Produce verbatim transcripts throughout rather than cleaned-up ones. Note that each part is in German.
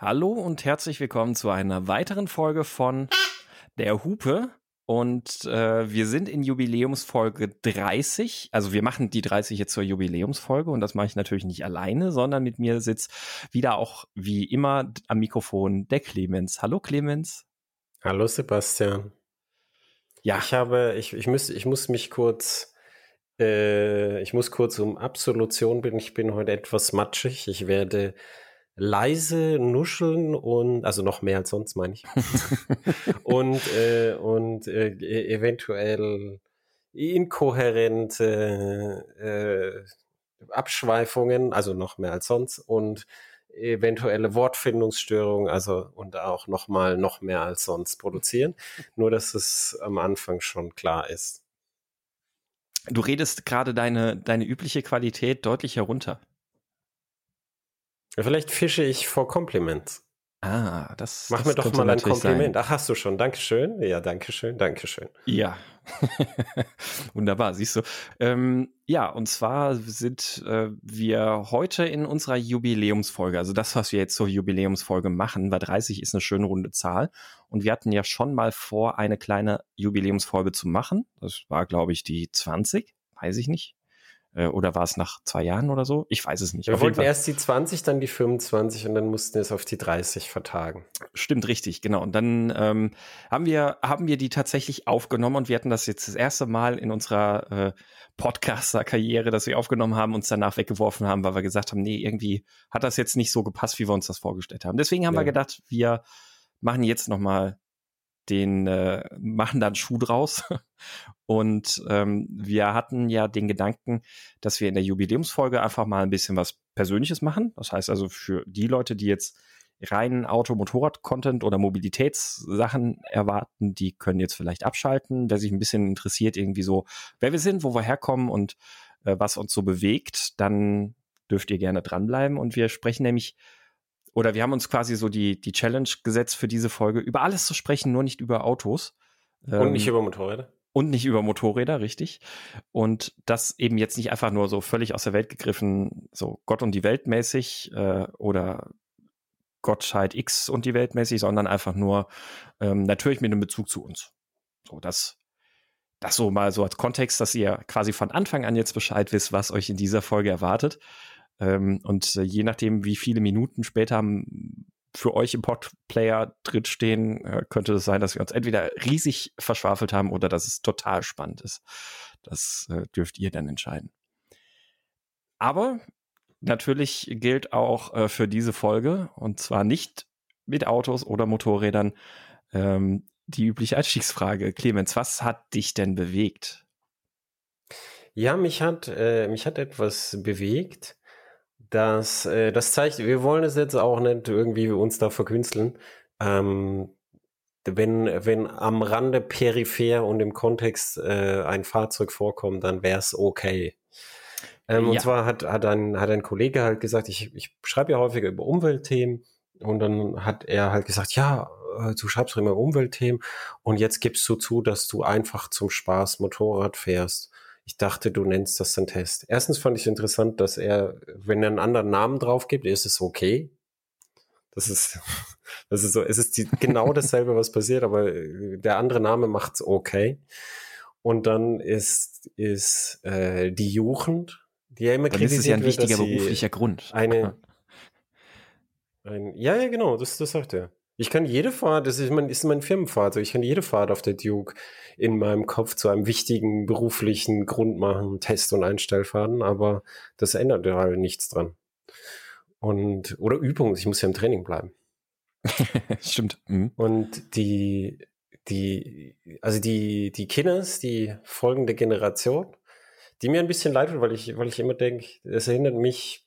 Hallo und herzlich willkommen zu einer weiteren Folge von der Hupe. Und äh, wir sind in Jubiläumsfolge dreißig. Also wir machen die dreißig jetzt zur Jubiläumsfolge und das mache ich natürlich nicht alleine, sondern mit mir sitzt wieder auch wie immer am Mikrofon der Clemens. Hallo Clemens. Hallo Sebastian. Ja. Ich habe, ich, ich muss, ich muss mich kurz, äh, ich muss kurz um Absolution bitten. Ich bin heute etwas matschig. Ich werde leise nuscheln und, also noch mehr als sonst, meine ich. und äh, und äh, eventuell inkohärente äh, Abschweifungen, also noch mehr als sonst und eventuelle Wortfindungsstörungen, also und auch noch mal noch mehr als sonst produzieren. Nur, dass es am Anfang schon klar ist. Du redest gerade deine, deine übliche Qualität deutlich herunter. Vielleicht fische ich vor Compliments. Ah, das Mach das mir doch könnte mal ein natürlich Kompliment. sein. Ach, hast du schon. Dankeschön. Ja, Dankeschön, Dankeschön. Ja, wunderbar, siehst du. Ähm, ja, und zwar sind äh, wir heute in unserer Jubiläumsfolge, also das, was wir jetzt zur Jubiläumsfolge machen, weil dreißig ist eine schöne runde Zahl. Und wir hatten ja schon mal vor, eine kleine Jubiläumsfolge zu machen. Das war, glaube ich, die zwanzig, weiß ich nicht. Äh, oder war es nach zwei Jahren oder so? Ich weiß es nicht. Wir Auf jeden wollten Fall. erst die zwanzig, dann die fünfundzwanzig und dann mussten wir es auf die dreißig vertagen. Stimmt, richtig, genau. Und dann ähm, haben wir haben wir die tatsächlich aufgenommen und wir hatten das jetzt das erste Mal in unserer äh, Podcaster-Karriere, dass wir aufgenommen haben, uns danach weggeworfen haben, weil wir gesagt haben, nee, irgendwie hat das jetzt nicht so gepasst, wie wir uns das vorgestellt haben. Deswegen haben Ja. wir gedacht, wir machen jetzt noch mal den, äh, machen da einen Schuh draus. Und ähm, wir hatten ja den Gedanken, dass wir in der Jubiläumsfolge einfach mal ein bisschen was Persönliches machen. Das heißt also für die Leute, die jetzt reinen Auto-Motorrad-Content oder Mobilitätssachen erwarten, die können jetzt vielleicht abschalten. Wer sich ein bisschen interessiert, irgendwie so, wer wir sind, wo wir herkommen und äh, was uns so bewegt, dann dürft ihr gerne dranbleiben. Und wir sprechen nämlich, oder wir haben uns quasi so die, die Challenge gesetzt für diese Folge, über alles zu sprechen, nur nicht über Autos. Und nicht Ähm, über Motorräder. Und nicht über Motorräder, richtig. Und das eben jetzt nicht einfach nur so völlig aus der Welt gegriffen, so Gott und die Welt mäßig äh, oder Gottheit X und die Welt mäßig, sondern einfach nur ähm, natürlich mit einem Bezug zu uns. So, das, das so mal so als Kontext, dass ihr quasi von Anfang an jetzt Bescheid wisst, was euch in dieser Folge erwartet. Ähm, und äh, je nachdem, wie viele Minuten später für euch im Podplayer drinstehen, äh, könnte es sein, dass wir uns entweder riesig verschwafelt haben oder dass es total spannend ist. Das äh, dürft ihr dann entscheiden. Aber natürlich gilt auch äh, für diese Folge, und zwar nicht mit Autos oder Motorrädern, ähm, die übliche Einstiegsfrage. Clemens, was hat dich denn bewegt? Ja, mich hat, äh, mich hat etwas bewegt. Das, äh, das zeigt, wir wollen es jetzt auch nicht irgendwie uns da verkünsteln. Ähm, wenn, wenn am Rande peripher und im Kontext äh, ein Fahrzeug vorkommt, dann wäre es okay. Ähm, Ja. Und zwar hat, hat, ein, hat ein Kollege halt gesagt, ich, ich schreibe ja häufiger über Umweltthemen und dann hat er halt gesagt, ja, äh, du schreibst doch immer Umweltthemen und jetzt gibst du zu, dass du einfach zum Spaß Motorrad fährst. Ich dachte, du nennst das einen Test. Erstens fand ich interessant, dass er, wenn er einen anderen Namen drauf gibt, ist es okay. Das ist, das ist so, es ist die, genau dasselbe, was passiert, aber der andere Name macht's okay. Und dann ist, ist äh, die Jugend, die ja immer Dann ist es ja kritisiert ein wird, dass wichtiger sie beruflicher Grund. eine, ein, ja, ja, genau, das, das sagt er. Ich kann jede Fahrt, das ist mein, ist mein Firmenfahrzeug, ich kann jede Fahrt auf der Duke in meinem Kopf zu einem wichtigen beruflichen Grund machen, Test- und Einstellfahrten, aber das ändert ja halt nichts dran. Und, oder Übung, ich muss ja im Training bleiben. Stimmt. Mhm. Und die, die, also die, die Kinders, die folgende Generation, die mir ein bisschen leid tut, weil ich, weil ich immer denke, es erinnert mich,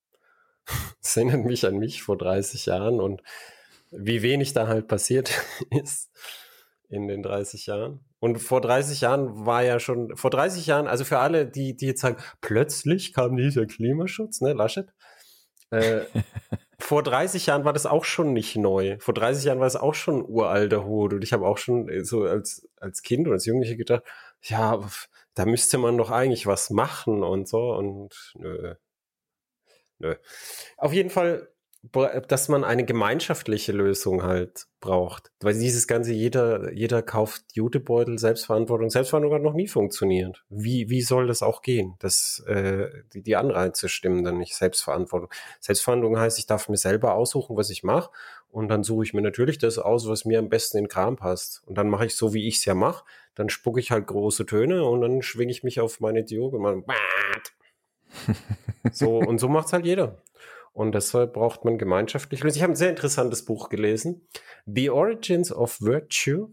es erinnert mich an mich vor dreißig Jahren und wie wenig da halt passiert ist in den dreißig Jahren. Und vor dreißig Jahren war ja schon, vor dreißig Jahren, also für alle, die, die jetzt sagen, plötzlich kam dieser Klimaschutz, ne, Laschet, äh, vor dreißig Jahren war das auch schon nicht neu. Vor dreißig Jahren war es auch schon ein uralter Hut. Und ich habe auch schon so als, als Kind oder als Jugendliche gedacht, ja, da müsste man doch eigentlich was machen und so. Und nö. Nö. Auf jeden Fall dass man eine gemeinschaftliche Lösung halt braucht. Weil dieses ganze, jeder, jeder kauft Jutebeutel, Selbstverantwortung. Selbstverantwortung hat noch nie funktioniert. Wie, wie soll das auch gehen? Das, äh, die, die Anreize stimmen dann nicht. Selbstverantwortung. Selbstverantwortung heißt, ich darf mir selber aussuchen, was ich mache. Und dann suche ich mir natürlich das aus, was mir am besten in den Kram passt. Und dann mache ich so, wie ich es ja mache. Dann spucke ich halt große Töne und dann schwinge ich mich auf meine Dioge und man, so, und so macht's halt jeder. Und deshalb braucht man gemeinschaftlich. Ich habe ein sehr interessantes Buch gelesen. The Origins of Virtue.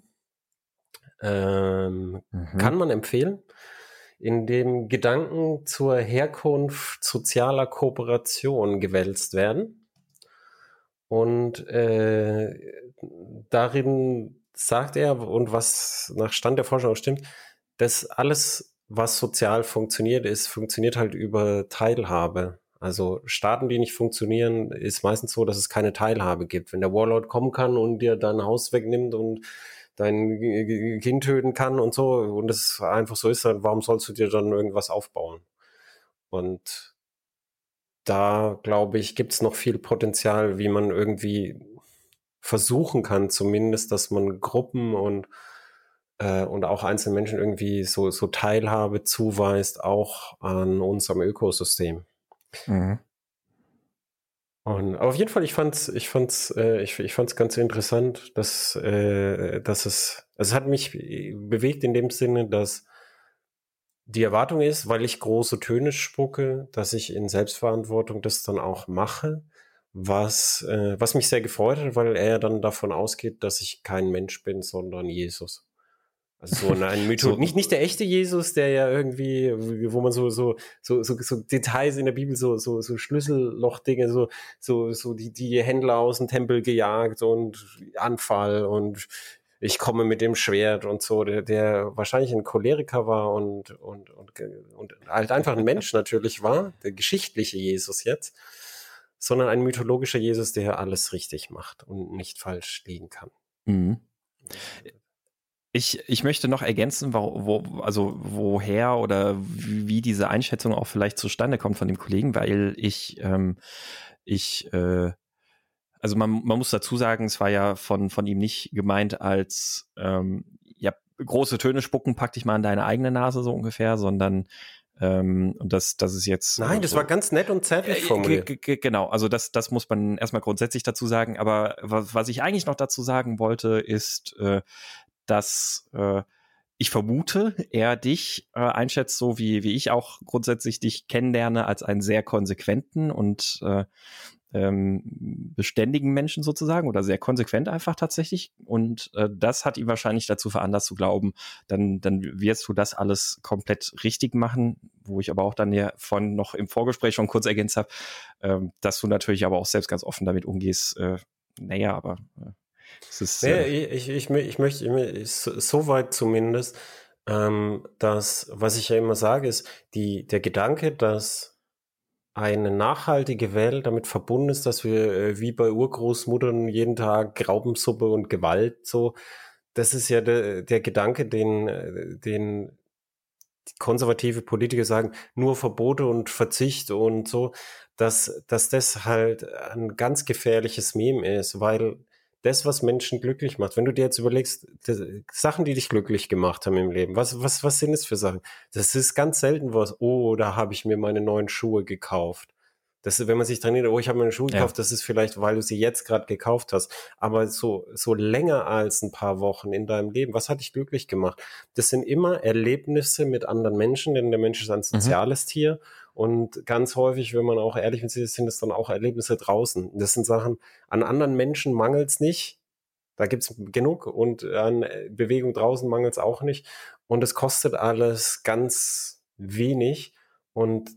Ähm, mhm. Kann man empfehlen. In dem Gedanken zur Herkunft sozialer Kooperation gewälzt werden. Und äh, darin sagt er, und was nach Stand der Forschung auch stimmt, dass alles, was sozial funktioniert, ist, funktioniert halt über Teilhabe. Also Staaten, die nicht funktionieren, ist meistens so, dass es keine Teilhabe gibt. Wenn der Warlord kommen kann und dir dein Haus wegnimmt und dein Kind töten kann und so, und es einfach so ist, dann warum sollst du dir dann irgendwas aufbauen? Und da, glaube ich, gibt es noch viel Potenzial, wie man irgendwie versuchen kann, zumindest, dass man Gruppen und äh, und auch einzelne Menschen irgendwie so, so Teilhabe zuweist, auch an unserem Ökosystem. Mhm. Und auf jeden Fall, ich fand's, ich fand's, äh, ich, ich fand's ganz interessant, dass, äh, dass es, also es hat mich bewegt in dem Sinne, dass die Erwartung ist, weil ich große Töne spucke, dass ich in Selbstverantwortung das dann auch mache, was, äh, was mich sehr gefreut hat, weil er dann davon ausgeht, dass ich kein Mensch bin, sondern Jesus. Also so ein Mythos, so, nicht, nicht der echte Jesus, der ja irgendwie, wo man so, so, so, so, so Details in der Bibel, so, so, so Schlüsselloch-Dinge, so, so, so die, die Händler aus dem Tempel gejagt und Anfall und ich komme mit dem Schwert und so, der, der wahrscheinlich ein Choleriker war und, und, und, und halt einfach ein Mensch natürlich war, der geschichtliche Jesus jetzt, sondern ein mythologischer Jesus, der alles richtig macht und nicht falsch liegen kann. Mhm. Ich, ich möchte noch ergänzen, wo, wo, also woher oder wie diese Einschätzung auch vielleicht zustande kommt von dem Kollegen, weil ich, ähm, ich, äh, also man, man muss dazu sagen, es war ja von, von ihm nicht gemeint als, ähm, ja, große Töne spucken, pack dich mal in deine eigene Nase so ungefähr, sondern ähm, und das, das ist jetzt. Nein, das so, war ganz nett und zärtlich formuliert. G- g- genau, also das, das muss man erstmal grundsätzlich dazu sagen. Aber was, was ich eigentlich noch dazu sagen wollte, ist, äh, dass äh, ich vermute, er dich äh, einschätzt, so wie, wie ich auch grundsätzlich dich kennenlerne, als einen sehr konsequenten und äh, ähm, beständigen Menschen sozusagen oder sehr konsequent einfach tatsächlich. Und äh, das hat ihn wahrscheinlich dazu veranlasst zu glauben, dann, dann wirst du das alles komplett richtig machen, wo ich aber auch dann ja von noch im Vorgespräch schon kurz ergänzt habe, äh, dass du natürlich aber auch selbst ganz offen damit umgehst. Äh, naja, aber äh, es ist, nee, äh, ich, ich, ich möchte so weit zumindest, ähm, dass, was ich ja immer sage, ist, die, der Gedanke, dass eine nachhaltige Welt damit verbunden ist, dass wir äh, wie bei Urgroßmuttern jeden Tag Graupensuppe und Gewalt so, das ist ja de, der Gedanke, den, den die konservative Politiker sagen, nur Verbote und Verzicht und so, dass, dass das halt ein ganz gefährliches Meme ist, weil das, was Menschen glücklich macht, wenn du dir jetzt überlegst, das, Sachen, die dich glücklich gemacht haben im Leben, was, was, was sind es für Sachen? Das ist ganz selten was, oh, da habe ich mir meine neuen Schuhe gekauft. Das ist, wenn man sich dran erinnert, oh, ich habe mir eine Schuhe gekauft, ja. Das ist vielleicht, weil du sie jetzt gerade gekauft hast. Aber so, so länger als ein paar Wochen in deinem Leben, was hat dich glücklich gemacht? Das sind immer Erlebnisse mit anderen Menschen, denn der Mensch ist ein soziales mhm. Tier. Und ganz häufig, wenn man auch ehrlich mit sich ist, sind es dann auch Erlebnisse draußen. Das sind Sachen, an anderen Menschen mangelt es nicht. Da gibt's genug. Und an Bewegung draußen mangelt es auch nicht. Und es kostet alles ganz wenig. Und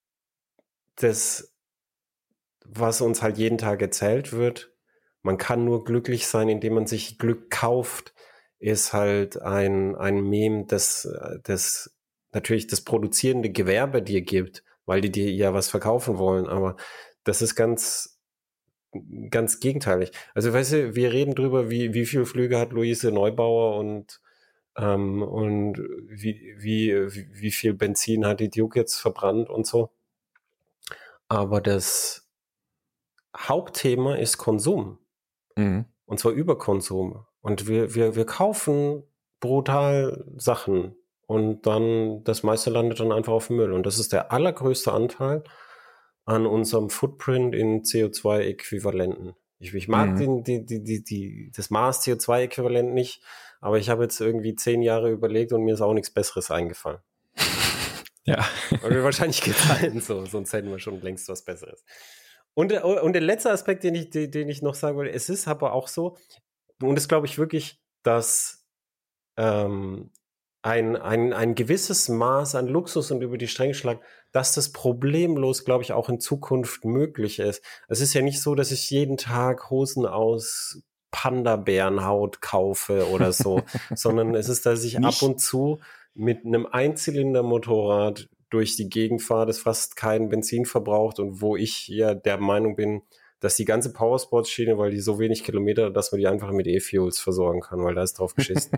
das, was uns halt jeden Tag erzählt wird, man kann nur glücklich sein, indem man sich Glück kauft, ist halt ein, ein Meme, das, das natürlich das produzierende Gewerbe dir gibt, weil die dir ja was verkaufen wollen, aber das ist ganz, ganz gegenteilig. Also weißt du, wir reden drüber, wie, wie viele Flüge hat Luise Neubauer und ähm, und wie, wie, wie viel Benzin hat die Duke jetzt verbrannt und so. Aber das Hauptthema ist Konsum. Mhm. Und zwar Überkonsum. Und wir, wir, wir kaufen brutal Sachen und dann das meiste landet dann einfach auf dem Müll. Und das ist der allergrößte Anteil an unserem Footprint in C O zwei Äquivalenten. Ich, ich mag Mhm. den, die, die, die, die, das Maß C O zwei Äquivalent nicht, aber ich habe jetzt irgendwie zehn Jahre überlegt und mir ist auch nichts Besseres eingefallen. Ja. Weil wir wahrscheinlich gefallen, so, sonst hätten wir schon längst was Besseres. Und, der- und der letzte Aspekt, den ich, den, den ich noch sagen wollte, es ist aber auch so, und das glaube ich wirklich, dass ähm, ein, ein, ein gewisses Maß an Luxus und über die Stränge schlagen, dass das problemlos, glaube ich, auch in Zukunft möglich ist. Es ist ja nicht so, dass ich jeden Tag Hosen aus Panda-Bärenhaut kaufe oder so, sondern es ist, dass ich Nicht? ab und zu mit einem Einzylinder-Motorrad durch die Gegend fahre, das fast keinen Benzin verbraucht und wo ich ja der Meinung bin, dass die ganze Powersports-Schiene, weil die so wenig Kilometer, dass man die einfach mit E-Fuels versorgen kann, weil da ist drauf geschissen.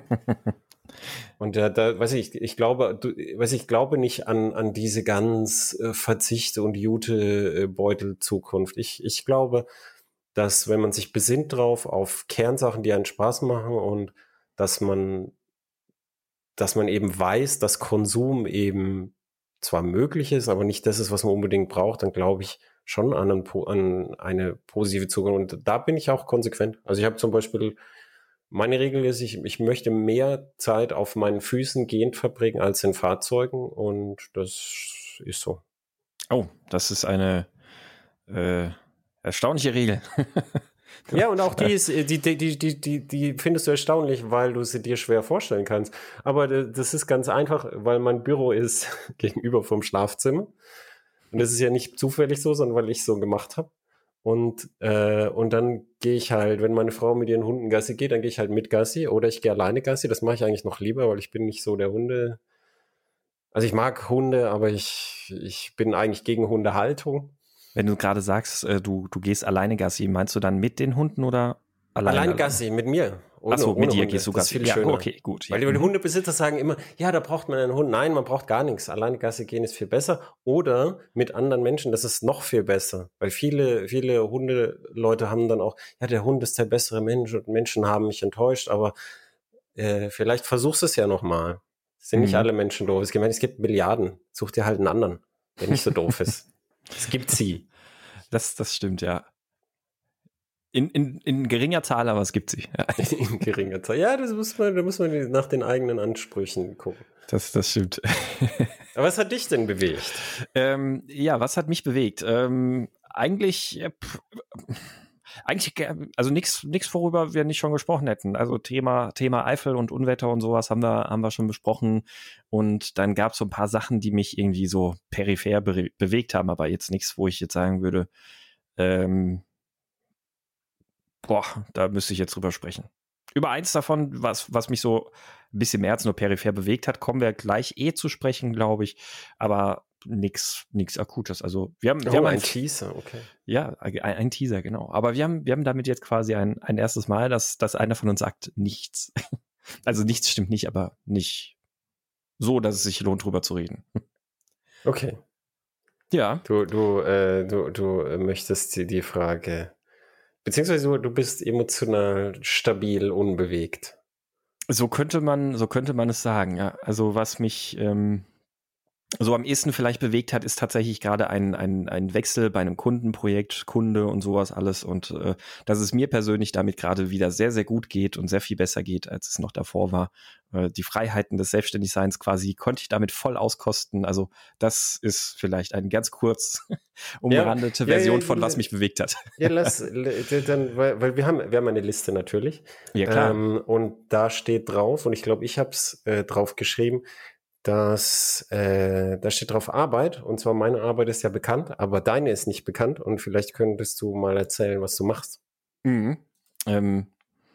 Und da, da, weiß ich, ich glaube, du, weiß ich, glaube nicht an, an diese ganz äh, Verzicht- und Jute-Beutel-Zukunft. Ich, ich glaube, dass wenn man sich besinnt drauf auf Kernsachen, die einen Spaß machen und dass man, dass man eben weiß, dass Konsum eben zwar möglich ist, aber nicht das ist, was man unbedingt braucht, dann glaube ich schon an, einen, an eine positive Zukunft. Und da bin ich auch konsequent. Also ich habe zum Beispiel meine Regel ist, ich, ich möchte mehr Zeit auf meinen Füßen gehend verbringen als in Fahrzeugen und das ist so. Oh, das ist eine äh, erstaunliche Regel. Ja, und auch die ist, die, die, die, die, die, die findest du erstaunlich, weil du sie dir schwer vorstellen kannst. Aber das ist ganz einfach, weil mein Büro ist gegenüber vom Schlafzimmer. Und das ist ja nicht zufällig so, sondern weil ich so gemacht habe. Und, äh, und dann gehe ich halt, wenn meine Frau mit ihren Hunden Gassi geht, dann gehe ich halt mit Gassi oder ich gehe alleine Gassi. Das mache ich eigentlich noch lieber, weil ich bin nicht so der Hunde. Also ich mag Hunde, aber ich, ich bin eigentlich gegen Hundehaltung. Wenn du gerade sagst, äh, du, du gehst alleine Gassi, meinst du dann mit den Hunden oder alleine? Alleine Gassi, mit mir. Ohne, Ach so, mit ohne dir Hunde. gehst du das ist Gassi. viel Ja, schöner. okay, gut. Weil Ja. die Mhm. Hundebesitzer sagen immer, ja, da braucht man einen Hund. Nein, man braucht gar nichts. Alleine Gassi gehen ist viel besser. Oder mit anderen Menschen, das ist noch viel besser. Weil viele, viele Hundeleute haben dann auch, ja, der Hund ist der bessere Mensch und Menschen haben mich enttäuscht, aber äh, vielleicht versuchst du es ja nochmal. Sind nicht Mhm. alle Menschen doof. Es gibt, es gibt Milliarden. Such dir halt einen anderen, der nicht so doof ist. Es gibt sie. Das, das stimmt, ja. In, in, in geringer Zahl, aber es gibt sie. Ja. In geringer Zahl. Ja, das muss man, da muss man nach den eigenen Ansprüchen gucken. Das, das stimmt. Aber was hat dich denn bewegt? ähm, ja, was hat mich bewegt? Ähm, eigentlich, äh, pff, eigentlich, also nichts, nichts, worüber wir nicht schon gesprochen hätten. Also Thema, Thema Eifel und Unwetter und sowas haben wir, haben wir schon besprochen. Und dann gab es so ein paar Sachen, die mich irgendwie so peripher be- bewegt haben, aber jetzt nichts, wo ich jetzt sagen würde, ähm, boah, da müsste ich jetzt drüber sprechen. Über eins davon, was, was mich so ein bisschen mehr als nur peripher bewegt hat, kommen wir gleich eh zu sprechen, glaube ich. Aber nix, nix Akutes. Also wir haben, wir Oh, haben ein ein, Teaser, okay. ja, ein, ein Teaser, genau. Aber wir haben, wir haben damit jetzt quasi ein, ein erstes Mal, dass, dass einer von uns sagt, nichts. Also nichts stimmt nicht, aber nicht so, dass es sich lohnt, drüber zu reden. Okay. Ja. Du, du, äh, du, du möchtest die, die Frage, beziehungsweise du, du bist emotional stabil, unbewegt. So könnte man, so könnte man es sagen, ja. Also was mich ähm, so am ehesten vielleicht bewegt hat, ist tatsächlich gerade ein, ein, ein Wechsel bei einem Kundenprojekt, Kunde und sowas alles. Und äh, dass es mir persönlich damit gerade wieder sehr, sehr gut geht und sehr viel besser geht, als es noch davor war. Äh, die Freiheiten des Selbstständigseins quasi konnte ich damit voll auskosten. Also das ist vielleicht eine ganz kurz umrandete ja, Version ja, von, ja, was mich bewegt hat. Ja, lass, dann, weil, weil wir haben, wir haben eine Liste natürlich. Ja, klar. Ähm, und da steht drauf, und ich glaube, ich habe es äh, drauf geschrieben, dass äh, da steht drauf Arbeit, und zwar meine Arbeit ist ja bekannt, aber deine ist nicht bekannt, und vielleicht könntest du mal erzählen, was du machst. Mhm. Ähm.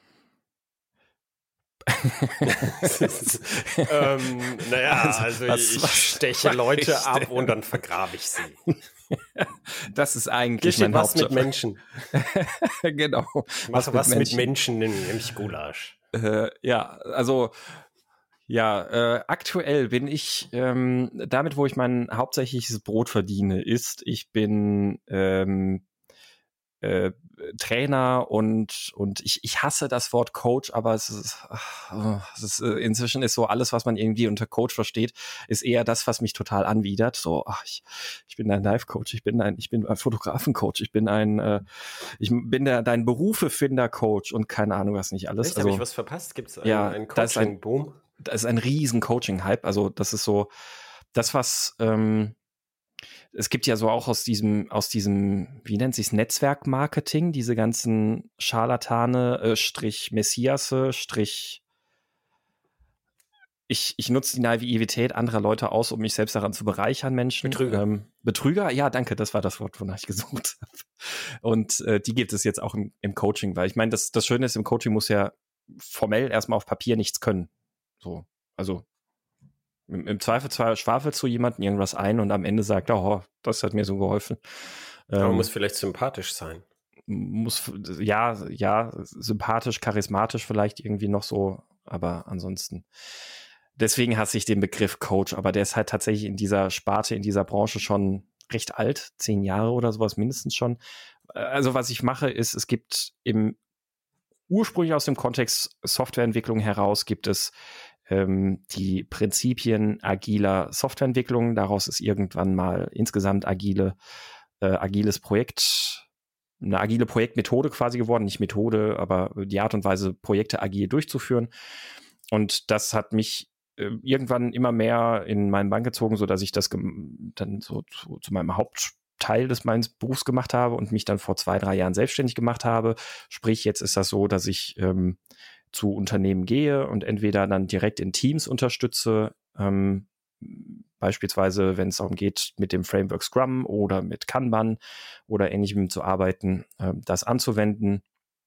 ähm, naja, also, also was, ich was steche Leute ich ab und dann vergrabe ich sie. Das ist eigentlich Hier steht mein was Hauptjob. mit Menschen. Genau. Ich mache was, was mit Menschen, nämlich Gulasch. Äh, ja, also ja, äh, aktuell bin ich ähm, damit, wo ich mein hauptsächliches Brot verdiene, ist, ich bin ähm, äh, Trainer und und ich ich hasse das Wort Coach, aber es ist, ach, es ist äh, inzwischen ist so alles, was man irgendwie unter Coach versteht, ist eher das, was mich total anwidert. So, ach, ich ich bin ein Life Coach, ich bin ein ich bin ein Fotografencoach, ich bin ein äh, ich bin der dein Berufefinder Coach und keine Ahnung was nicht alles. Echt, also habe ich was verpasst? Gibt es einen, ja, einen da ist ein Coaching-Boom? da ist ein riesen Coaching-Hype. Also das ist so das, was ähm, es gibt ja so auch aus diesem, aus diesem, wie nennt sich's, Netzwerkmarketing, diese ganzen Scharlatane, äh, Strich Messiasse, Strich, ich, ich nutze die Naivität anderer Leute aus, um mich selbst daran zu bereichern, Menschen. Betrüger. Ähm, Betrüger, ja, danke, das war das Wort, wonach ich gesucht habe. Und äh, die gibt es jetzt auch im, im Coaching, weil ich meine, das, das Schöne ist, im Coaching muss ja formell erstmal auf Papier nichts können. So, also Im, im Zweifelsfall schwafelst du jemanden irgendwas ein und am Ende sagt, oh, das hat mir so geholfen. Aber Ähm, muss vielleicht sympathisch sein. muss, ja, ja, sympathisch, charismatisch vielleicht irgendwie noch so, aber ansonsten. Deswegen hasse ich den Begriff Coach, aber der ist halt tatsächlich in dieser Sparte, in dieser Branche schon recht alt, zehn Jahre oder sowas mindestens schon. Also was ich mache, ist, es gibt im ursprünglich aus dem Kontext Softwareentwicklung heraus gibt es ähm, die Prinzipien agiler Softwareentwicklung. Daraus ist irgendwann mal insgesamt agile, äh, agiles Projekt, eine agile Projektmethode quasi geworden. Nicht Methode, aber die Art und Weise, Projekte agil durchzuführen. Und das hat mich äh, irgendwann immer mehr in meinen Bann gezogen, so dass ich das gem- dann so zu, zu meinem Hauptteil des meines Berufs gemacht habe und mich dann vor zwei, drei Jahren selbstständig gemacht habe. Sprich, jetzt ist das so, dass ich ähm, zu Unternehmen gehe und entweder dann direkt in Teams unterstütze, ähm, beispielsweise, wenn es darum geht, mit dem Framework Scrum oder mit Kanban oder ähnlichem zu arbeiten, äh, das anzuwenden,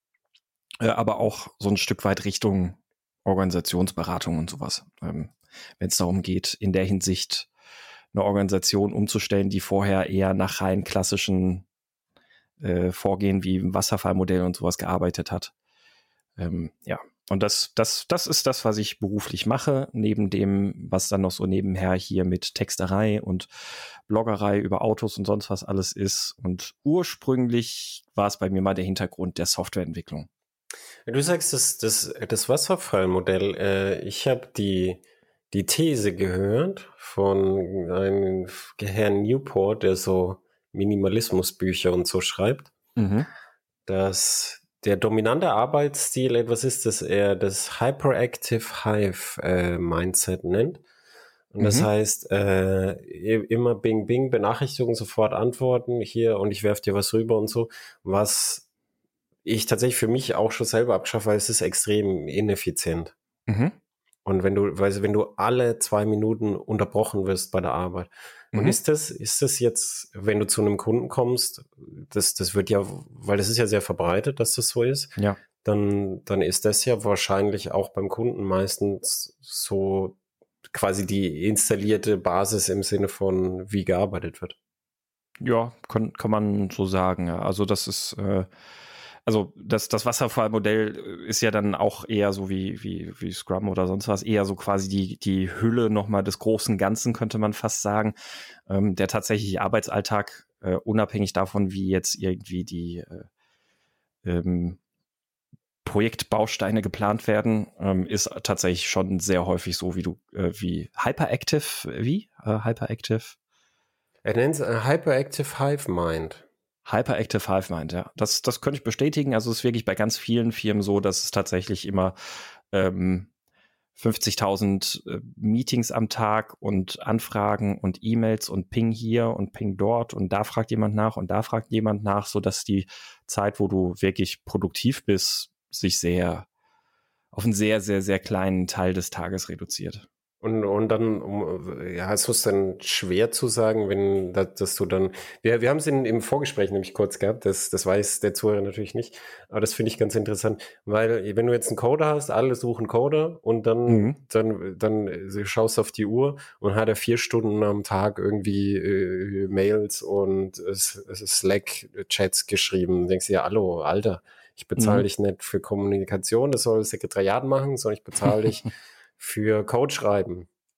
äh, aber auch so ein Stück weit Richtung Organisationsberatung und sowas. Ähm, wenn es darum geht, in der Hinsicht eine Organisation umzustellen, die vorher eher nach rein klassischen äh, Vorgehen wie im Wasserfallmodell und sowas gearbeitet hat. Ähm, ja, und das, das, das ist das, was ich beruflich mache, neben dem, was dann noch so nebenher hier mit Texterei und Bloggerei über Autos und sonst was alles ist. Und ursprünglich war es bei mir mal der Hintergrund der Softwareentwicklung. Du sagst, das, das, das Wasserfallmodell, äh, ich habe die, die These gehört von einem Herrn Newport, der so Minimalismusbücher und so schreibt, Mhm. dass der dominante Arbeitsstil etwas ist, das er das Hyperactive Hive äh, Mindset nennt. Und das Mhm. heißt, äh, immer Bing Bing, Benachrichtigungen, sofort antworten hier und ich werfe dir was rüber und so, was ich tatsächlich für mich auch schon selber abgeschafft, weil es ist extrem ineffizient. Mhm. Und wenn du, weißt du, wenn du alle zwei Minuten unterbrochen wirst bei der Arbeit. Und Mhm. ist das, ist das jetzt, wenn du zu einem Kunden kommst, das, das wird ja, weil das ist ja sehr verbreitet, dass das so ist, Ja. dann, dann ist das ja wahrscheinlich auch beim Kunden meistens so quasi die installierte Basis im Sinne von, wie gearbeitet wird. Ja, kann, kann man so sagen. Ja. Also das ist, äh, also das, das Wasserfallmodell ist ja dann auch eher so wie, wie, wie Scrum oder sonst was, eher so quasi die, die Hülle nochmal des großen Ganzen, könnte man fast sagen. Ähm, der tatsächliche Arbeitsalltag, äh, unabhängig davon, wie jetzt irgendwie die äh, ähm, Projektbausteine geplant werden, ähm, ist tatsächlich schon sehr häufig so, wie du, äh, wie Hyperactive, wie? Äh, Hyperactive? Er nennt es ein Hyperactive Hive Mind. Hyperactive Hive Mind, ja. Das, das könnte ich bestätigen. Also es ist wirklich bei ganz vielen Firmen so, dass es tatsächlich immer ähm, fünfzigtausend äh, Meetings am Tag und Anfragen und E-Mails und Ping hier und Ping dort und da fragt jemand nach und da fragt jemand nach, sodass die Zeit, wo du wirklich produktiv bist, sich sehr auf einen sehr, sehr, sehr kleinen Teil des Tages reduziert. Und, und dann, um, ja, es ist dann schwer zu sagen, wenn, dass, dass du dann, wir, wir haben es in, im Vorgespräch nämlich kurz gehabt, das, das weiß der Zuhörer natürlich nicht, aber das finde ich ganz interessant, weil wenn du jetzt einen Coder hast, alle suchen Coder und dann, Mhm. dann, dann äh, schaust du auf die Uhr und hat er vier Stunden am Tag irgendwie äh, Mails und äh, Slack-Chats geschrieben und denkst dir, ja, hallo, Alter, ich bezahle Mhm. dich nicht für Kommunikation, das soll das Sekretariat machen, sondern ich bezahle dich für Code schreiben.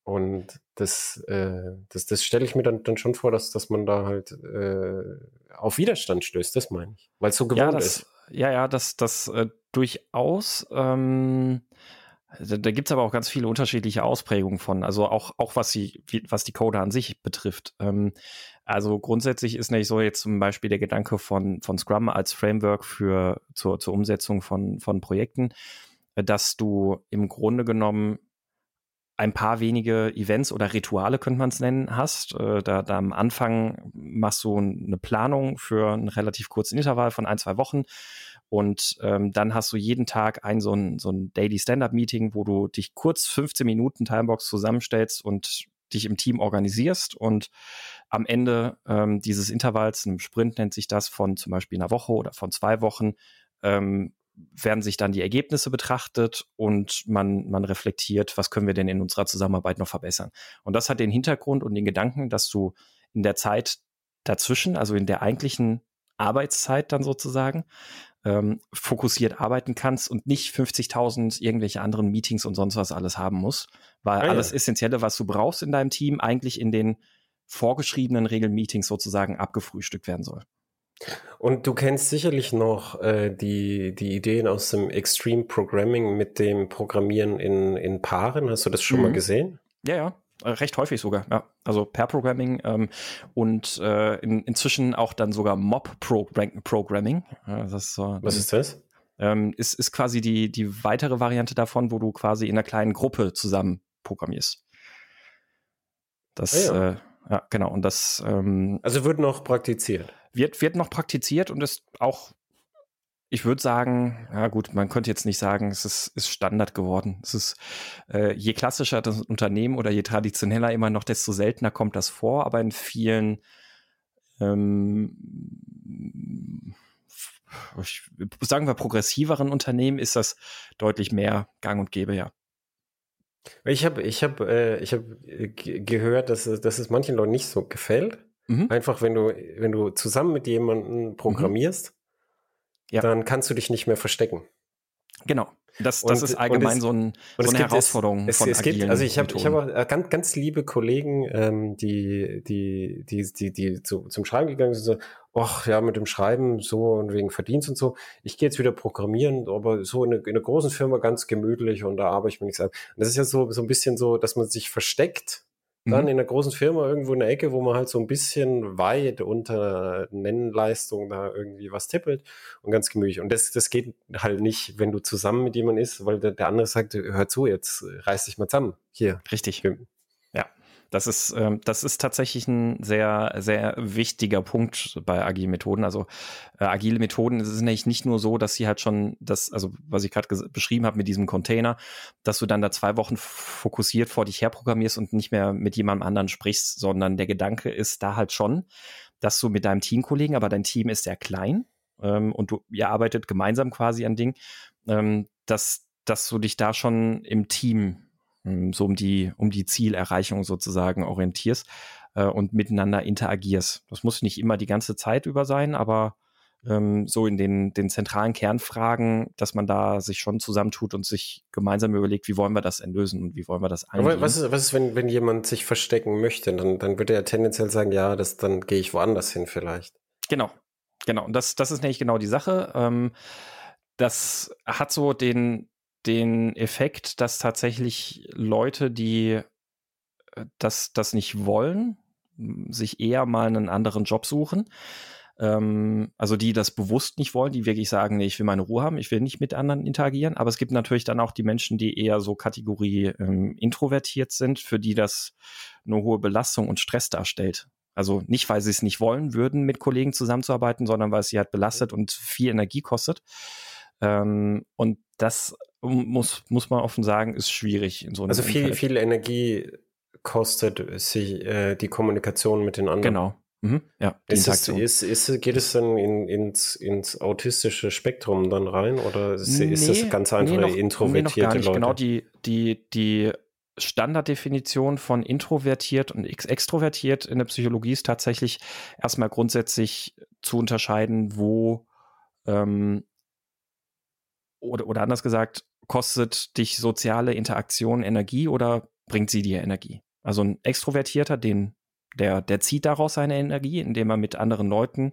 Und das, äh, das, das stelle ich mir dann, dann schon vor, dass, dass man da halt äh, auf Widerstand stößt, das meine ich, weil es so Ja, gewohnt das, ist. ja, ja, das, das äh, durchaus. Ähm, da da gibt es aber auch ganz viele unterschiedliche Ausprägungen von, also auch, auch was die, wie, was die Coder an sich betrifft. Ähm, also grundsätzlich ist nicht so jetzt zum Beispiel der Gedanke von, von Scrum als Framework für zur, zur Umsetzung von, von Projekten, äh, dass du im Grunde genommen ein paar wenige Events oder Rituale, könnte man es nennen, hast. Äh, da, da am Anfang machst du eine Planung für einen relativ kurzen Intervall von ein, zwei Wochen und ähm, dann hast du jeden Tag ein so ein, so ein Daily Stand-Up-Meeting, wo du dich kurz fünfzehn Minuten Timebox zusammenstellst und dich im Team organisierst und am Ende ähm, dieses Intervalls, einem Sprint nennt sich das, von zum Beispiel einer Woche oder von zwei Wochen, ähm, werden sich dann die Ergebnisse betrachtet und man, man reflektiert, was können wir denn in unserer Zusammenarbeit noch verbessern. Und das hat den Hintergrund und den Gedanken, dass du in der Zeit dazwischen, also in der eigentlichen Arbeitszeit dann sozusagen, ähm, fokussiert arbeiten kannst und nicht fünfzigtausend irgendwelche anderen Meetings und sonst was alles haben musst, weil Ah alles ja. Essentielle, was du brauchst in deinem Team, eigentlich in den vorgeschriebenen Regelmeetings sozusagen abgefrühstückt werden soll. Und du kennst sicherlich noch äh, die, die Ideen aus dem Extreme Programming mit dem Programmieren in, in Paaren. Hast du das schon mal Mhm. gesehen? Ja, ja, äh, recht häufig sogar, ja. Also Pair-Programming ähm, und äh, in, inzwischen auch dann sogar Mob-Programming. Ja, das ist, so, Was dann, ist das? ähm, ist, ist quasi die, die weitere Variante davon, wo du quasi in einer kleinen Gruppe zusammen programmierst. Ah Das, ja. äh, ja, genau. Und das ähm, Also wird noch praktiziert. wird, wird noch praktiziert und ist auch, ich würde sagen, ja gut, man könnte jetzt nicht sagen, es ist, ist Standard geworden. Es ist, äh, je klassischer das Unternehmen oder je traditioneller immer noch, desto seltener kommt das vor, aber in vielen ähm, ich, sagen wir progressiveren Unternehmen ist das deutlich mehr gang und gäbe, ja. Ich habe ich hab, äh, ich hab äh, ge- gehört, dass es, dass es manchen Leuten nicht so gefällt. Mhm. Einfach, wenn du, wenn du zusammen mit jemandem Mhm. programmierst, Ja, dann kannst du dich nicht mehr verstecken. genau. Das, das Und, ist und allgemein es, so, ein, und so es eine gibt es, Herausforderung es, von es gibt, also agilen ich habe ich Methoden. habe auch ganz, ganz liebe Kollegen, ähm, die, die, die, die, die zu, zum Schreiben gegangen sind, so, ach ja, mit dem Schreiben so und wegen Verdienst und so. Ich gehe jetzt wieder programmieren, aber so in, eine, in einer großen Firma ganz gemütlich und da arbeite ich mir nichts an. Und das ist ja so, so ein bisschen so, dass man sich versteckt dann Mhm. in einer großen Firma irgendwo in der Ecke, wo man halt so ein bisschen weit unter Nennleistung da irgendwie was tippelt und ganz gemütlich. Und das, das geht halt nicht, wenn du zusammen mit jemandem isst, weil der, der andere sagt, hör zu, jetzt reiß dich mal zusammen. Hier. Richtig. Wir- Ja, das ist, ähm, das ist tatsächlich ein sehr, sehr wichtiger Punkt bei agilen Methoden. Also äh, agile Methoden, es ist nämlich nicht nur so, dass sie halt schon das, also was ich gerade beschrieben habe mit diesem Container, dass du dann da zwei Wochen fokussiert vor dich her programmierst und nicht mehr mit jemandem anderen sprichst, sondern der Gedanke ist da halt schon, dass du mit deinem Teamkollegen, aber dein Team ist sehr klein ähm, und du, ihr arbeitet gemeinsam quasi an Dingen, ähm, dass, dass du dich da schon im Team so um die, um die Zielerreichung sozusagen orientierst äh, und miteinander interagierst. Das muss nicht immer die ganze Zeit über sein, aber ähm, so in den, den zentralen Kernfragen, dass man da sich schon zusammentut und sich gemeinsam überlegt, wie wollen wir das entlösen und wie wollen wir das Aber was angehen. ist, was ist, wenn, wenn jemand sich verstecken möchte? Dann, dann würde er tendenziell sagen, ja, das, dann gehe ich woanders hin vielleicht. Genau, genau. Und das, das ist nämlich genau die Sache. Ähm, das hat so den, den Effekt, dass tatsächlich Leute, die äh, das, das nicht wollen, sich eher mal einen anderen Job suchen. Ähm, also die das bewusst nicht wollen, die wirklich sagen, nee, ich will meine Ruhe haben, ich will nicht mit anderen interagieren. Aber es gibt natürlich dann auch die Menschen, die eher so Kategorie ähm, introvertiert sind, für die das eine hohe Belastung und Stress darstellt. Also nicht, weil sie es nicht wollen würden, mit Kollegen zusammenzuarbeiten, sondern weil es sie halt belastet und viel Energie kostet. Ähm, und das muss, muss man offen sagen, ist schwierig in so einem Also viel, Umfeld. viel Energie kostet sich äh, die Kommunikation mit den anderen. Genau. Mhm. Ja, die Ist es, Interaktion. ist, ist, geht es dann in, ins, ins autistische Spektrum dann rein oder ist, ist es Nee, ganz nee, einfache noch, nee, noch gar introvertierte nicht. Genau Leute? die, die, die Standarddefinition von introvertiert und ex extrovertiert in der Psychologie ist tatsächlich erstmal grundsätzlich zu unterscheiden, wo ähm, oder, oder anders gesagt, kostet dich soziale Interaktion Energie oder bringt sie dir Energie. Also ein Extrovertierter, den, der, der zieht daraus seine Energie, indem er mit anderen Leuten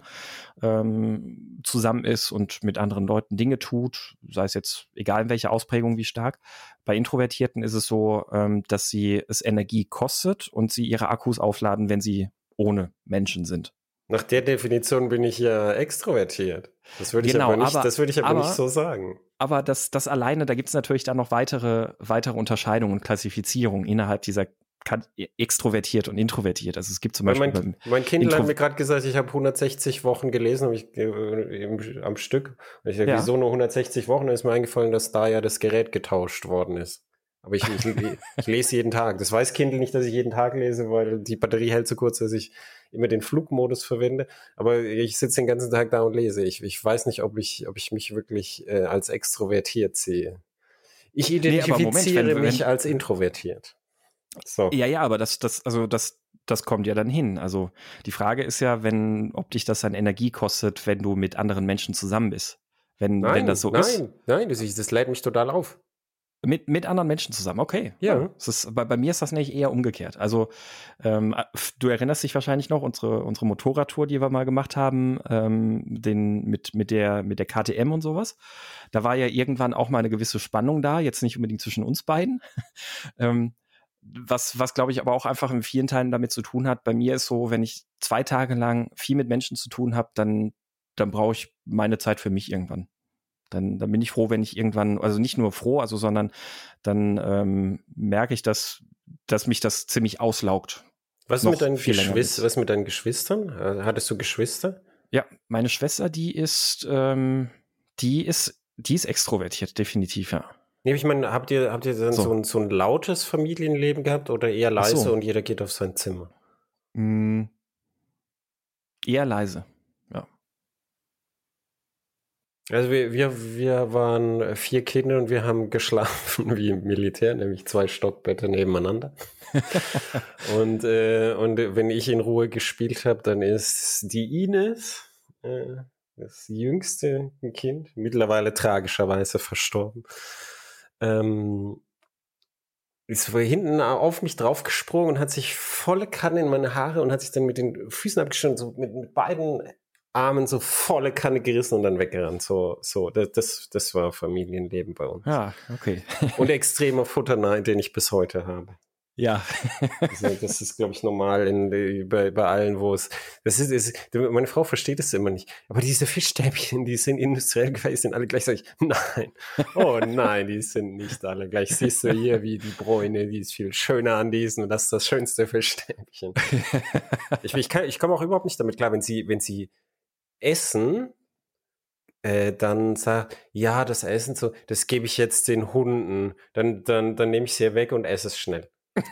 ähm, zusammen ist und mit anderen Leuten Dinge tut, sei es jetzt egal in welcher Ausprägung, wie stark. Bei Introvertierten ist es so, ähm, dass sie es Energie kostet und sie ihre Akkus aufladen, wenn sie ohne Menschen sind. Nach der Definition bin ich ja extrovertiert. Das würde Genau, ich aber nicht, aber- das würde ich aber, aber- nicht so sagen. Aber das, das alleine, da gibt es natürlich dann noch weitere, weitere Unterscheidungen und Klassifizierungen innerhalb dieser Kat- extrovertiert und introvertiert. Also es gibt zum Weil Beispiel mein, beim mein Kind hat Intro- mir gerade gesagt, ich habe hundertsechzig Wochen gelesen hab ich, äh, im, am Stück. Und ich dachte, Ja. wieso nur hundertsechzig Wochen? Da ist mir eingefallen, dass da ja das Gerät getauscht worden ist. Aber ich, ich, ich lese jeden Tag. Das weiß Kindle nicht, dass ich jeden Tag lese, weil die Batterie hält so kurz, dass ich immer den Flugmodus verwende. Aber ich sitze den ganzen Tag da und lese. Ich, ich weiß nicht, ob ich, ob ich mich wirklich äh, als extrovertiert sehe. Ich identifiziere Moment, wenn- wenn- mich als introvertiert. So. Ja, ja, aber das, das, also das, das kommt ja dann hin. Also die Frage ist ja, wenn, ob dich das an Energie kostet, wenn du mit anderen Menschen zusammen bist. Wenn, Nein, wenn das so nein, ist. nein, nein, das, ist- das lädt mich total auf. Mit, mit anderen Menschen zusammen, okay. Ja. Es ist, bei, bei mir ist das nämlich eher umgekehrt. Also ähm, du erinnerst dich wahrscheinlich noch, unsere, unsere Motorradtour, die wir mal gemacht haben, ähm, den, mit, mit, der, mit der K T M und sowas. Da war ja irgendwann auch mal eine gewisse Spannung da, jetzt nicht unbedingt zwischen uns beiden. ähm, was, was glaube ich aber auch einfach in vielen Teilen damit zu tun hat. Bei mir ist so, wenn ich zwei Tage lang viel mit Menschen zu tun habe, dann, dann brauche ich meine Zeit für mich irgendwann. Dann, dann bin ich froh, wenn ich irgendwann, also nicht nur froh, also sondern dann ähm, merke ich, dass, dass mich das ziemlich auslaugt. Was ist Noch mit deinen viel länger Geschwist- ist. was mit deinen Geschwistern? Äh, Hattest du Geschwister? Ja, meine Schwester, die ist, ähm, die ist, die ist extrovertiert, definitiv, ja. Nee, ich meine, habt ihr, habt ihr dann so, So. ein, so ein lautes Familienleben gehabt oder eher Ach so. leise und jeder geht auf sein Zimmer? Mm, eher leise. Ja. Also wir, wir, wir waren vier Kinder und wir haben geschlafen wie im Militär, nämlich zwei Stockbetten nebeneinander. und, äh, und wenn ich in Ruhe gespielt habe, dann ist die Ines, äh, das jüngste Kind, mittlerweile tragischerweise verstorben, ähm, ist von hinten auf mich draufgesprungen und hat sich volle Kanne in meine Haare und hat sich dann mit den Füßen abgeschnitten, so mit, mit beiden Armen so volle Kanne gerissen und dann weggerannt. So, so, das, das, das war Familienleben bei uns. Ja, okay. Und extremer Futterneid, den ich bis heute habe. Ja. Also, das ist, glaube ich, normal in, bei, bei allen, wo es, das ist, ist, meine Frau versteht es immer nicht. Aber diese Fischstäbchen, die sind industriell gefertigt, sind alle gleich. Sag ich, nein. Oh nein, die sind nicht alle gleich. Siehst du hier, wie die Bräune, die ist viel schöner an diesen und das ist das schönste Fischstäbchen. ich, ich, kann, ich komme auch überhaupt nicht damit klar, wenn sie, wenn sie essen, äh, dann sagt, ja, das Essen so, das gebe ich jetzt den Hunden. Dann, dann, dann nehme ich sie weg und esse es schnell.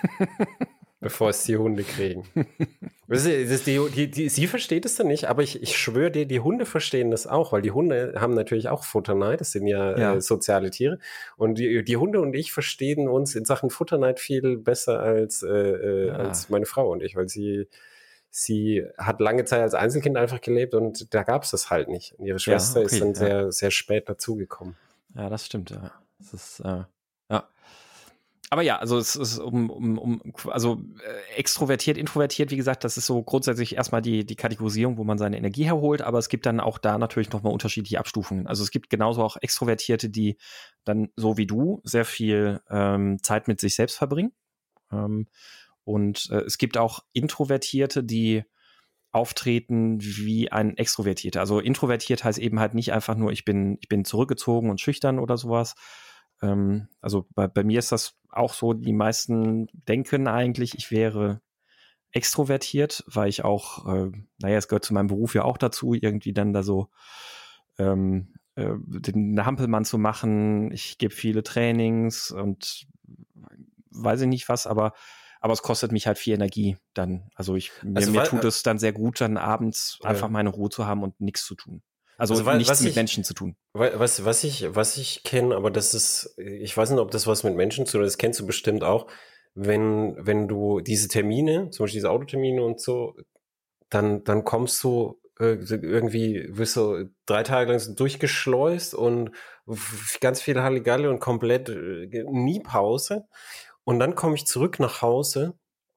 Bevor es die Hunde kriegen. Das ist, das ist die, die, die, sie versteht es dann nicht, aber ich, ich schwöre dir, die Hunde verstehen das auch, weil die Hunde haben natürlich auch Futterneid, das sind ja, Ja. Äh, soziale Tiere. Und die, die Hunde und ich verstehen uns in Sachen Futterneid viel besser als, äh, äh, Ja. als meine Frau und ich, weil sie, sie hat lange Zeit als Einzelkind einfach gelebt und da gab es das halt nicht. Und ihre Schwester okay, ist dann ja. sehr, sehr spät dazugekommen. Ja, das stimmt, ja. Das ist, äh, ja. Aber ja, also es ist um, um, um also äh, extrovertiert, introvertiert, wie gesagt, das ist so grundsätzlich erstmal die, die Kategorisierung, wo man seine Energie herholt, aber es gibt dann auch da natürlich nochmal unterschiedliche Abstufungen. Also es gibt genauso auch Extrovertierte, die dann so wie du sehr viel ähm, Zeit mit sich selbst verbringen. Ähm, und äh, es gibt auch Introvertierte, die auftreten wie ein Extrovertierter. Also introvertiert heißt eben halt nicht einfach nur, ich bin, ich bin zurückgezogen und schüchtern oder sowas. Ähm, also bei, bei mir ist das auch so, die meisten denken eigentlich, ich wäre extrovertiert, weil ich auch, äh, naja, es gehört zu meinem Beruf ja auch dazu, irgendwie dann da so ähm, äh, den Hampelmann zu machen. Ich gebe viele Trainings und weiß ich nicht was, aber aber es kostet mich halt viel Energie dann. Also ich mir, Also, mir weil- tut es dann sehr gut, dann abends Ja. einfach meine Ruhe zu haben und nichts zu tun. Also, Also, weil- nichts was mit ich- Menschen zu tun. Weil- Was, was ich, was ich kenne, aber das ist, ich weiß nicht, ob das was mit Menschen zu tun hat, das kennst du bestimmt auch, wenn, wenn du diese Termine, zum Beispiel diese Autotermine und so, dann, dann kommst du äh, irgendwie, wirst du drei Tage lang so durchgeschleust und f- ganz viel Halligalle und komplett äh, nie Pause. Und dann komme ich zurück nach Hause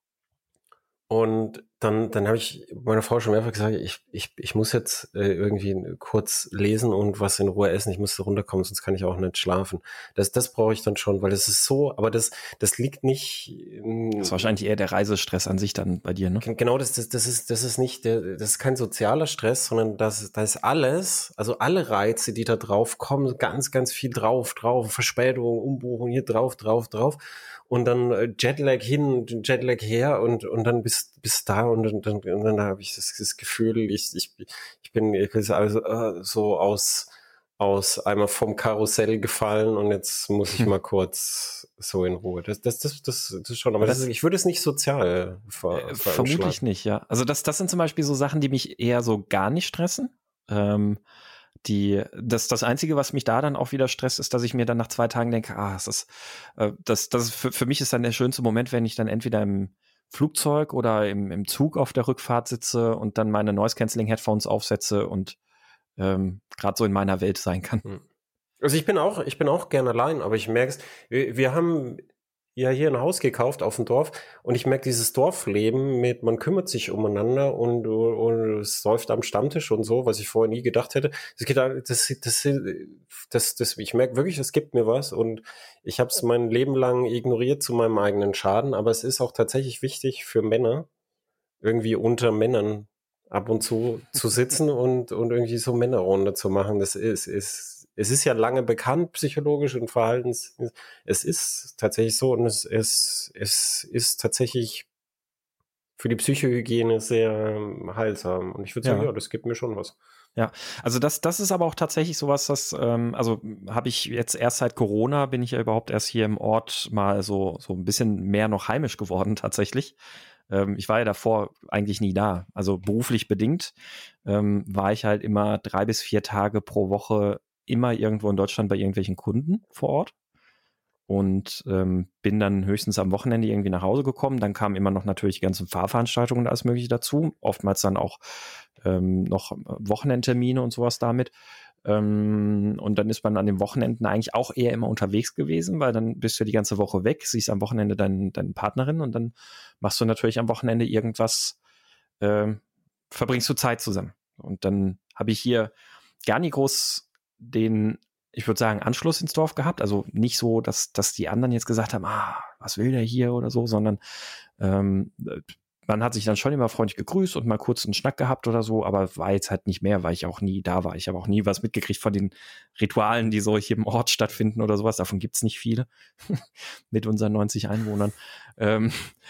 und dann, dann habe ich meiner Frau schon mehrfach gesagt, ich, ich, ich muss jetzt äh, irgendwie kurz lesen und was in Ruhe essen. Ich muss da runterkommen, sonst kann ich auch nicht schlafen. Das, das brauche ich dann schon, weil das ist so, aber das, das liegt nicht. Ähm, das ist wahrscheinlich eher der Reisestress an sich dann bei dir, ne? Genau, das, das, das ist, das ist nicht der, das ist kein sozialer Stress, sondern das, das ist alles, also alle Reize, die da drauf kommen, ganz, ganz viel drauf, drauf, Verspätung, Umbuchung, hier drauf, drauf, drauf. Und dann äh, Jetlag hin, Jetlag her und, und dann bis, bis da und dann, dann, und dann habe ich das, das Gefühl, ich, ich, ich bin also, äh, so aus, aus einmal vom Karussell gefallen und jetzt muss ich mal kurz so in Ruhe. Das, das, das, das, das schon, aber das, das ist, ich würde es nicht sozial ver, äh, vermutlich nicht, ja. Also das, das sind zum Beispiel so Sachen, die mich eher so gar nicht stressen. Ähm, Die, das, das Einzige, was mich da dann auch wieder stresst, ist, dass ich mir dann nach zwei Tagen denke, ah, das ist, äh, das, das für, für mich ist dann der schönste Moment, wenn ich dann entweder im Flugzeug oder im, im Zug auf der Rückfahrt sitze und dann meine Noise-Canceling-Headphones aufsetze und ähm, gerade so in meiner Welt sein kann. Also ich bin auch, ich bin auch gern allein, aber ich merke es, wir, wir haben ja hier ein Haus gekauft auf dem Dorf und ich merke dieses Dorfleben mit, man kümmert sich umeinander und, und es läuft am Stammtisch und so, was ich vorher nie gedacht hätte. Das geht, das, das, das, das, ich merke wirklich, es gibt mir was und ich habe es mein Leben lang ignoriert zu meinem eigenen Schaden, aber es ist auch tatsächlich wichtig für Männer, irgendwie unter Männern ab und zu zu sitzen und, und irgendwie so Männerrunde zu machen. Das ist, ist, es ist ja lange bekannt, psychologisch und Verhaltens. Es ist tatsächlich so und es, es, es ist tatsächlich für die Psychohygiene sehr heilsam. Und ich würde sagen, ja. ja, das gibt mir schon was. Ja, also das, das ist aber auch tatsächlich sowas, das, ähm, also habe ich jetzt erst seit Corona, bin ich ja überhaupt erst hier im Ort mal so, so ein bisschen mehr noch heimisch geworden tatsächlich. Ähm, ich war ja davor eigentlich nie da. Also beruflich bedingt ähm, war ich halt immer drei bis vier Tage pro Woche immer irgendwo in Deutschland bei irgendwelchen Kunden vor Ort. Und ähm, bin dann höchstens am Wochenende irgendwie nach Hause gekommen. Dann kamen immer noch natürlich die ganzen Fahrveranstaltungen und alles Mögliche dazu. Oftmals dann auch ähm, noch Wochenendtermine und sowas damit. Ähm, und dann ist man an den Wochenenden eigentlich auch eher immer unterwegs gewesen, weil dann bist du die ganze Woche weg, siehst am Wochenende dein, deine Partnerin und dann machst du natürlich am Wochenende irgendwas, äh, verbringst du Zeit zusammen. Und dann habe ich hier gar nicht groß den, ich würde sagen, Anschluss ins Dorf gehabt. Also nicht so, dass, dass die anderen jetzt gesagt haben, ah, was will der hier oder so, sondern ähm, man hat sich dann schon immer freundlich gegrüßt und mal kurz einen Schnack gehabt oder so, aber war jetzt halt nicht mehr, weil ich auch nie da war. Ich habe auch nie was mitgekriegt von den Ritualen, die so hier im Ort stattfinden oder sowas. Davon gibt's nicht viele mit unseren neunzig Einwohnern. Ähm,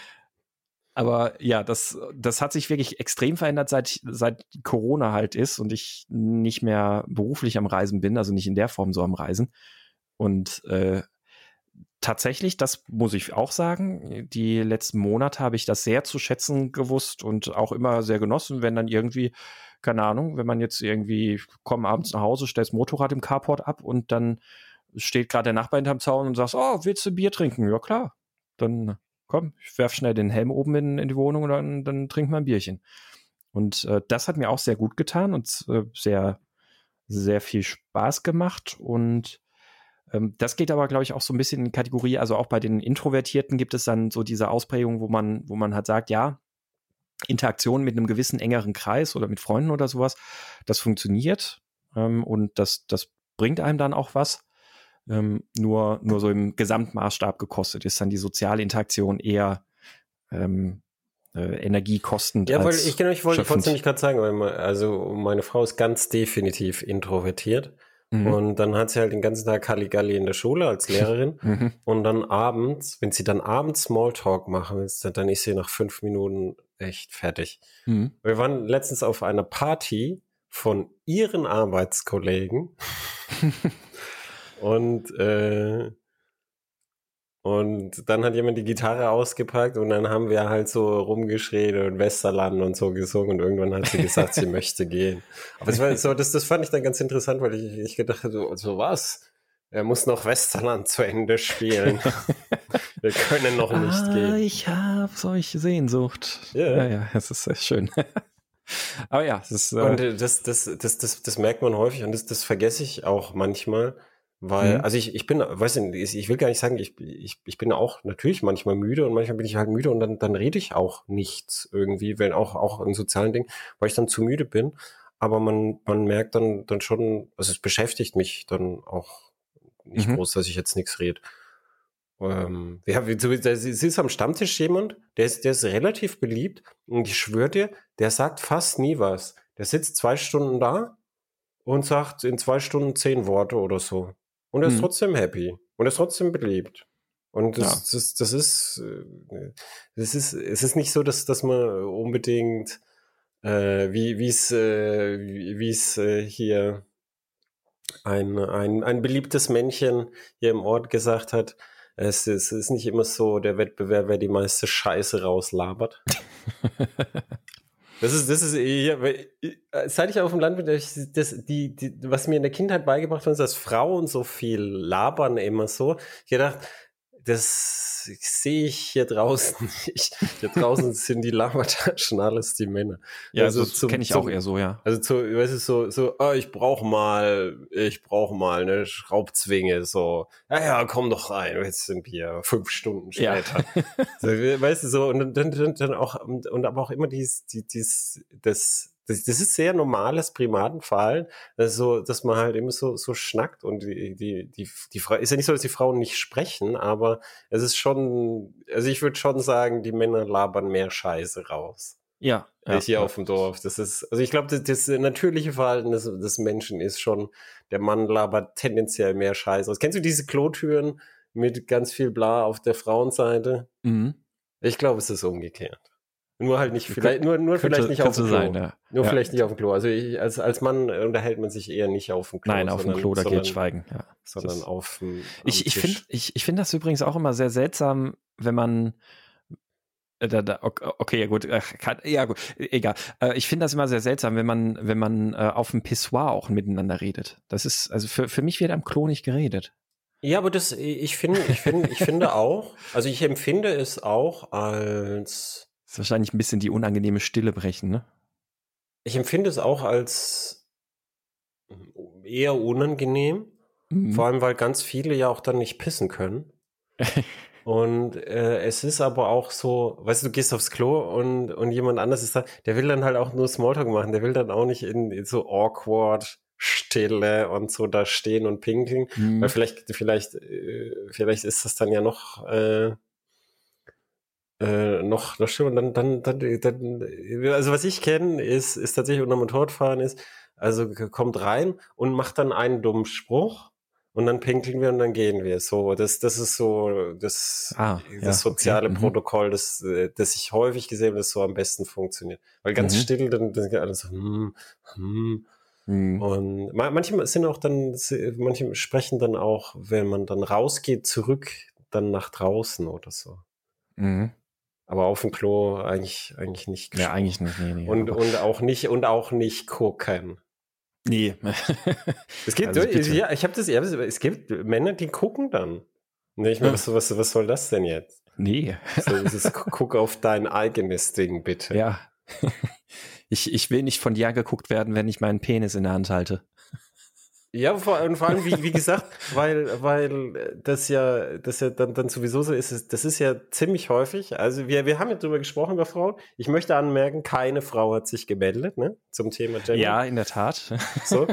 aber ja, das, das hat sich wirklich extrem verändert, seit, seit Corona halt ist und ich nicht mehr beruflich am Reisen bin, also nicht in der Form so am Reisen. Und äh, tatsächlich, das muss ich auch sagen, die letzten Monate habe ich das sehr zu schätzen gewusst und auch immer sehr genossen, wenn dann irgendwie, keine Ahnung, wenn man jetzt irgendwie, komm abends nach Hause, stellst Motorrad im Carport ab und dann steht gerade der Nachbar hinterm Zaun und sagst, oh, willst du Bier trinken? Ja, klar. Dann komm, ich werf schnell den Helm oben in, in die Wohnung und dann, dann trinken wir ein Bierchen. Und äh, das hat mir auch sehr gut getan und äh, sehr, sehr viel Spaß gemacht und das geht aber, glaube ich, auch so ein bisschen in die Kategorie, also auch bei den Introvertierten gibt es dann so diese Ausprägung, wo man, wo man halt sagt, ja, Interaktion mit einem gewissen engeren Kreis oder mit Freunden oder sowas, das funktioniert ähm, und das, das bringt einem dann auch was. Ähm, nur, nur so im Gesamtmaßstab gekostet ist dann die soziale Interaktion eher ähm, äh, energiekostend. Ja, weil als ich, genau, ich wollte es nämlich gerade sagen, weil man, also meine Frau ist ganz definitiv introvertiert. Mhm. Und dann hat sie halt den ganzen Tag Halligalli in der Schule als Lehrerin. Mhm. Und dann abends, wenn sie dann abends Smalltalk machen will, dann ist sie nach fünf Minuten echt fertig. Mhm. Wir waren letztens auf einer Party von ihren Arbeitskollegen. und äh, Und dann hat jemand die Gitarre ausgepackt und dann haben wir halt so rumgeschrien und Westerland und so gesungen und irgendwann hat sie gesagt, sie möchte gehen. Aber das, war so, das, das fand ich dann ganz interessant, weil ich, ich gedacht habe, so, so was? Er muss noch Westerland zu Ende spielen. Wir können noch nicht ah, gehen. Ich habe solche Sehnsucht. Yeah. Ja, ja, es ist sehr schön. Aber ja, es ist... Äh und das, das, das, das, das merkt man häufig und das, das vergesse ich auch manchmal, Weil, Mhm. also ich, ich bin, weiß nicht, ich will gar nicht sagen, ich, ich, ich bin auch natürlich manchmal müde und manchmal bin ich halt müde und dann, dann rede ich auch nichts irgendwie, wenn auch, auch in sozialen Dingen, weil ich dann zu müde bin. Aber man, man merkt dann, dann schon, also es beschäftigt mich dann auch nicht Mhm. groß, dass ich jetzt nichts rede. Ähm, ja, wie, so- es ist am Stammtisch jemand, der ist, der ist relativ beliebt und ich schwöre dir, der sagt fast nie was. Der sitzt zwei Stunden da und sagt in zwei Stunden zehn Worte oder so. Und er ist Mhm. trotzdem happy. Und er ist trotzdem beliebt. Und Ja. das, das, das ist, äh, das ist, es ist nicht so, dass, dass man unbedingt, äh, wie, wie es, äh, wie wie es äh, hier ein, ein, ein beliebtes Männchen hier im Ort gesagt hat. Es ist, es ist nicht immer so der Wettbewerb, wer die meiste Scheiße rauslabert. Das ist, das ist, ja, weil, äh, seit ich auf dem Land bin, ich, das, die, die, was mir in der Kindheit beigebracht wurde, ist, dass Frauen so viel labern immer so. Ich gedacht, das sehe ich hier draußen nicht. Hier draußen sind die Labertaschen alles die Männer. Ja, Also das kenne zum, ich auch eher zum, so, ja. also zu, weißt du, so, so, ah, ich brauche mal, ich brauche mal eine Schraubzwinge, so, ja, ja, komm doch rein, jetzt sind wir fünf Stunden Ja. später. So, weißt du, so, und dann, dann, dann auch, und, und aber auch immer dies, die, dies, das, das, das ist sehr normales Primatenverhalten, also, dass man halt immer so, so schnackt und die, die, die, die Frau, ist ja nicht so, dass die Frauen nicht sprechen, aber es ist schon, also ich würde schon sagen, die Männer labern mehr Scheiße raus. Ja, Äh, ja, Hier ja. auf dem Dorf. Das ist, also ich glaube, das, das natürliche Verhalten des, des Menschen ist schon, der Mann labert tendenziell mehr Scheiße aus. Kennst du diese Klotüren mit ganz viel Bla auf der Frauenseite? Mhm. Ich glaube, es ist umgekehrt. Nur halt nicht, Kö- vielleicht, nur, nur vielleicht Könnte, nicht auf könnte dem sein, Klo. ja. Nur Ja. vielleicht nicht auf dem Klo. Also ich, als, als Mann unterhält man sich eher nicht auf dem Klo, Nein, auf dem sondern, Klo, da sondern, geht Schweigen, ja. sondern Das, auf dem, am ich ich finde Tisch. ich, ich find das übrigens auch immer sehr seltsam, wenn man äh, da, da, ok- okay, ja gut, äh, kann, ja gut, äh, egal. Äh, ich finde das immer sehr seltsam, wenn man, wenn man äh, auf dem Pissoir auch miteinander redet. Das ist, also für, für mich wird am Klo nicht geredet. Ja, aber das, ich finde, ich finde, ich finde auch, also ich empfinde es auch als, Das ist wahrscheinlich ein bisschen die unangenehme Stille brechen, ne? ich empfinde es auch als eher unangenehm, Mhm. vor allem weil ganz viele ja auch dann nicht pissen können. Und äh, es ist aber auch so, weißt du, du gehst aufs Klo und, und jemand anderes ist da, der will dann halt auch nur Smalltalk machen, der will dann auch nicht in, in so awkward Stille und so da stehen und pinkeln, weil Mhm. vielleicht, vielleicht, äh, vielleicht ist das dann ja noch, äh, äh, noch, noch schlimmer. Und dann, dann, dann, dann, also was ich kenne, ist, ist tatsächlich unter Motorradfahren ist, also kommt rein und macht dann einen dummen Spruch und dann pinkeln wir und dann gehen wir. So, das, das ist so das, Ah, das ja, okay. soziale Mhm. Protokoll, das, äh, das ich häufig gesehen habe, das so am besten funktioniert. Weil ganz Mhm. still, dann, dann alles so, hm, hm. Mhm. Und ma- manche sind auch dann, manche sprechen dann auch, wenn man dann rausgeht, zurück, dann nach draußen oder so. Mhm. Aber auf dem Klo eigentlich, eigentlich nicht Ja, eigentlich gesprochen. nicht, nee, nee, Und, aber und auch nicht, und auch nicht gucken. nee. Es gibt, Also bitte. ja, ich habe das, ja, es gibt Männer, die gucken dann. Und ich mir, was, was, was soll das denn jetzt? Nee. So, es ist, guck auf dein eigenes Ding, bitte. Ja. Ich, ich will nicht von dir geguckt werden, wenn ich meinen Penis in der Hand halte. Ja, vor, und vor allem, wie, wie gesagt, weil, weil das ja, das ja dann, dann sowieso so ist, ist, das ist ja ziemlich häufig. Also wir, wir haben ja drüber gesprochen über Frauen. Ich möchte anmerken, keine Frau hat sich gemeldet, ne, zum Thema Gender. Ja, in der Tat. So.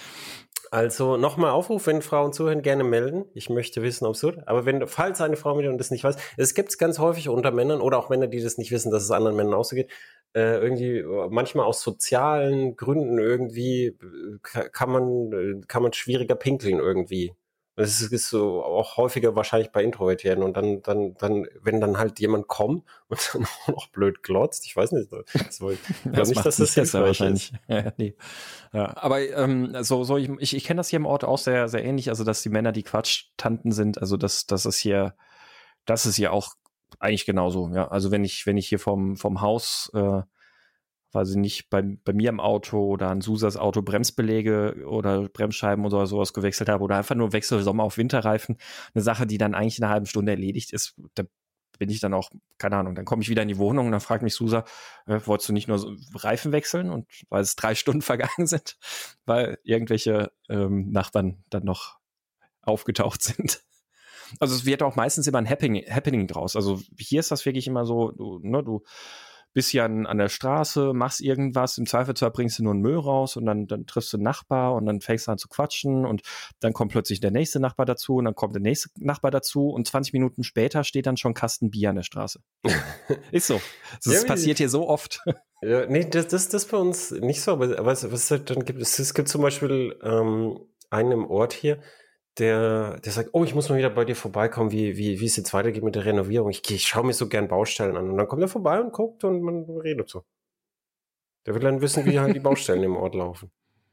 Also nochmal Aufruf, wenn Frauen zuhören, gerne melden. Ich möchte wissen, ob es so. Aber wenn, falls eine Frau mit und das nicht weiß, es gibt es ganz häufig unter Männern oder auch Männer, die das nicht wissen, dass es anderen Männern auch so geht. Äh, irgendwie, manchmal aus sozialen Gründen irgendwie äh, kann man, äh, kann man schwieriger pinkeln irgendwie. Das ist, ist so auch häufiger wahrscheinlich bei Introvertierten und dann, dann, dann, wenn dann halt jemand kommt und dann auch noch blöd glotzt, ich weiß nicht, das wollte- ich glaube Das nicht, macht dass nicht das besser hilfreich wahrscheinlich. ist. Ja, nee. Ja, aber ähm, so, so ich, ich, ich kenne das hier im Ort auch sehr, sehr ähnlich, also dass die Männer die Quatschtanten sind, also das, das ist hier, das ist hier auch eigentlich genauso, ja. Also wenn ich, wenn ich hier vom, vom Haus, äh, weiß ich nicht, bei, bei mir im Auto oder an Susas Auto Bremsbeläge oder Bremsscheiben oder sowas gewechselt habe oder einfach nur Wechsel Sommer auf Winterreifen, eine Sache, die dann eigentlich in einer halben Stunde erledigt ist, da bin ich dann auch, keine Ahnung, dann komme ich wieder in die Wohnung und dann fragt mich Susa, äh, wolltest du nicht nur so Reifen wechseln? Und weil es drei Stunden vergangen sind, weil irgendwelche ähm, Nachbarn dann noch aufgetaucht sind. Also es wird auch meistens immer ein Happening, Happening draus. Also hier ist das wirklich immer so, du, ne, du bist ja an, an der Straße, machst irgendwas, im Zweifelsfall bringst du nur einen Müll raus und dann, dann triffst du einen Nachbar und dann fängst du an zu quatschen und dann kommt plötzlich der nächste Nachbar dazu und dann kommt der nächste Nachbar dazu und zwanzig Minuten später steht dann schon ein Kasten Bier an der Straße. Ist so. Das Ja, passiert hier so oft. Ja, nee, das, das, das bei uns nicht so, aber was, was es halt dann gibt, es, es gibt zum Beispiel ähm, einen im Ort hier, der, der sagt, oh, ich muss mal wieder bei dir vorbeikommen, wie, wie, wie es jetzt weitergeht mit der Renovierung. Ich, geh- ich schaue mir so gern Baustellen an. Und dann kommt er vorbei und guckt und man redet so. Der will dann wissen, wie halt die Baustellen im Ort laufen.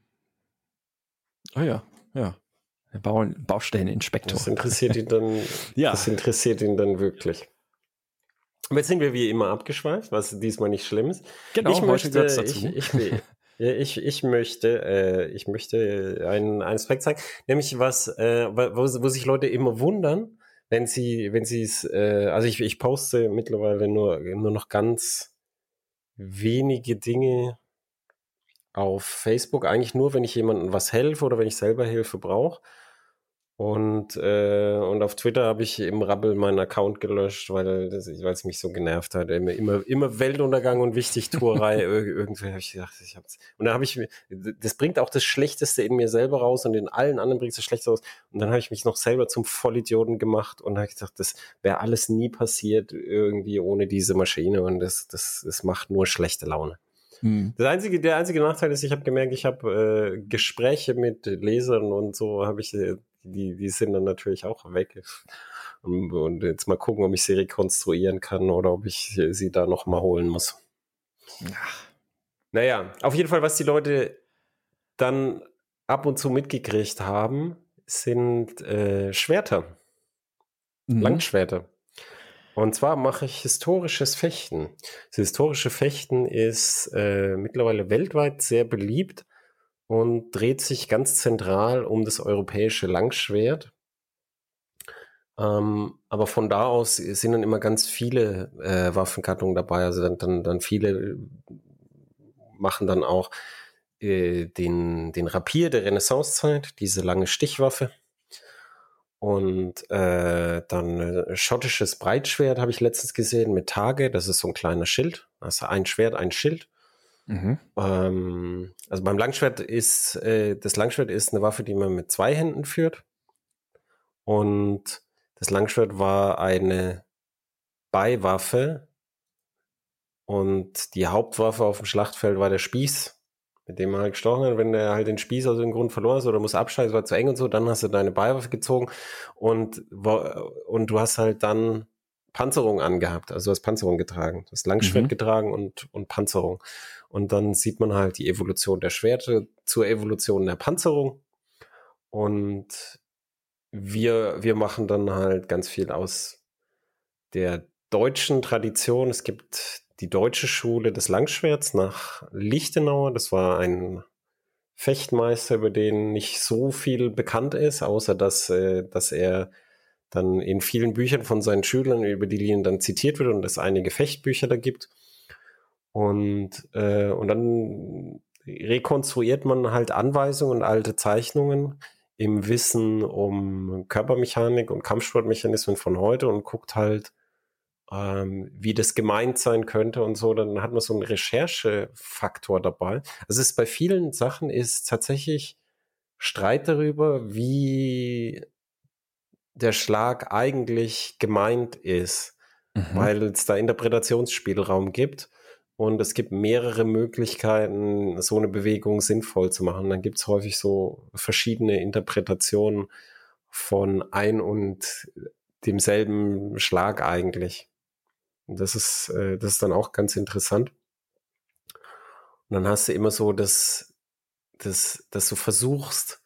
Oh ja, ja. Der Bau, Baustelleninspektor. Das interessiert ihn dann, Ja. das interessiert ihn dann wirklich. Aber jetzt sind wir wie immer abgeschweift, was diesmal nicht schlimm ist. Genau, ich heute möchte, gehört's dazu. ich, ich, ja, ich, ich möchte, äh, ich möchte einen, einen Aspekt zeigen, nämlich was, äh, wo, wo sich Leute immer wundern, wenn sie, wenn sie es, äh, also ich, ich poste mittlerweile nur, nur noch ganz wenige Dinge auf Facebook, eigentlich nur, wenn ich jemandem was helfe oder wenn ich selber Hilfe brauche. Und, äh, und auf Twitter habe ich im Rabbel meinen Account gelöscht, weil das, weil es mich so genervt hat. Immer, immer, immer Weltuntergang und Wichtigtuerei. Irgendwie habe ich gedacht, ich hab's. Und dann habe ich, das bringt auch das Schlechteste in mir selber raus und in allen anderen bringt es das Schlechteste raus. Und dann habe ich mich noch selber zum Vollidioten gemacht und habe gedacht, das wäre alles nie passiert irgendwie ohne diese Maschine und das, das, das macht nur schlechte Laune. Hm. Das einzige, der einzige Nachteil ist, ich habe gemerkt, ich habe äh, Gespräche mit Lesern und so habe ich, äh, die, die sind dann natürlich auch weg. Und, und jetzt mal gucken, ob ich sie rekonstruieren kann oder ob ich sie da noch mal holen muss. Ach. Naja, auf jeden Fall, was die Leute dann ab und zu mitgekriegt haben, sind äh, Schwerter. Mhm. Langschwerter. Und zwar mache ich historisches Fechten. Das historische Fechten ist äh, mittlerweile weltweit sehr beliebt und dreht sich ganz zentral um das europäische Langschwert. Ähm, aber von da aus sind dann immer ganz viele äh, Waffengattungen dabei. Also dann, dann, dann viele machen dann auch äh, den, den Rapier der Renaissancezeit, diese lange Stichwaffe. Und äh, dann äh, schottisches Breitschwert habe ich letztens gesehen mit Tage. Das ist so ein kleiner Schild. Also ein Schwert, ein Schild. Mhm. Ähm, also beim Langschwert ist, äh, das Langschwert ist eine Waffe, die man mit zwei Händen führt. Und das Langschwert war eine Beiwaffe. Und die Hauptwaffe auf dem Schlachtfeld war der Spieß, mit dem man halt gestochen hat. Wenn der halt den Spieß aus dem Grund verloren hast oder muss abschneiden, es war zu eng und so, dann hast du deine Beiwaffe gezogen und, und du hast halt dann Panzerung angehabt, also du hast Panzerung getragen, du hast Langschwert Mhm. getragen und, und Panzerung. Und dann sieht man halt die Evolution der Schwerte zur Evolution der Panzerung. Und wir, wir machen dann halt ganz viel aus der deutschen Tradition. Es gibt die deutsche Schule des Langschwerts nach Lichtenau. Das war ein Fechtmeister, über den nicht so viel bekannt ist, außer dass, äh, dass er dann in vielen Büchern von seinen Schülern über die Linien dann zitiert wird und es einige Fechtbücher da gibt. Und, äh, und dann rekonstruiert man halt Anweisungen und alte Zeichnungen im Wissen um Körpermechanik und Kampfsportmechanismen von heute und guckt halt, ähm, wie das gemeint sein könnte und so, dann hat man so einen Recherchefaktor dabei. Also es ist bei vielen Sachen ist tatsächlich Streit darüber, wie der Schlag eigentlich gemeint ist, Mhm. weil es da Interpretationsspielraum gibt und es gibt mehrere Möglichkeiten, so eine Bewegung sinnvoll zu machen. Dann gibt es häufig so verschiedene Interpretationen von ein und demselben Schlag eigentlich. Und das ist, äh, das ist dann auch ganz interessant. Und dann hast du immer so, dass, dass, dass du versuchst,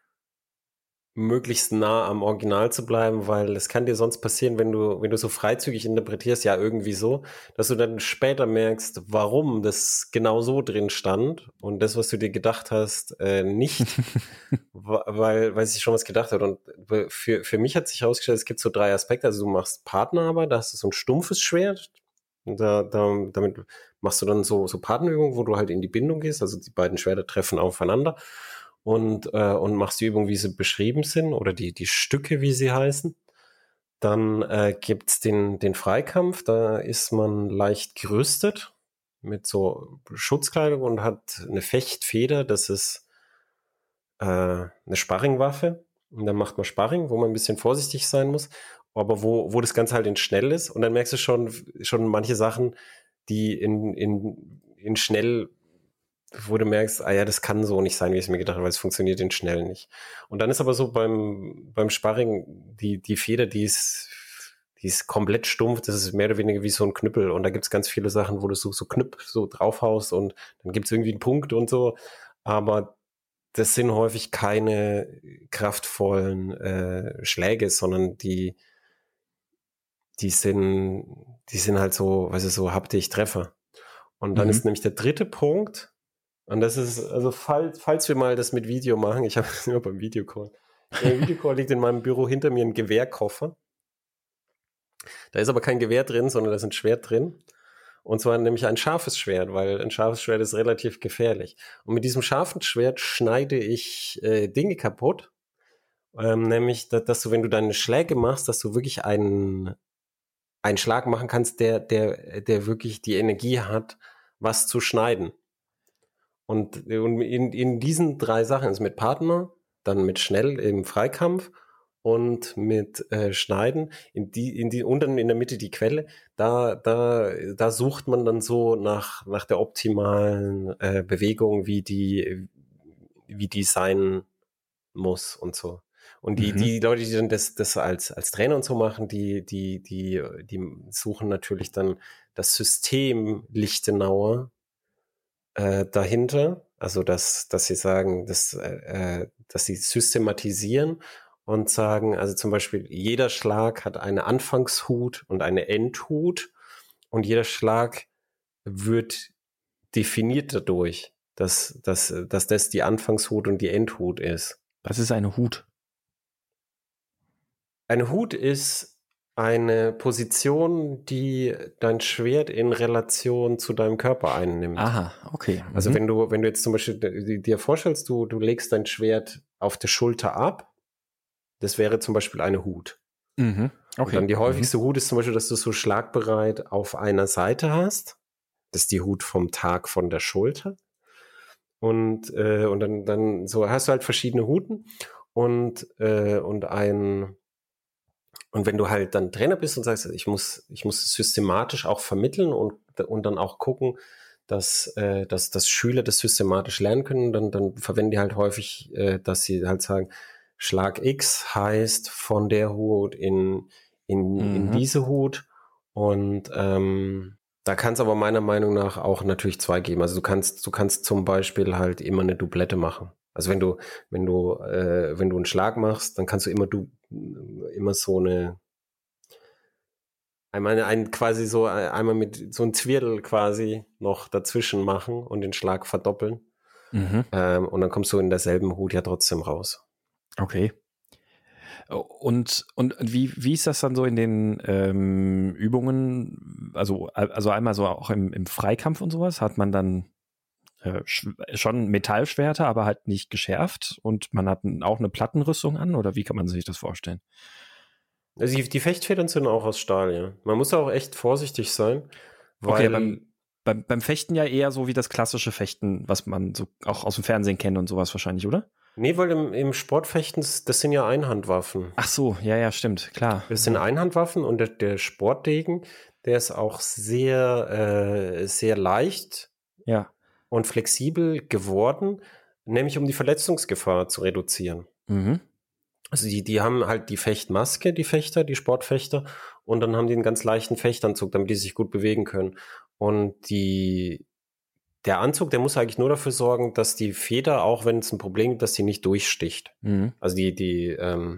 möglichst nah am Original zu bleiben, weil es kann dir sonst passieren, wenn du, wenn du so freizügig interpretierst, ja irgendwie so, dass du dann später merkst, warum das genau so drin stand und das, was du dir gedacht hast, äh, nicht, weil, weil sich schon was gedacht hat. Und für, für mich hat sich herausgestellt, es gibt so drei Aspekte. Also du machst Partnerarbeit, da hast du so ein stumpfes Schwert. Und da, da, damit machst du dann so, so Partnerübungen, wo du halt in die Bindung gehst. Also die beiden Schwerter treffen aufeinander. und, äh, und machst die Übung, wie sie beschrieben sind, oder die, die Stücke, wie sie heißen. Dann äh, gibt's den, den Freikampf, da ist man leicht gerüstet mit so Schutzkleidung und hat eine Fechtfeder, das ist äh, eine Sparringwaffe. Und dann macht man Sparring, wo man ein bisschen vorsichtig sein muss, aber wo, wo das Ganze halt in schnell ist. Und dann merkst du schon, schon manche Sachen, die in, in, in schnell, wo du merkst, ah ja, das kann so nicht sein, wie ich es mir gedacht habe, weil es funktioniert in schnell nicht. Und dann ist aber so beim, beim Sparring die, die Feder, die ist, die ist komplett stumpf, das ist mehr oder weniger wie so ein Knüppel. Und da gibt's ganz viele Sachen, wo du so, so knüpp, so draufhaust und dann gibt's irgendwie einen Punkt und so. Aber das sind häufig keine kraftvollen äh, Schläge, sondern die, die sind, die sind halt so, weißt du, so haptisch Treffer. Und dann Mhm. ist nämlich der dritte Punkt, und das ist, also falls, falls wir mal das mit Video machen, ich habe es immer beim Videocall. Im Videocall liegt in meinem Büro hinter mir ein Gewehrkoffer. Da ist aber kein Gewehr drin, sondern da ist ein Schwert drin. Und zwar nämlich ein scharfes Schwert, weil ein scharfes Schwert ist relativ gefährlich. Und mit diesem scharfen Schwert schneide ich äh, Dinge kaputt. Ähm, nämlich, dass, dass du, wenn du deine Schläge machst, dass du wirklich einen, einen Schlag machen kannst, der, der, der wirklich die Energie hat, was zu schneiden. Und, und in, in diesen drei Sachen ist mit Partner, dann mit Schnell im Freikampf und mit äh, Schneiden, in die, in die, und dann in der Mitte die Quelle, da, da, da sucht man dann so nach, nach der optimalen äh, Bewegung, wie die, wie die sein muss und so. Und die, Mhm. die Leute, die dann das, das als, als Trainer und so machen, die, die, die, die suchen natürlich dann das System Lichtenauer äh, dahinter, also dass, dass sie sagen, dass, äh, dass sie systematisieren und sagen, also zum Beispiel, jeder Schlag hat eine Anfangshut und eine Endhut und jeder Schlag wird definiert dadurch, dass, dass, dass das die Anfangshut und die Endhut ist. Was ist eine Hut? Ein Hut ist eine Position, die dein Schwert in Relation zu deinem Körper einnimmt. Aha, okay. Mhm. Also wenn du, wenn du jetzt zum Beispiel dir vorstellst, du, du legst dein Schwert auf der Schulter ab, das wäre zum Beispiel eine Hut. Mhm. Okay. Und dann die häufigste Mhm. Hut ist zum Beispiel, dass du so schlagbereit auf einer Seite hast. Das ist die Hut vom Tag von der Schulter. Und, äh, und dann, dann so hast du halt verschiedene Huten und, äh, und ein, und wenn du halt dann Trainer bist und sagst, ich muss, ich muss systematisch auch vermitteln und, und dann auch gucken, dass, äh, dass, dass Schüler das systematisch lernen können, dann, dann verwenden die halt häufig, äh, dass sie halt sagen, Schlag X heißt von der Hut in, in, in Mhm. diese Hut. Und ähm, da kann es aber meiner Meinung nach auch natürlich zwei geben. Also du kannst, du kannst zum Beispiel halt immer eine Doublette machen. Also wenn du, wenn du, äh, wenn du einen Schlag machst, dann kannst du immer du immer so eine einmal ein quasi so einmal mit so ein Zwirbel quasi noch dazwischen machen und den Schlag verdoppeln. Mhm. Ähm, und dann kommst du in derselben Hut ja trotzdem raus. Okay. Und, und wie, wie ist das dann so in den ähm, Übungen? Also, also einmal so auch im, im Freikampf und sowas, hat man dann äh, schon Metallschwerter, aber halt nicht geschärft und man hat auch eine Plattenrüstung an, oder wie kann man sich das vorstellen? Also die, die Fechtfedern sind auch aus Stahl, ja. Man muss auch echt vorsichtig sein, Okay, weil beim, beim, beim Fechten ja eher so wie das klassische Fechten, was man so auch aus dem Fernsehen kennt und sowas wahrscheinlich, oder? nee, weil im, im Sportfechten, das sind ja Einhandwaffen. Ach so, ja, ja, stimmt, klar. Das sind Einhandwaffen und der, der Sportdegen, der ist auch sehr, äh, sehr leicht Ja. und flexibel geworden, nämlich um die Verletzungsgefahr zu reduzieren. Mhm. Also die, die haben halt die Fechtmaske, die Fechter, die Sportfechter, und dann haben die einen ganz leichten Fechtanzug, damit die sich gut bewegen können. Und die, der Anzug, der muss eigentlich nur dafür sorgen, dass die Feder, auch wenn es ein Problem gibt, dass die nicht durchsticht. Mhm. Also die, die, ähm,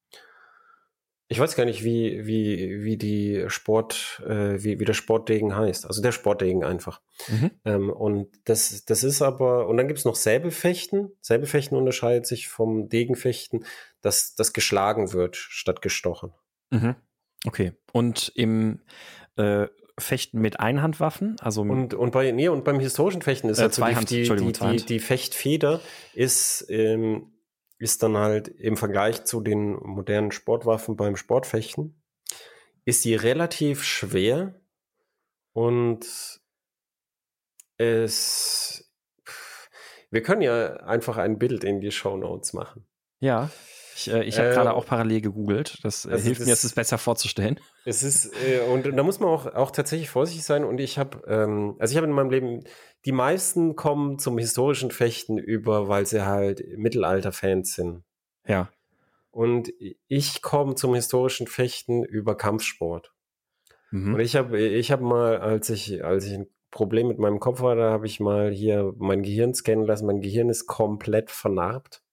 ich weiß gar nicht, wie, wie, wie die Sport, äh, wie, wie der Sportdegen heißt. Also der Sportdegen einfach. Mhm. Ähm, und das, das ist aber, und dann gibt's noch Säbelfechten. Säbelfechten unterscheidet sich vom Degenfechten, dass das geschlagen wird statt gestochen. Mhm. Okay. Und im äh, Fechten mit Einhandwaffen, also Und, und, bei, nee, und beim historischen Fechten ist Äh, halt so die, Zweihand, die, Entschuldigung, die, die, Zweihand. die Fechtfeder ist, ähm, ist dann halt im Vergleich zu den modernen Sportwaffen beim Sportfechten, ist die relativ schwer und es, wir können ja einfach ein Bild in die Shownotes machen. ja, ich, äh, ich habe Äh, gerade auch parallel gegoogelt. Das äh, also hilft mir, es das- ist besser vorzustellen. Es ist, äh, und da muss man auch, auch tatsächlich vorsichtig sein. Und ich habe, ähm, also ich habe in meinem Leben, die meisten kommen zum historischen Fechten über, weil sie halt Mittelalter-Fans sind. Ja. Und ich komme zum historischen Fechten über Kampfsport. Mhm. Und ich habe, ich habe mal, als ich, als ich ein Problem mit meinem Kopf war, da habe ich mal hier mein Gehirn scannen lassen. Mein Gehirn ist komplett vernarbt.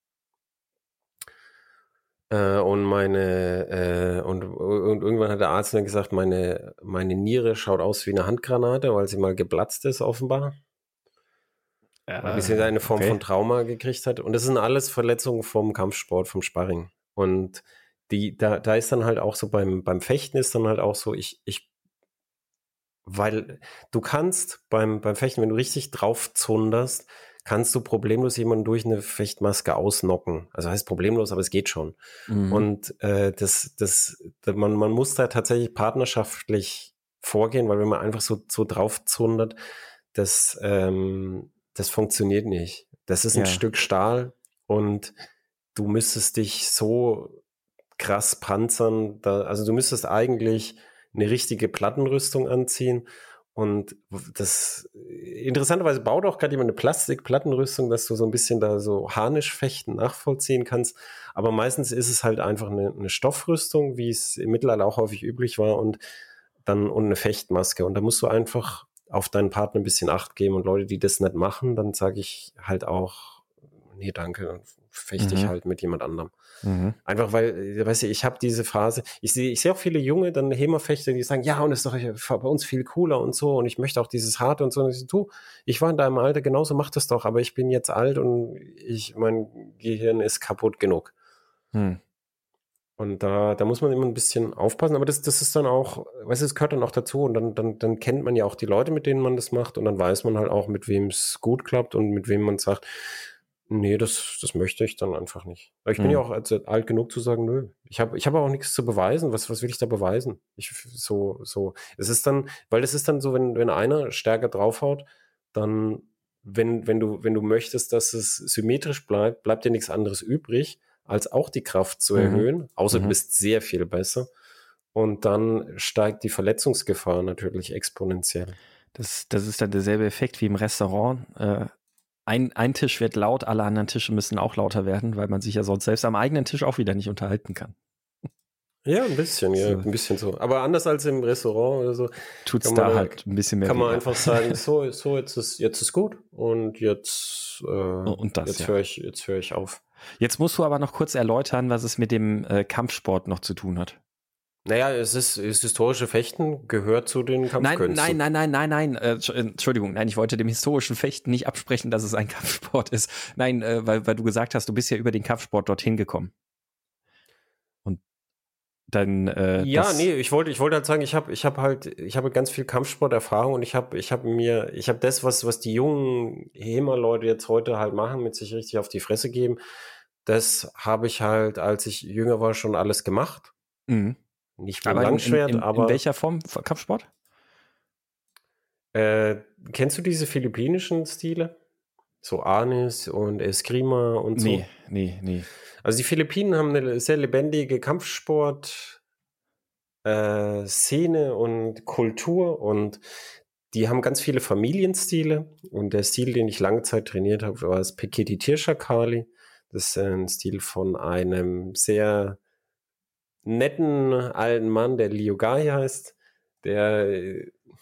Äh, und meine, äh, und, und irgendwann hat der Arzt dann gesagt, meine, meine Niere schaut aus wie eine Handgranate, weil sie mal geplatzt ist, offenbar. Oder beziehungsweise eine Form okay. von Trauma gekriegt hat. Und das sind alles Verletzungen vom Kampfsport, vom Sparring. Und die, da, da ist dann halt auch so beim, beim Fechten ist dann halt auch so, ich, ich, weil du kannst beim, beim Fechten, wenn du richtig drauf zunderst, kannst du problemlos jemanden durch eine Fechtmaske ausnocken. Also heißt problemlos, aber es geht schon. Mhm. Und äh, das, das, man, man muss da tatsächlich partnerschaftlich vorgehen, weil wenn man einfach so, so drauf zundert, das, ähm, das funktioniert nicht. Das ist ein Ja. Stück Stahl und du müsstest dich so krass panzern. Da, also du müsstest eigentlich eine richtige Plattenrüstung anziehen. Und das interessanterweise baut auch gerade jemand eine Plastikplattenrüstung, dass du so ein bisschen da so Harnischfechten nachvollziehen kannst. Aber meistens ist es halt einfach eine, eine Stoffrüstung, wie es im Mittelalter auch häufig üblich war, und dann und eine Fechtmaske. Und da musst du einfach auf deinen Partner ein bisschen Acht geben. Und Leute, die das nicht machen, dann sage ich halt auch, nee, danke, dann fechte ich Mhm. halt mit jemand anderem. Mhm. Einfach weil, weißt du, ich habe diese Phase, ich sehe ich sehe auch viele junge dann HEMA-Fechter, die sagen, ja, und ist doch bei uns viel cooler und so und ich möchte auch dieses Harte und so. Und ich so, du, ich war in deinem Alter, genauso mach das doch, aber ich bin jetzt alt und ich, mein Gehirn ist kaputt genug. Mhm. Und da, da muss man immer ein bisschen aufpassen, aber das, das ist dann auch, weißt du, es gehört dann auch dazu und dann, dann, dann kennt man ja auch die Leute, mit denen man das macht und dann weiß man halt auch, mit wem es gut klappt und mit wem man sagt, nee, das, das möchte ich dann einfach nicht. Aber ich bin Mhm. ja auch also alt genug zu sagen, nö, ich habe ich hab auch nichts zu beweisen. Was, was will ich da beweisen? Ich, so, so, es ist dann, weil es ist dann so, wenn, wenn einer stärker draufhaut, dann, wenn, wenn du, wenn du möchtest, dass es symmetrisch bleibt, bleibt dir nichts anderes übrig, als auch die Kraft zu Mhm. erhöhen, außer Mhm. du bist sehr viel besser. Und dann steigt die Verletzungsgefahr natürlich exponentiell. Das, das ist dann derselbe Effekt wie im Restaurant. Äh, ein, ein Tisch wird laut, alle anderen Tische müssen auch lauter werden, weil man sich ja sonst selbst am eigenen Tisch auch wieder nicht unterhalten kann. Ja, ein bisschen, ja, So. ein bisschen so. Aber anders als im Restaurant oder so, Tut's kann da man, halt ein bisschen mehr kann man weh. einfach sagen, so, so jetzt ist jetzt ist gut und jetzt, äh, Und das, jetzt ja. höre ich, jetzt höre ich auf. Jetzt musst du aber noch kurz erläutern, was es mit dem äh, Kampfsport noch zu tun hat. Naja, es ist, es historische Fechten gehört zu den Nein, Kampfkünsten. nein, nein, nein, nein, nein. Äh, Entsch- Entschuldigung, nein, ich wollte dem historischen Fechten nicht absprechen, dass es ein Kampfsport ist. Nein, äh, weil, weil du gesagt hast, du bist ja über den Kampfsport dorthin gekommen. Und dann äh, Ja, das, nee, ich wollte, ich wollte halt sagen, ich habe, ich habe halt, ich habe ganz viel Kampfsporterfahrung und ich habe, ich habe mir, ich habe das, was, was die jungen HEMA-Leute jetzt heute halt machen, mit sich richtig auf die Fresse geben, das habe ich halt, als ich jünger war, schon alles gemacht. mh. Nicht mit dem Aber in, in, Langschwert, in, aber in welcher Form von Kampfsport? Äh, kennst du diese philippinischen Stile? So Anis und Eskrima und so. Nee, nee, nee. Also die Philippinen haben eine sehr lebendige Kampfsport äh, Szene und Kultur und die haben ganz viele Familienstile und der Stil, den ich lange Zeit trainiert habe, war das Pekiti Tirshakali. Das ist ein Stil von einem sehr netten alten Mann, der Liu Gai heißt, der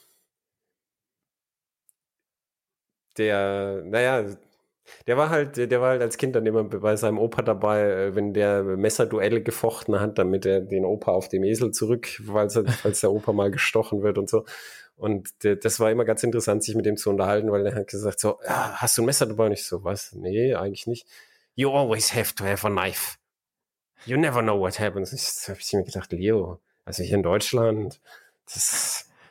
der, naja, der war halt, der war halt als Kind dann immer bei seinem Opa dabei, äh, wenn der Messerduelle gefochten hat, damit er den Opa auf dem Esel zurück, weil falls der Opa mal gestochen wird und so. Und der, das war immer ganz interessant, sich mit dem zu unterhalten, weil er hat gesagt so, ah, hast du ein Messer dabei? Und ich so, was? Nee, eigentlich nicht. You always have to have a knife. You never know what happens. Da habe ich mir gedacht, Leo, also hier in Deutschland, das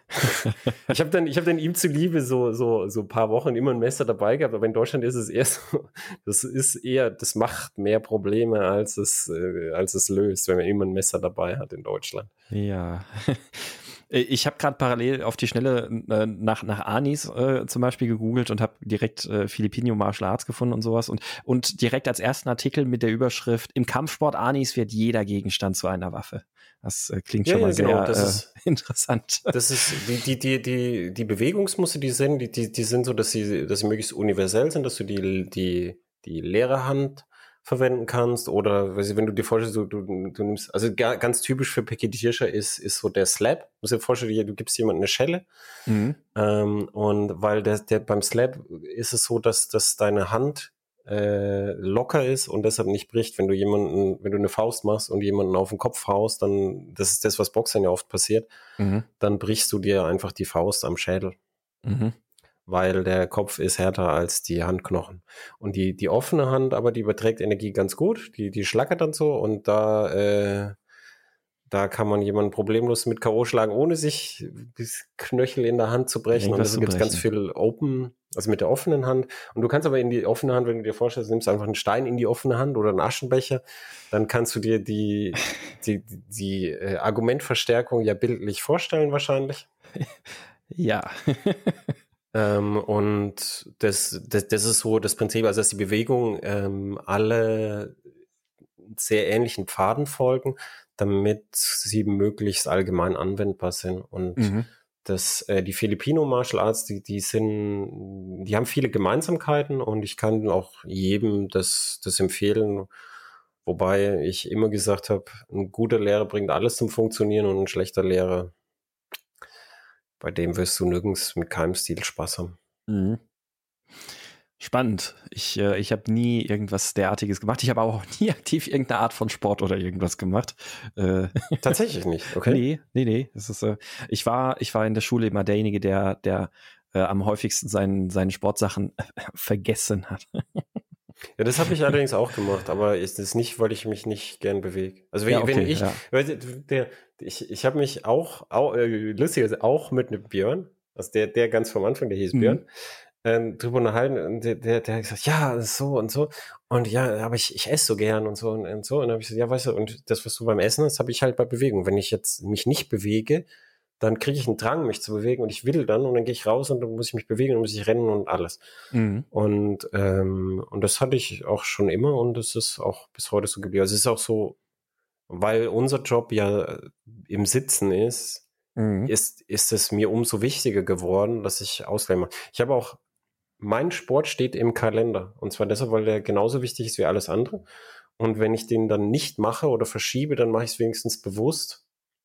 Ich habe dann, ich habe dann ihm zuliebe so, so, so ein paar Wochen immer ein Messer dabei gehabt, aber in Deutschland ist es eher so, das ist eher, das macht mehr Probleme, als es, äh, als es löst, wenn man immer ein Messer dabei hat in Deutschland. Ja. Ich habe gerade parallel auf die Schnelle äh, nach, nach Anis äh, zum Beispiel gegoogelt und habe direkt äh, Filipino Martial Arts gefunden und sowas und, und direkt als ersten Artikel mit der Überschrift: Im Kampfsport Anis wird jeder Gegenstand zu einer Waffe. Das äh, klingt Ja, schon ja, mal genau, sehr das äh, ist, interessant. das ist, die, die, die, die, die Bewegungsmuster, die sind, die, die, die sind so, dass sie, dass sie möglichst universell sind, dass du die, die, die leere Hand verwenden kannst oder, weiß ich, wenn du dir vorstellst, du, du, du nimmst, also ga, ganz typisch für Pekitischer ist, ist so der Slap. Du musst dir vorstellen, du gibst jemandem eine Schelle, Mhm. ähm, und weil der, der beim Slap ist es so, dass, dass deine Hand äh, locker ist und deshalb nicht bricht. Wenn du jemanden, wenn du eine Faust machst und jemanden auf den Kopf haust, dann, das ist das, was Boxern ja oft passiert, Mhm. dann brichst du dir einfach die Faust am Schädel. Mhm. Weil der Kopf ist härter als die Handknochen. Und die, die offene Hand, aber die überträgt Energie ganz gut, die, die schlackert dann so und da, äh, da kann man jemanden problemlos mit K O schlagen, ohne sich bis Knöchel in der Hand zu brechen. Und Irgendwas zu deshalb gibt es ganz brechen. viel Open, also mit der offenen Hand. Und du kannst aber in die offene Hand, wenn du dir vorstellst, nimmst einfach einen Stein in die offene Hand oder einen Aschenbecher, dann kannst du dir die, die, die, die äh, Argumentverstärkung ja bildlich vorstellen wahrscheinlich. Ja. Ähm, und das, das, das ist so das Prinzip, also dass die Bewegung ähm, alle sehr ähnlichen Pfaden folgen, damit sie möglichst allgemein anwendbar sind. Und Mhm. das, äh, die Filipino Martial Arts, die, die sind, die haben viele Gemeinsamkeiten und ich kann auch jedem das, das empfehlen. Wobei ich immer gesagt habe, ein guter Lehrer bringt alles zum Funktionieren und ein schlechter Lehrer, bei dem wirst du nirgends mit keinem Stil Spaß haben. Mhm. Spannend. Ich, äh, ich habe nie irgendwas derartiges gemacht. Ich habe auch nie aktiv irgendeine Art von Sport oder irgendwas gemacht. Äh, Tatsächlich nicht, okay? nee, nee, nee. Das ist, äh, ich war, ich war in der Schule immer derjenige, der, der äh, am häufigsten seinen, seine Sportsachen vergessen hat. Ja, das habe ich allerdings auch gemacht, aber ist es nicht, weil ich mich nicht gern bewege. Also wenn, Ja, wenn okay, ich, ja. weißt du, der, ich, ich habe mich auch, auch äh, lustigerweise auch mit einem Björn, also der, der ganz vom Anfang, der hieß Mhm. Björn, ähm, drüber unterhalten und der, der, der hat gesagt, ja, so und so und ja, aber ich, ich esse so gern und so und, und so und dann habe ich gesagt, ja, weißt du, und das, was du beim Essen hast, habe ich halt bei Bewegung. Wenn ich jetzt mich nicht bewege, dann kriege ich einen Drang, mich zu bewegen und ich will dann und dann gehe ich raus und dann muss ich mich bewegen und muss ich rennen und alles. Mhm. Und, ähm, und das hatte ich auch schon immer und das ist auch bis heute so geblieben. Also es ist auch so, weil unser Job ja im Sitzen ist, Mhm. ist, ist es mir umso wichtiger geworden, dass ich Ausgleich mache. Ich habe auch, mein Sport steht im Kalender und zwar deshalb, weil der genauso wichtig ist wie alles andere. Und wenn ich den dann nicht mache oder verschiebe, dann mache ich es wenigstens bewusst,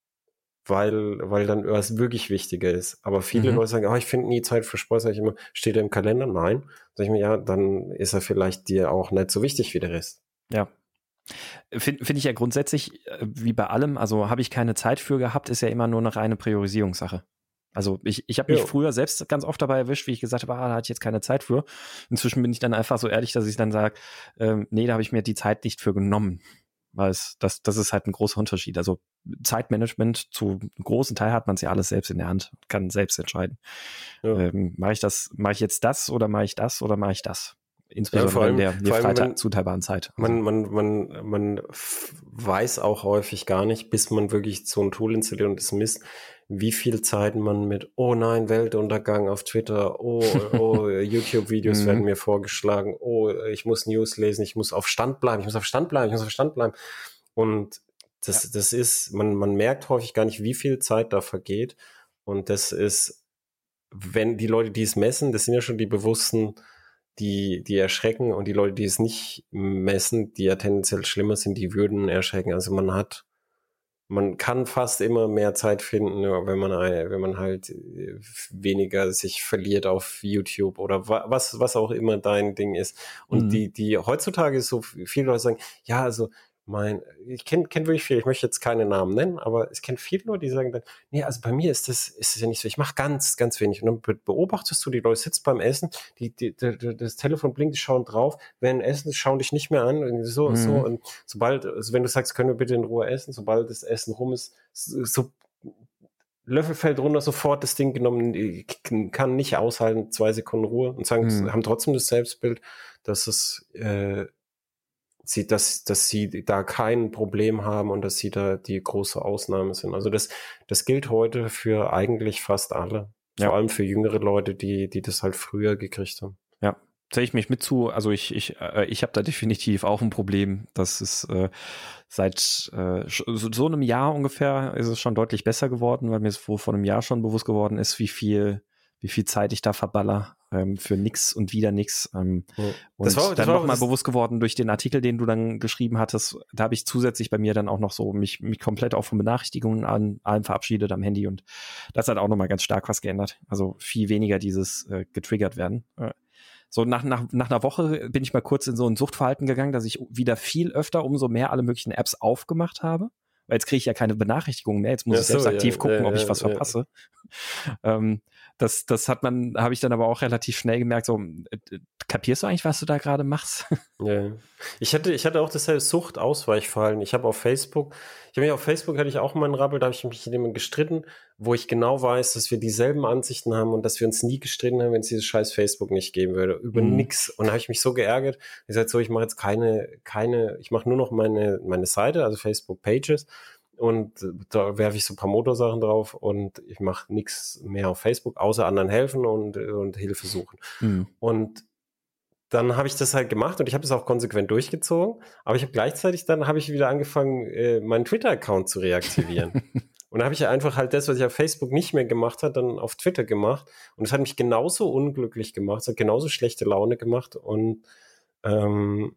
weil, weil dann was wirklich wichtiger ist. Aber viele Mhm. Leute sagen, oh, ich finde nie Zeit für Sport, sage ich immer, steht er im Kalender? Nein. Sag ich mir, ja, dann ist er vielleicht dir auch nicht so wichtig wie der Rest. Ja. Finde find ich ja grundsätzlich, äh, wie bei allem, also habe ich keine Zeit für gehabt, ist ja immer nur eine reine Priorisierungssache. Also ich, ich habe mich Ja. früher selbst ganz oft dabei erwischt, wie ich gesagt habe, ah, da hatte ich jetzt keine Zeit für. Inzwischen bin ich dann einfach so ehrlich, dass ich dann sage, ähm, nee, da habe ich mir die Zeit nicht für genommen. Weil es, das, das ist halt ein großer Unterschied. Also Zeitmanagement, zu einem großen Teil hat man es ja alles selbst in der Hand, kann selbst entscheiden. Ja. Ähm, mache ich das, mache ich jetzt das oder mache ich das oder mache ich das? Ja, Insbesondere vor allem, in der mir vor allem frei man, zuteilbaren Zeit. Also. man, man, man, man f- weiß auch häufig gar nicht, bis man wirklich so ein Tool installiert und es misst, wie viel Zeit man mit, oh nein, Weltuntergang auf Twitter, oh, oh, YouTube-Videos werden Mhm. mir vorgeschlagen, oh, ich muss News lesen, ich muss auf Stand bleiben, ich muss auf Stand bleiben, ich muss auf Stand bleiben. Und das, Ja. das ist, man, man merkt häufig gar nicht, wie viel Zeit da vergeht. Und das ist, wenn die Leute, die es messen, das sind ja schon die Bewussten, die, die erschrecken und die Leute, die es nicht messen, die ja tendenziell schlimmer sind, die würden erschrecken. Also man hat, man kann fast immer mehr Zeit finden, wenn man, wenn man halt weniger sich verliert auf YouTube oder was, was auch immer dein Ding ist. Und Mhm. die, die heutzutage ist so, viele Leute sagen, ja, also mein, ich kenne kenn wirklich viele, ich möchte jetzt keine Namen nennen, aber ich kenne viele Leute, die sagen dann, nee, also bei mir ist das, ist das ja nicht so, ich mache ganz, ganz wenig. Und dann beobachtest du, die Leute sitzen beim Essen, die, die, die, das Telefon blinkt, die schauen drauf, wenn Essen, schauen dich nicht mehr an, und so, Mhm. so, und sobald, also wenn du sagst, können wir bitte in Ruhe essen, sobald das Essen rum ist, so Löffel fällt runter, sofort das Ding genommen, kann nicht aushalten, zwei Sekunden Ruhe und sagen, mhm. haben trotzdem das Selbstbild, dass es äh, sie, dass, dass sie da kein Problem haben und dass sie da die große Ausnahme sind. Also das, das gilt heute für eigentlich fast alle. Ja. Vor allem für jüngere Leute, die, die das halt früher gekriegt haben. Ja, zähle ich mich mit zu. Also ich, ich, äh, ich habe da definitiv auch ein Problem. Das ist äh, seit äh, so, so einem Jahr ungefähr ist es schon deutlich besser geworden, weil mir es vor, vor einem Jahr schon bewusst geworden ist, wie viel wie viel Zeit ich da verballer ähm, für nix und wieder nix. Ähm, ja. Und das war, das dann nochmal bewusst geworden durch den Artikel, den du dann geschrieben hattest. Da habe ich zusätzlich bei mir dann auch noch so mich, mich komplett auch von Benachrichtigungen an allem verabschiedet am Handy und das hat auch nochmal ganz stark was geändert. Also viel weniger dieses äh, getriggert werden. Äh, so nach, nach, nach einer Woche bin ich mal kurz in so ein Suchtverhalten gegangen, dass ich wieder viel öfter umso mehr alle möglichen Apps aufgemacht habe. Weil jetzt kriege ich ja keine Benachrichtigungen mehr. Jetzt muss ja, ich selbst so, aktiv ja, gucken, ja, ob ich was ja, verpasse. Ja. ähm, das, das hat man, habe ich dann aber auch relativ schnell gemerkt, so, äh, kapierst du eigentlich, was du da gerade machst? Ja. Ich hatte, ich hatte auch dasselbe Suchtausweichverhalten. Ich habe auf Facebook, ich habe mich auf Facebook hatte ich auch mal einen Rabbel, da habe ich mich mit jemandem gestritten, wo ich genau weiß, dass wir dieselben Ansichten haben und dass wir uns nie gestritten haben, wenn es dieses scheiß Facebook nicht geben würde. Über mhm. nix. Und da habe ich mich so geärgert. Ich sagte so, ich mache jetzt keine, keine, ich mache nur noch meine, meine Seite, also Facebook Pages. Und da werfe ich so ein paar Motorsachen drauf und ich mache nichts mehr auf Facebook, außer anderen helfen und, und Hilfe suchen. Mhm. Und dann habe ich das halt gemacht und ich habe das auch konsequent durchgezogen, aber ich habe gleichzeitig, dann habe ich wieder angefangen, äh, meinen Twitter-Account zu reaktivieren. Und dann habe ich einfach halt das, was ich auf Facebook nicht mehr gemacht habe, dann auf Twitter gemacht. Und es hat mich genauso unglücklich gemacht, es hat genauso schlechte Laune gemacht und ähm,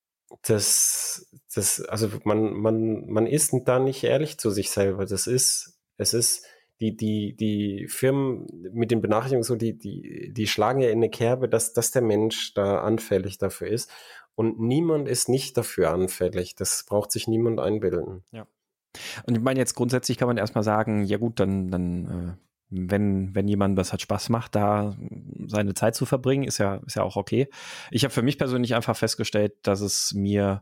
das, das, also man, man, man ist da nicht ehrlich zu sich selber. Das ist, es ist, die, die, die Firmen mit den Benachrichtigungen so, die, die, die schlagen ja in eine Kerbe, dass, dass der Mensch da anfällig dafür ist. Und niemand ist nicht dafür anfällig. Das braucht sich niemand einbilden. Ja. Und ich meine, jetzt grundsätzlich kann man erstmal sagen, ja gut, dann, dann, äh, wenn, wenn jemand was hat Spaß macht, da seine Zeit zu verbringen, ist ja, ist ja auch okay. Ich habe für mich persönlich einfach festgestellt, dass es mir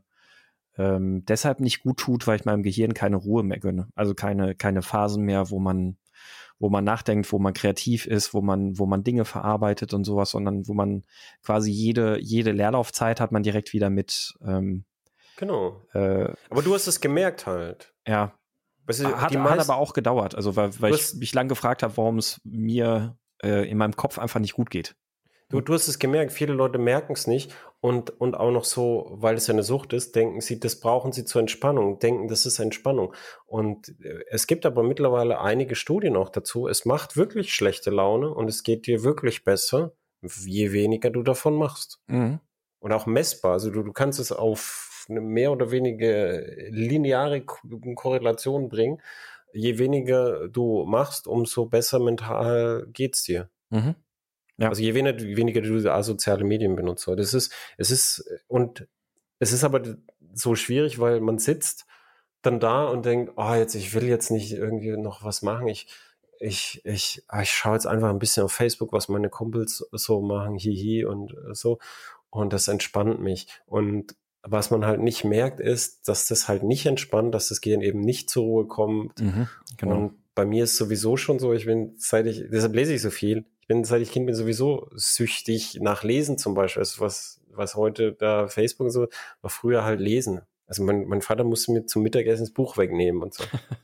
ähm, deshalb nicht gut tut, weil ich meinem Gehirn keine Ruhe mehr gönne. Also keine, keine Phasen mehr, wo man, wo man nachdenkt, wo man kreativ ist, wo man, wo man Dinge verarbeitet und sowas, sondern wo man quasi jede, jede Leerlaufzeit hat man direkt wieder mit. Ähm, genau. Äh, aber du hast es gemerkt halt. Ja. Weißt du, hat, hat aber auch gedauert, also weil, weil ich mich lang gefragt habe, warum es mir äh, in meinem Kopf einfach nicht gut geht. Du, du hast es gemerkt, viele Leute merken es nicht und, und auch noch so, weil es ja eine Sucht ist, denken sie, das brauchen sie zur Entspannung, denken, das ist Entspannung. Und es gibt aber mittlerweile einige Studien auch dazu, es macht wirklich schlechte Laune und es geht dir wirklich besser, je weniger du davon machst. Mhm. Und auch messbar, also du, du kannst es auf eine mehr oder weniger lineare Korrelation bringen. Je weniger du machst, umso besser mental geht's dir. Mhm. Ja. Also je weniger, weniger du asoziale Medien benutzt. Das ist, es ist, und es ist aber so schwierig, weil man sitzt dann da und denkt, oh, jetzt, ich will jetzt nicht irgendwie noch was machen. Ich, ich, ich, ich schaue jetzt einfach ein bisschen auf Facebook, was meine Kumpels so machen, hihi und so. Und das entspannt mich. Und was man halt nicht merkt, ist, dass das halt nicht entspannt, dass das Gehirn eben nicht zur Ruhe kommt. Mhm, genau. Und bei mir ist sowieso schon so, ich bin, seit ich, deshalb lese ich so viel. Ich bin, seit ich Kind bin, sowieso süchtig nach Lesen zum Beispiel. Also was, was heute da Facebook und so, war früher halt Lesen. Also mein, mein Vater musste mir zum Mittagessen das Buch wegnehmen und so.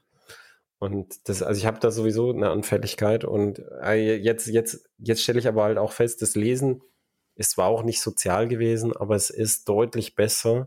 Und das, also ich habe da sowieso eine Anfälligkeit und äh, jetzt, jetzt, jetzt stelle ich aber halt auch fest, das Lesen ist zwar auch nicht sozial gewesen, aber es ist deutlich besser,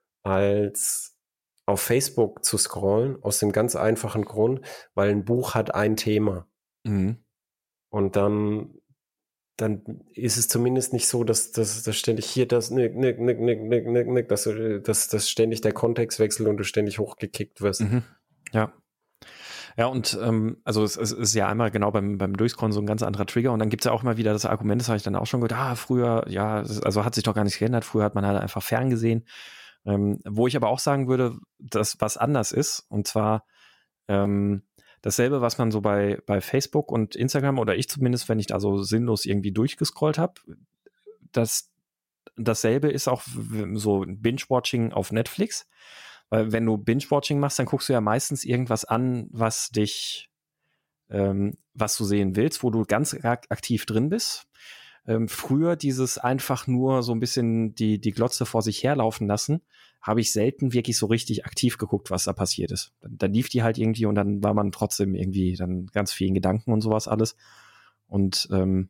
als auf Facebook zu scrollen, aus dem ganz einfachen Grund, weil ein Buch hat ein Thema. Mhm. Und dann, dann ist es zumindest nicht so, dass, dass, dass ständig hier das, nick, nick, nick, nick, nick, nick, nick, dass, dass, dass ständig der Kontext wechselt und du ständig hochgekickt wirst. Mhm. Ja. Ja, und ähm, also es, es ist ja einmal genau beim, beim Durchscrollen so ein ganz anderer Trigger und dann gibt's ja auch immer wieder das Argument, das habe ich dann auch schon gehört, ah, früher, ja, also hat sich doch gar nicht geändert, früher hat man halt einfach ferngesehen, ähm, wo ich aber auch sagen würde, dass was anders ist und zwar ähm, dasselbe, was man so bei, bei Facebook und Instagram oder ich zumindest, wenn ich da so sinnlos irgendwie durchgescrollt habe, das, dasselbe ist auch so Binge-Watching auf Netflix. Weil wenn du Binge-Watching machst, dann guckst du ja meistens irgendwas an, was dich, ähm, was du sehen willst, wo du ganz ak- aktiv drin bist. Ähm, früher dieses einfach nur so ein bisschen die, die Glotze vor sich herlaufen lassen, habe ich selten wirklich so richtig aktiv geguckt, was da passiert ist. Dann, dann lief die halt irgendwie und dann war man trotzdem irgendwie dann ganz vielen Gedanken und sowas alles. Und ähm,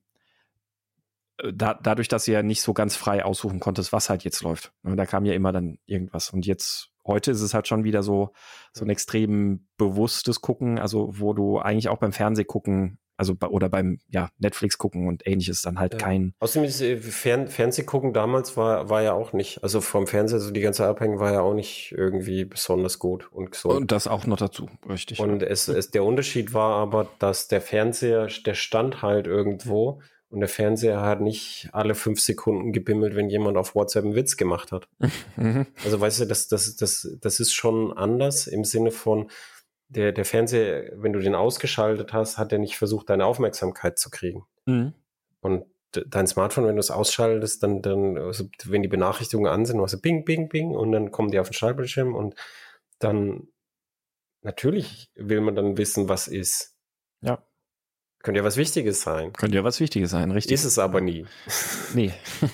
da, dadurch, dass du ja nicht so ganz frei aussuchen konntest, was halt jetzt läuft. Ne, da kam ja immer dann irgendwas. Und jetzt, heute ist es halt schon wieder so, so ein extrem bewusstes Gucken, also wo du eigentlich auch beim Fernsehgucken, also bei, oder beim ja, Netflix gucken und ähnliches dann halt Ja. kein. Außerdem ist äh, Fern Fernsehgucken damals war, war ja auch nicht, also vom Fernseher, so die ganze Abhängung war ja auch nicht irgendwie besonders gut und gesund. Und das auch noch dazu, richtig. Und ja. es, es, der Unterschied war aber, dass der Fernseher, der stand halt irgendwo und der Fernseher hat nicht alle fünf Sekunden gebimmelt, wenn jemand auf WhatsApp einen Witz gemacht hat. Mhm. Also weißt du, das, das, das, das ist schon anders im Sinne von, der, der Fernseher, wenn du den ausgeschaltet hast, hat er nicht versucht, deine Aufmerksamkeit zu kriegen. Mhm. Und de- dein Smartphone, wenn du es ausschaltest, dann, dann, also wenn die Benachrichtigungen an sind, machst du Bing, Bing, Bing und dann kommen die auf den Schallbildschirm und dann, natürlich will man dann wissen, was ist. Ja, Könnte ja was Wichtiges sein. könnte ja was Wichtiges sein, richtig. Ist es aber nie. Nee.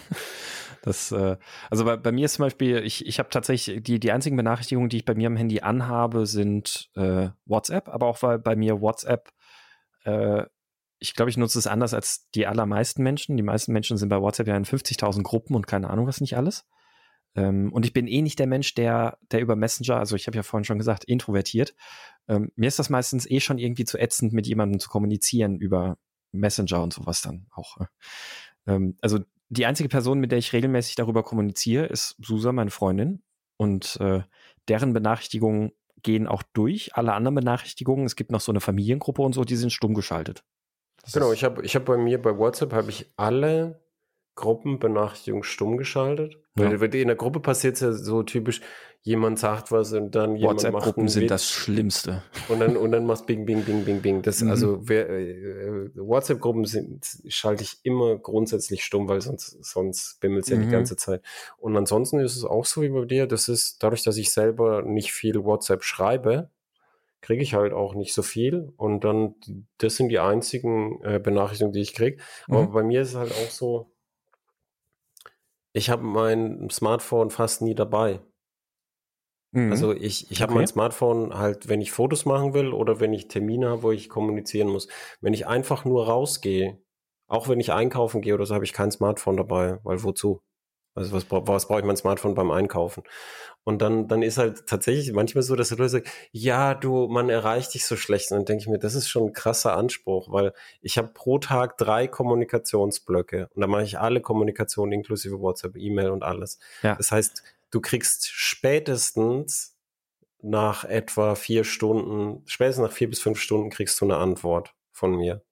Das, äh, also bei, bei mir ist zum Beispiel, ich, ich habe tatsächlich, die, die einzigen Benachrichtigungen, die ich bei mir am Handy anhabe, sind äh, WhatsApp, aber auch weil bei mir WhatsApp, äh, ich glaube, ich nutze es anders als die allermeisten Menschen. Die meisten Menschen sind bei WhatsApp ja in fünfzigtausend Gruppen und keine Ahnung was nicht alles. Ähm, und ich bin eh nicht der Mensch, der, der über Messenger, also ich habe ja vorhin schon gesagt, introvertiert. Ähm, mir ist das meistens eh schon irgendwie zu ätzend, mit jemandem zu kommunizieren über Messenger und sowas dann auch. äh. Ähm, also die einzige Person, mit der ich regelmäßig darüber kommuniziere, ist Susa, meine Freundin. Und äh, deren Benachrichtigungen gehen auch durch. Alle anderen Benachrichtigungen, es gibt noch so eine Familiengruppe und so, die sind stumm geschaltet. Das Genau, ist- ich habe ich hab bei mir, bei WhatsApp habe ich alle Gruppenbenachrichtigungen stumm geschaltet. Weil, Ja. weil in der Gruppe passiert es ja so typisch, jemand sagt was und dann jemand macht WhatsApp-Gruppen einen sind Witz. das Schlimmste. Und dann, und dann machst Bing, Bing, Bing, Bing, Bing. Das, Mhm. also, wer, äh, WhatsApp-Gruppen sind, schalte ich immer grundsätzlich stumm, weil sonst, sonst bimmelt es ja Mhm. die ganze Zeit. Und ansonsten ist es auch so wie bei dir, das ist, dadurch, dass ich selber nicht viel WhatsApp schreibe, kriege ich halt auch nicht so viel. Und dann, das sind die einzigen äh, Benachrichtigungen, die ich kriege. Aber Mhm. bei mir ist es halt auch so, ich habe mein Smartphone fast nie dabei. Mhm. Also ich, ich habe Okay. mein Smartphone halt, wenn ich Fotos machen will oder wenn ich Termine habe, wo ich kommunizieren muss. Wenn ich einfach nur rausgehe, auch wenn ich einkaufen gehe oder so, habe ich kein Smartphone dabei, weil wozu? Also was, bra- was brauche ich mein Smartphone beim Einkaufen? Und dann, dann ist halt tatsächlich manchmal so, dass die Leute sagen, ja, du, man erreicht dich so schlecht. Und dann denke ich mir, das ist schon ein krasser Anspruch, weil ich habe pro Tag drei Kommunikationsblöcke und da mache ich alle Kommunikation inklusive WhatsApp, E-Mail und alles. Ja. Das heißt, du kriegst spätestens nach etwa vier Stunden, spätestens nach vier bis fünf Stunden kriegst du eine Antwort von mir.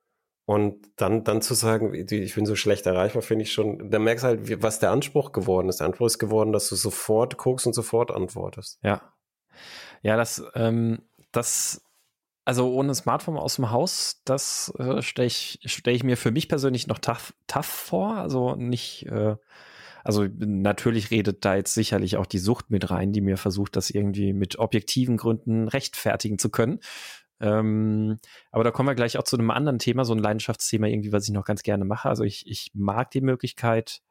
Und dann, dann zu sagen, ich bin so schlecht erreichbar, finde ich schon, da merkst du halt, wie- was der Anspruch geworden ist. Der Anspruch ist geworden, dass du sofort guckst und sofort antwortest. Ja. Ja, das, ähm, das, also ohne Smartphone aus dem Haus, das äh, stelle ich, stell ich mir für mich persönlich noch tough, tough vor. Also nicht, äh, also natürlich redet da jetzt sicherlich auch die Sucht mit rein, die mir versucht, das irgendwie mit objektiven Gründen rechtfertigen zu können. Ähm, aber da kommen wir gleich auch zu einem anderen Thema, so ein Leidenschaftsthema irgendwie, was ich noch ganz gerne mache. Also ich, ich mag die Möglichkeit,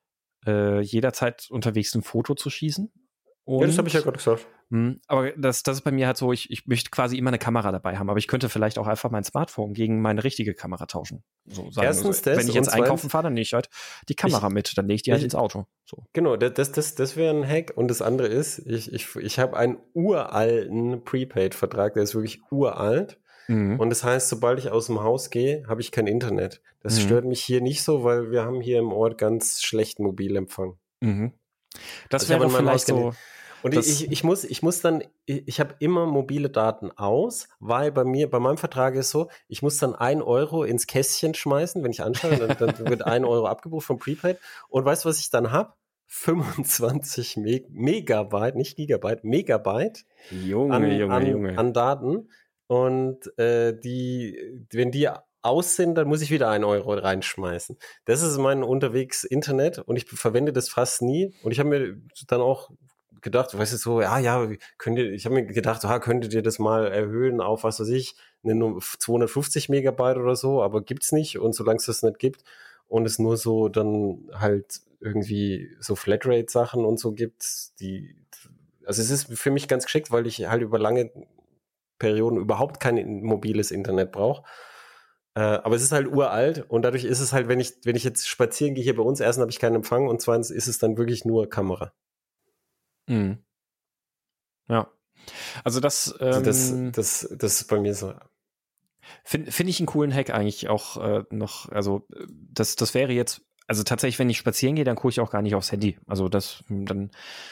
äh, jederzeit unterwegs ein Foto zu schießen. Ja, das habe ich ja Und gerade gesagt. Hm, aber das, das ist bei mir halt so, ich, ich möchte quasi immer eine Kamera dabei haben, aber ich könnte vielleicht auch einfach mein Smartphone gegen meine richtige Kamera tauschen. So sagen, Erstens also, das wenn ich und jetzt einkaufen zweitens, fahre, dann nehme ich halt die Kamera ich, mit, dann lege ich die halt ich, ins Auto. So. genau, das, das, das, das wäre ein Hack. Und das andere ist, ich, ich, ich habe einen uralten Prepaid-Vertrag, der ist wirklich uralt. Mhm. Und das heißt, sobald ich aus dem Haus gehe, habe ich kein Internet. Das Mhm. stört mich hier nicht so, weil wir haben hier im Ort ganz schlechten Mobilempfang. Mhm. Das Also ich habe wäre in meinem Haus vielleicht keine, so, und das, ich, ich muss, ich muss dann, ich, ich habe immer mobile Daten aus, weil bei mir, bei meinem Vertrag ist so, ich muss dann ein Euro ins Kästchen schmeißen, wenn ich anschaue, dann, dann wird ein Euro abgebucht vom Prepaid. Und weißt du, was ich dann habe? fünfundzwanzig Me Megabyte, nicht Gigabyte, Megabyte Junge, an, Junge, an, Junge. an Daten. Und äh, die, wenn die aus sind, dann muss ich wieder ein Euro reinschmeißen. Das ist mein unterwegs Internet und ich verwende das fast nie. Und ich habe mir dann auch gedacht, weißt du, so, ja, ja, könnt ihr, ich habe mir gedacht, ah, könntet ihr das mal erhöhen auf, was weiß ich, eine zweihundertfünfzig Megabyte oder so, aber gibt's nicht. Und solange es das nicht gibt und es nur so dann halt irgendwie so Flatrate-Sachen und so gibt, die, also es ist für mich ganz geschickt, weil ich halt über lange Perioden überhaupt kein mobiles Internet brauche. Äh, aber es ist halt uralt und dadurch ist es halt, wenn ich, wenn ich jetzt spazieren gehe hier bei uns, erstens habe ich keinen Empfang und zweitens ist es dann wirklich nur Kamera. Mhm. Ja. Also das, ähm, also das, das, das ist bei mir so. Finde find ich einen coolen Hack eigentlich auch äh, noch. Also das, das wäre jetzt, also tatsächlich, wenn ich spazieren gehe, dann gucke ich auch gar nicht aufs Handy. Also das, dann,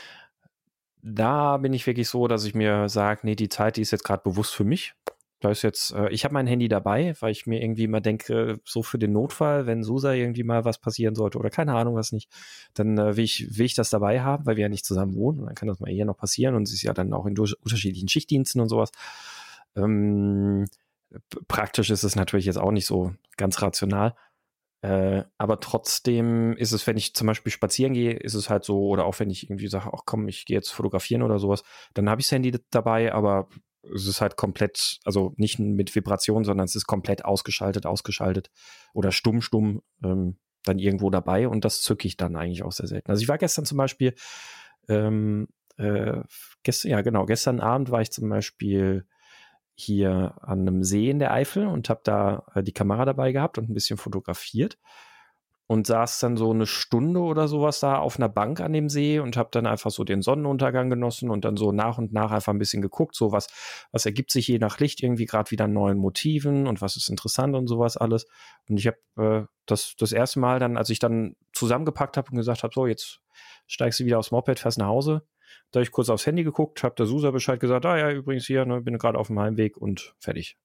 da bin ich wirklich so, dass ich mir sage, nee, die Zeit, die ist jetzt gerade bewusst für mich. Da ist jetzt, äh, ich habe mein Handy dabei, weil ich mir irgendwie mal denke, so für den Notfall, wenn Susa irgendwie mal was passieren sollte oder keine Ahnung was nicht, dann äh, will, ich, will ich das dabei haben, weil wir ja nicht zusammen wohnen und dann kann das mal eher noch passieren und sie ist ja dann auch in durch, unterschiedlichen Schichtdiensten und sowas. Ähm, praktisch ist es natürlich jetzt auch nicht so ganz rational. Äh, aber trotzdem ist es, wenn ich zum Beispiel spazieren gehe, ist es halt so, oder auch wenn ich irgendwie sage, ach komm, ich gehe jetzt fotografieren oder sowas, dann habe ich das Handy dabei, aber es ist halt komplett, also nicht mit Vibration, sondern es ist komplett ausgeschaltet, ausgeschaltet oder stumm, stumm ähm, dann irgendwo dabei und das zücke ich dann eigentlich auch sehr selten. Also ich war gestern zum Beispiel, ähm, äh, gestern, ja genau, gestern Abend war ich zum Beispiel hier an einem See in der Eifel und habe da äh, die Kamera dabei gehabt und ein bisschen fotografiert und saß dann so eine Stunde oder sowas da auf einer Bank an dem See und habe dann einfach so den Sonnenuntergang genossen und dann so nach und nach einfach ein bisschen geguckt, so was, was ergibt sich je nach Licht irgendwie gerade wieder an neuen Motiven und was ist interessant und sowas alles. Und ich habe äh, das, das erste Mal dann, als ich dann zusammengepackt habe und gesagt habe, so jetzt steigst du wieder aufs Moped, fährst nach Hause, da habe ich kurz aufs Handy geguckt, habe der Susa Bescheid gesagt, ah ja, übrigens hier, ne, bin gerade auf dem Heimweg und fertig.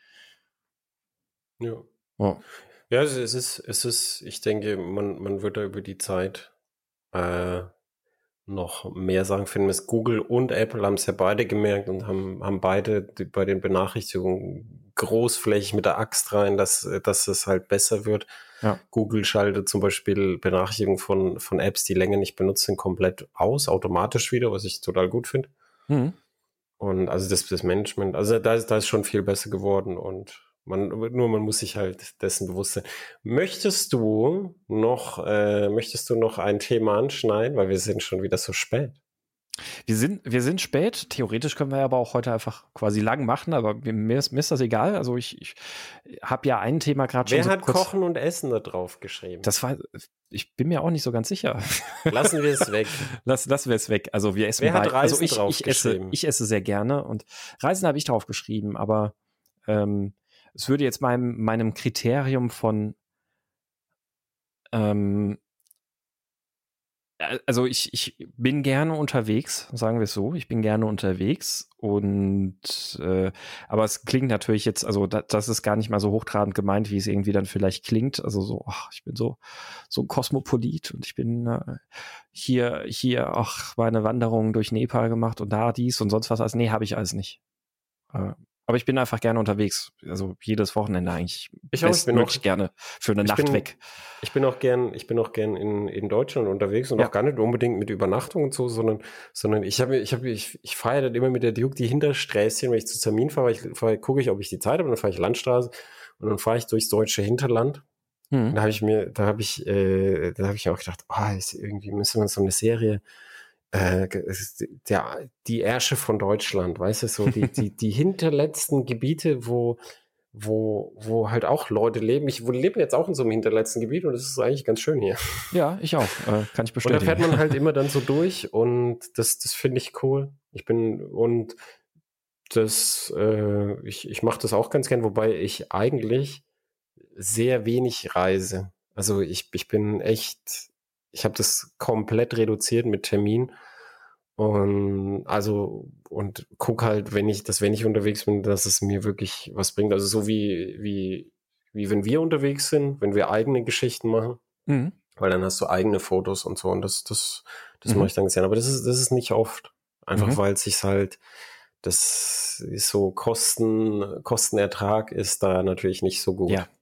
Ja. Oh. Ja, es ist, es ist, ich denke, man, man wird da über die Zeit äh, noch mehr Sachen finden. Es Google und Apple haben es ja beide gemerkt und haben, haben beide die, bei den Benachrichtigungen großflächig mit der Axt rein, dass, dass es halt besser wird. Ja. Google schaltet zum Beispiel Benachrichtigungen von, von Apps, die länger nicht benutzt sind, komplett aus, automatisch wieder, was ich total gut finde. Mhm. Und also das, das Management, also da ist, da ist schon viel besser geworden und man, nur man muss sich halt dessen bewusst sein. Möchtest du noch, äh, möchtest du noch ein Thema anschneiden, weil wir sind schon wieder so spät. Wir sind, wir sind spät. Theoretisch können wir aber auch heute einfach quasi lang machen, aber mir ist, mir ist das egal. Also ich, ich habe ja ein Thema gerade schon. Wer so hat kurz, Kochen und Essen da drauf geschrieben? Das war, ich bin mir auch nicht so ganz sicher. Lassen wir es weg. Lass, lassen wir es weg. Also wir essen Wer hat bei, Reisen also ich, drauf ich esse, geschrieben? ich esse sehr gerne und Reisen habe ich drauf geschrieben, aber ähm, es würde jetzt meinem, meinem Kriterium von ähm, also ich, ich bin gerne unterwegs, sagen wir es so, ich bin gerne unterwegs und äh, aber es klingt natürlich jetzt, also da, das ist gar nicht mal so hochtrabend gemeint, wie es irgendwie dann vielleicht klingt, also so, ach, ich bin so so ein Kosmopolit und ich bin äh, hier, hier, ach, meine Wanderung durch Nepal gemacht und da dies und sonst was, also nee, habe ich alles nicht. Äh, aber ich bin einfach gerne unterwegs, also jedes Wochenende eigentlich. Ich auch, ich bin auch gerne für eine Nacht bin, weg. Ich bin auch gern, ich bin auch gern in, in Deutschland unterwegs und Ja. auch gar nicht unbedingt mit Übernachtung und so, sondern, sondern ich habe, ich habe, ich, ich fahre dann immer mit der Duke die Hintersträßchen, wenn ich zu Termin fahre, ich fahre, gucke ich, ob ich die Zeit habe, dann fahre ich Landstraße und dann fahre ich durchs deutsche Hinterland. Mhm. Und da habe ich mir, da habe ich, äh, da habe ich auch gedacht, ah, oh, irgendwie müssen wir so eine Serie, äh, der, die Ärsche von Deutschland, weißt du, so die, die, die hinterletzten Gebiete, wo wo, wo halt auch Leute leben. Ich lebe jetzt auch in so einem hinterletzten Gebiet und es ist eigentlich ganz schön hier. Ja, ich auch. Äh, kann ich bestätigen. Und da fährt man halt immer dann so durch und das, das finde ich cool. Ich bin, und das, äh, ich, ich mache das auch ganz gern, wobei ich eigentlich sehr wenig reise. Also ich, ich bin echt, ich habe das komplett reduziert mit Termin. Und also und guck halt, wenn ich, dass wenn ich unterwegs bin, dass es mir wirklich was bringt. Also so wie, wie, wie wenn wir unterwegs sind, wenn wir eigene Geschichten machen, Mhm. weil dann hast du eigene Fotos und so und das, das, das Mhm. mache ich dann gerne. Aber das ist, das ist nicht oft. Einfach Mhm. weil es sich halt, das ist so Kosten, Kostenertrag ist da natürlich nicht so gut. Ja, ja.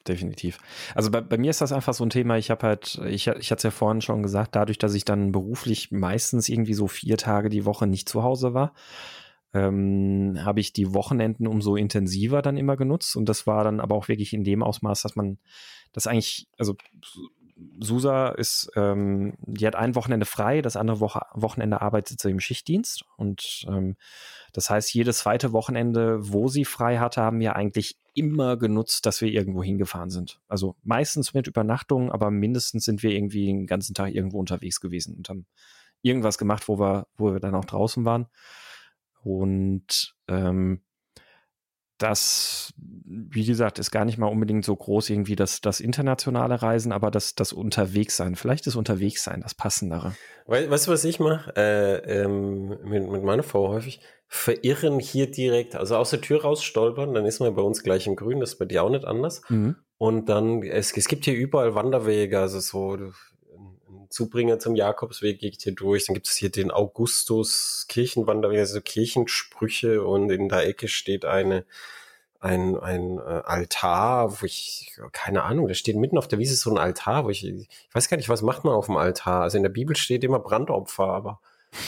definitiv. Also bei, bei mir ist das einfach so ein Thema, ich habe halt, ich, ich hatte es ja vorhin schon gesagt, dadurch, dass ich dann beruflich meistens irgendwie so vier Tage die Woche nicht zu Hause war, ähm, habe ich die Wochenenden umso intensiver dann immer genutzt und das war dann aber auch wirklich in dem Ausmaß, dass man das eigentlich, also Susa ist, ähm, die hat ein Wochenende frei, das andere Woche, Wochenende arbeitet sie im Schichtdienst und ähm, das heißt, jedes zweite Wochenende, wo sie frei hatte, haben wir eigentlich immer genutzt, dass wir irgendwo hingefahren sind. Also meistens mit Übernachtung, aber mindestens sind wir irgendwie den ganzen Tag irgendwo unterwegs gewesen und haben irgendwas gemacht, wo wir, wo wir dann auch draußen waren. Und ähm, das, wie gesagt, ist gar nicht mal unbedingt so groß irgendwie das, das internationale Reisen, aber das, das Unterwegssein. Vielleicht ist Unterwegssein das Passendere. We weißt du, was ich mache? Äh, ähm, mit, mit meiner Frau häufig. Verirren hier direkt, also aus der Tür raus stolpern, dann ist man bei uns gleich im Grün, das ist bei dir auch nicht anders. Mhm. Und dann, es, es gibt hier überall Wanderwege, also so ein Zubringer zum Jakobsweg geht hier durch, dann gibt es hier den Augustus Kirchenwanderweg, also Kirchensprüche und in der Ecke steht eine ein, ein äh, Altar, wo ich, keine Ahnung, da steht mitten auf der Wiese so ein Altar, wo ich, ich weiß gar nicht, was macht man auf dem Altar? Also in der Bibel steht immer Brandopfer, aber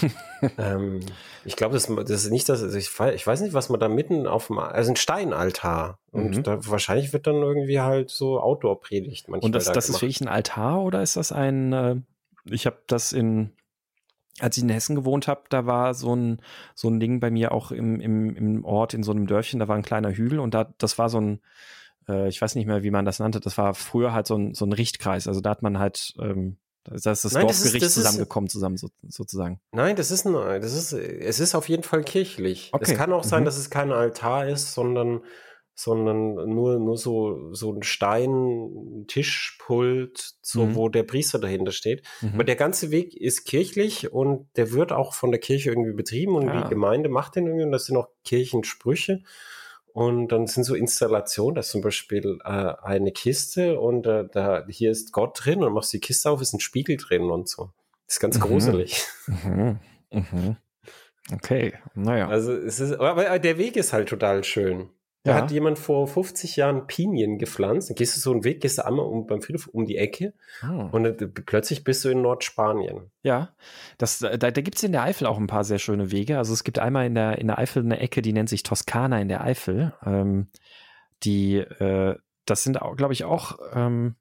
ähm, ich glaube, das, das ist nicht das, also ich, ich weiß nicht, was man da mitten auf dem, also ein Steinaltar und Mhm. da wahrscheinlich wird dann irgendwie halt so Outdoor-Predigt manchmal Und das, da das ist gemacht. wirklich ein Altar oder ist das ein, äh, ich habe das in, als ich in Hessen gewohnt habe, da war so ein, so ein Ding bei mir auch im, im, im Ort, in so einem Dörfchen, da war ein kleiner Hügel und da, das war so ein, äh, ich weiß nicht mehr, wie man das nannte, das war früher halt so ein, so ein Richtkreis, also da hat man halt, ähm, da ist das Nein, das ist- Dorfgericht das ist- zusammengekommen, zusammen so, sozusagen. Nein, das ist ein, das ist, es ist auf jeden Fall kirchlich. Es Okay. kann auch sein, Mhm. dass es kein Altar ist, sondern, sondern nur, nur so, so ein Stein, Tischpult, so, Mhm. wo der Priester dahinter steht. Mhm. Aber der ganze Weg ist kirchlich und der wird auch von der Kirche irgendwie betrieben und Ah. die Gemeinde macht den irgendwie und das sind auch Kirchensprüche. Und dann sind so Installationen, da ist zum Beispiel äh, eine Kiste und äh, da, hier ist Gott drin und machst die Kiste auf, ist ein Spiegel drin und so. Das ist ganz Mhm. gruselig. Mhm. Mhm. Okay, naja. Also es ist, aber der Weg ist halt total schön. Da Ja. hat jemand vor fünfzig Jahren Pinien gepflanzt. Dann gehst du so einen Weg, gehst du einmal um, beim Friedhof um die Ecke Hm. und dann, plötzlich bist du in Nordspanien. Ja, das, da, da gibt es in der Eifel auch ein paar sehr schöne Wege. Also es gibt einmal in der, in der Eifel eine Ecke, die nennt sich Toskana in der Eifel. Ähm, die, äh, das sind auch, glaube ich, auch, ähm,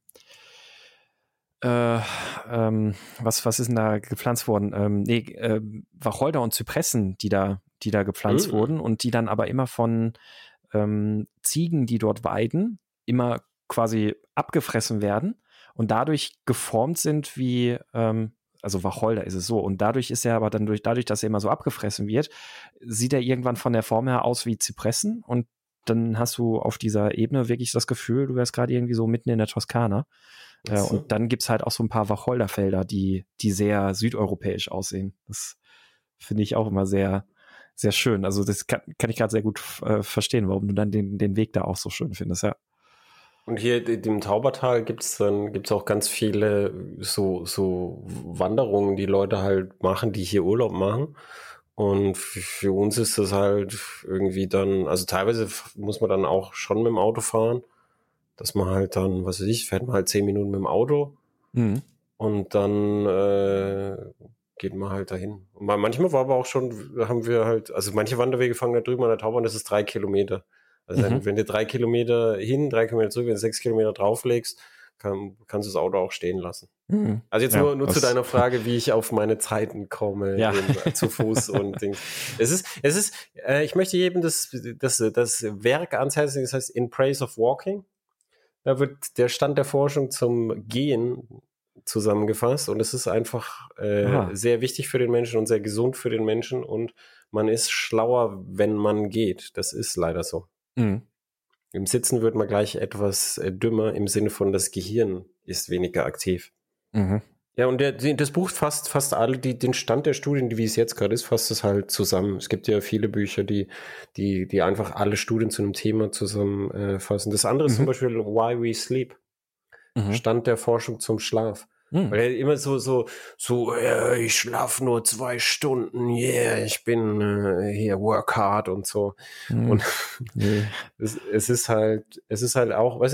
äh, ähm, was, was ist denn da gepflanzt worden? Ähm, nee, äh, Wacholder und Zypressen, die da, die da gepflanzt Mhm. wurden und die dann aber immer von ähm, Ziegen, die dort weiden, immer quasi abgefressen werden und dadurch geformt sind wie, ähm, also Wacholder ist es so, und dadurch ist er aber dann durch, dadurch, dass er immer so abgefressen wird, sieht er irgendwann von der Form her aus wie Zypressen und dann hast du auf dieser Ebene wirklich das Gefühl, du wärst gerade irgendwie so mitten in der Toskana. Äh, So. und dann gibt's halt auch so ein paar Wacholderfelder, die, die sehr südeuropäisch aussehen. Das finde ich auch immer sehr, sehr schön. Also das kann, kann ich gerade sehr gut äh, verstehen, warum du dann den, den Weg da auch so schön findest, ja. Und hier im Taubertal gibt's dann gibt's auch ganz viele so, so Wanderungen, die Leute halt machen, die hier Urlaub machen. Und f- für uns ist das halt irgendwie dann, also teilweise f- muss man dann auch schon mit dem Auto fahren, dass man halt dann, was weiß ich, fährt man halt zehn Minuten mit dem Auto Mhm. und dann äh, geht man halt dahin. Und mal- manchmal war aber auch schon, haben wir halt, also manche Wanderwege fangen da drüben an der Taubahn, das ist drei Kilometer. Also Mhm. wenn, wenn du drei Kilometer hin, drei Kilometer zurück, wenn du sechs Kilometer drauflegst, kann, kannst du das Auto auch stehen lassen. Mhm. Also jetzt Ja, nur, nur zu das- deiner Frage, wie ich auf meine Zeiten komme, Ja. in, äh, zu Fuß und Dings. Es ist, es ist, äh, ich möchte jedem das, das, das Werk ans Herz legen, das heißt In Praise of Walking. Da wird der Stand der Forschung zum Gehen zusammengefasst und es ist einfach äh, Aha. sehr wichtig für den Menschen und sehr gesund für den Menschen und man ist schlauer, wenn man geht. Das ist leider so. Mhm. Im Sitzen wird man gleich etwas äh, dümmer im Sinne von das Gehirn ist weniger aktiv. Mhm. Ja, und der, die- das Buch fasst fast alle, die, den Stand der Studien, die wie es jetzt gerade ist, fasst es halt zusammen. Es gibt ja viele Bücher, die, die, die einfach alle Studien zu einem Thema zusammenfassen. Äh, fassen. Das andere ist zum Mhm. Beispiel Why We Sleep. Mhm. Stand der Forschung zum Schlaf. Mhm. Weil er immer so, so, so, ja, ich schlaf nur zwei Stunden, yeah, ich bin äh, hier work hard und so. Mhm. Und Nee. es, es ist halt, es ist halt auch, weißt du,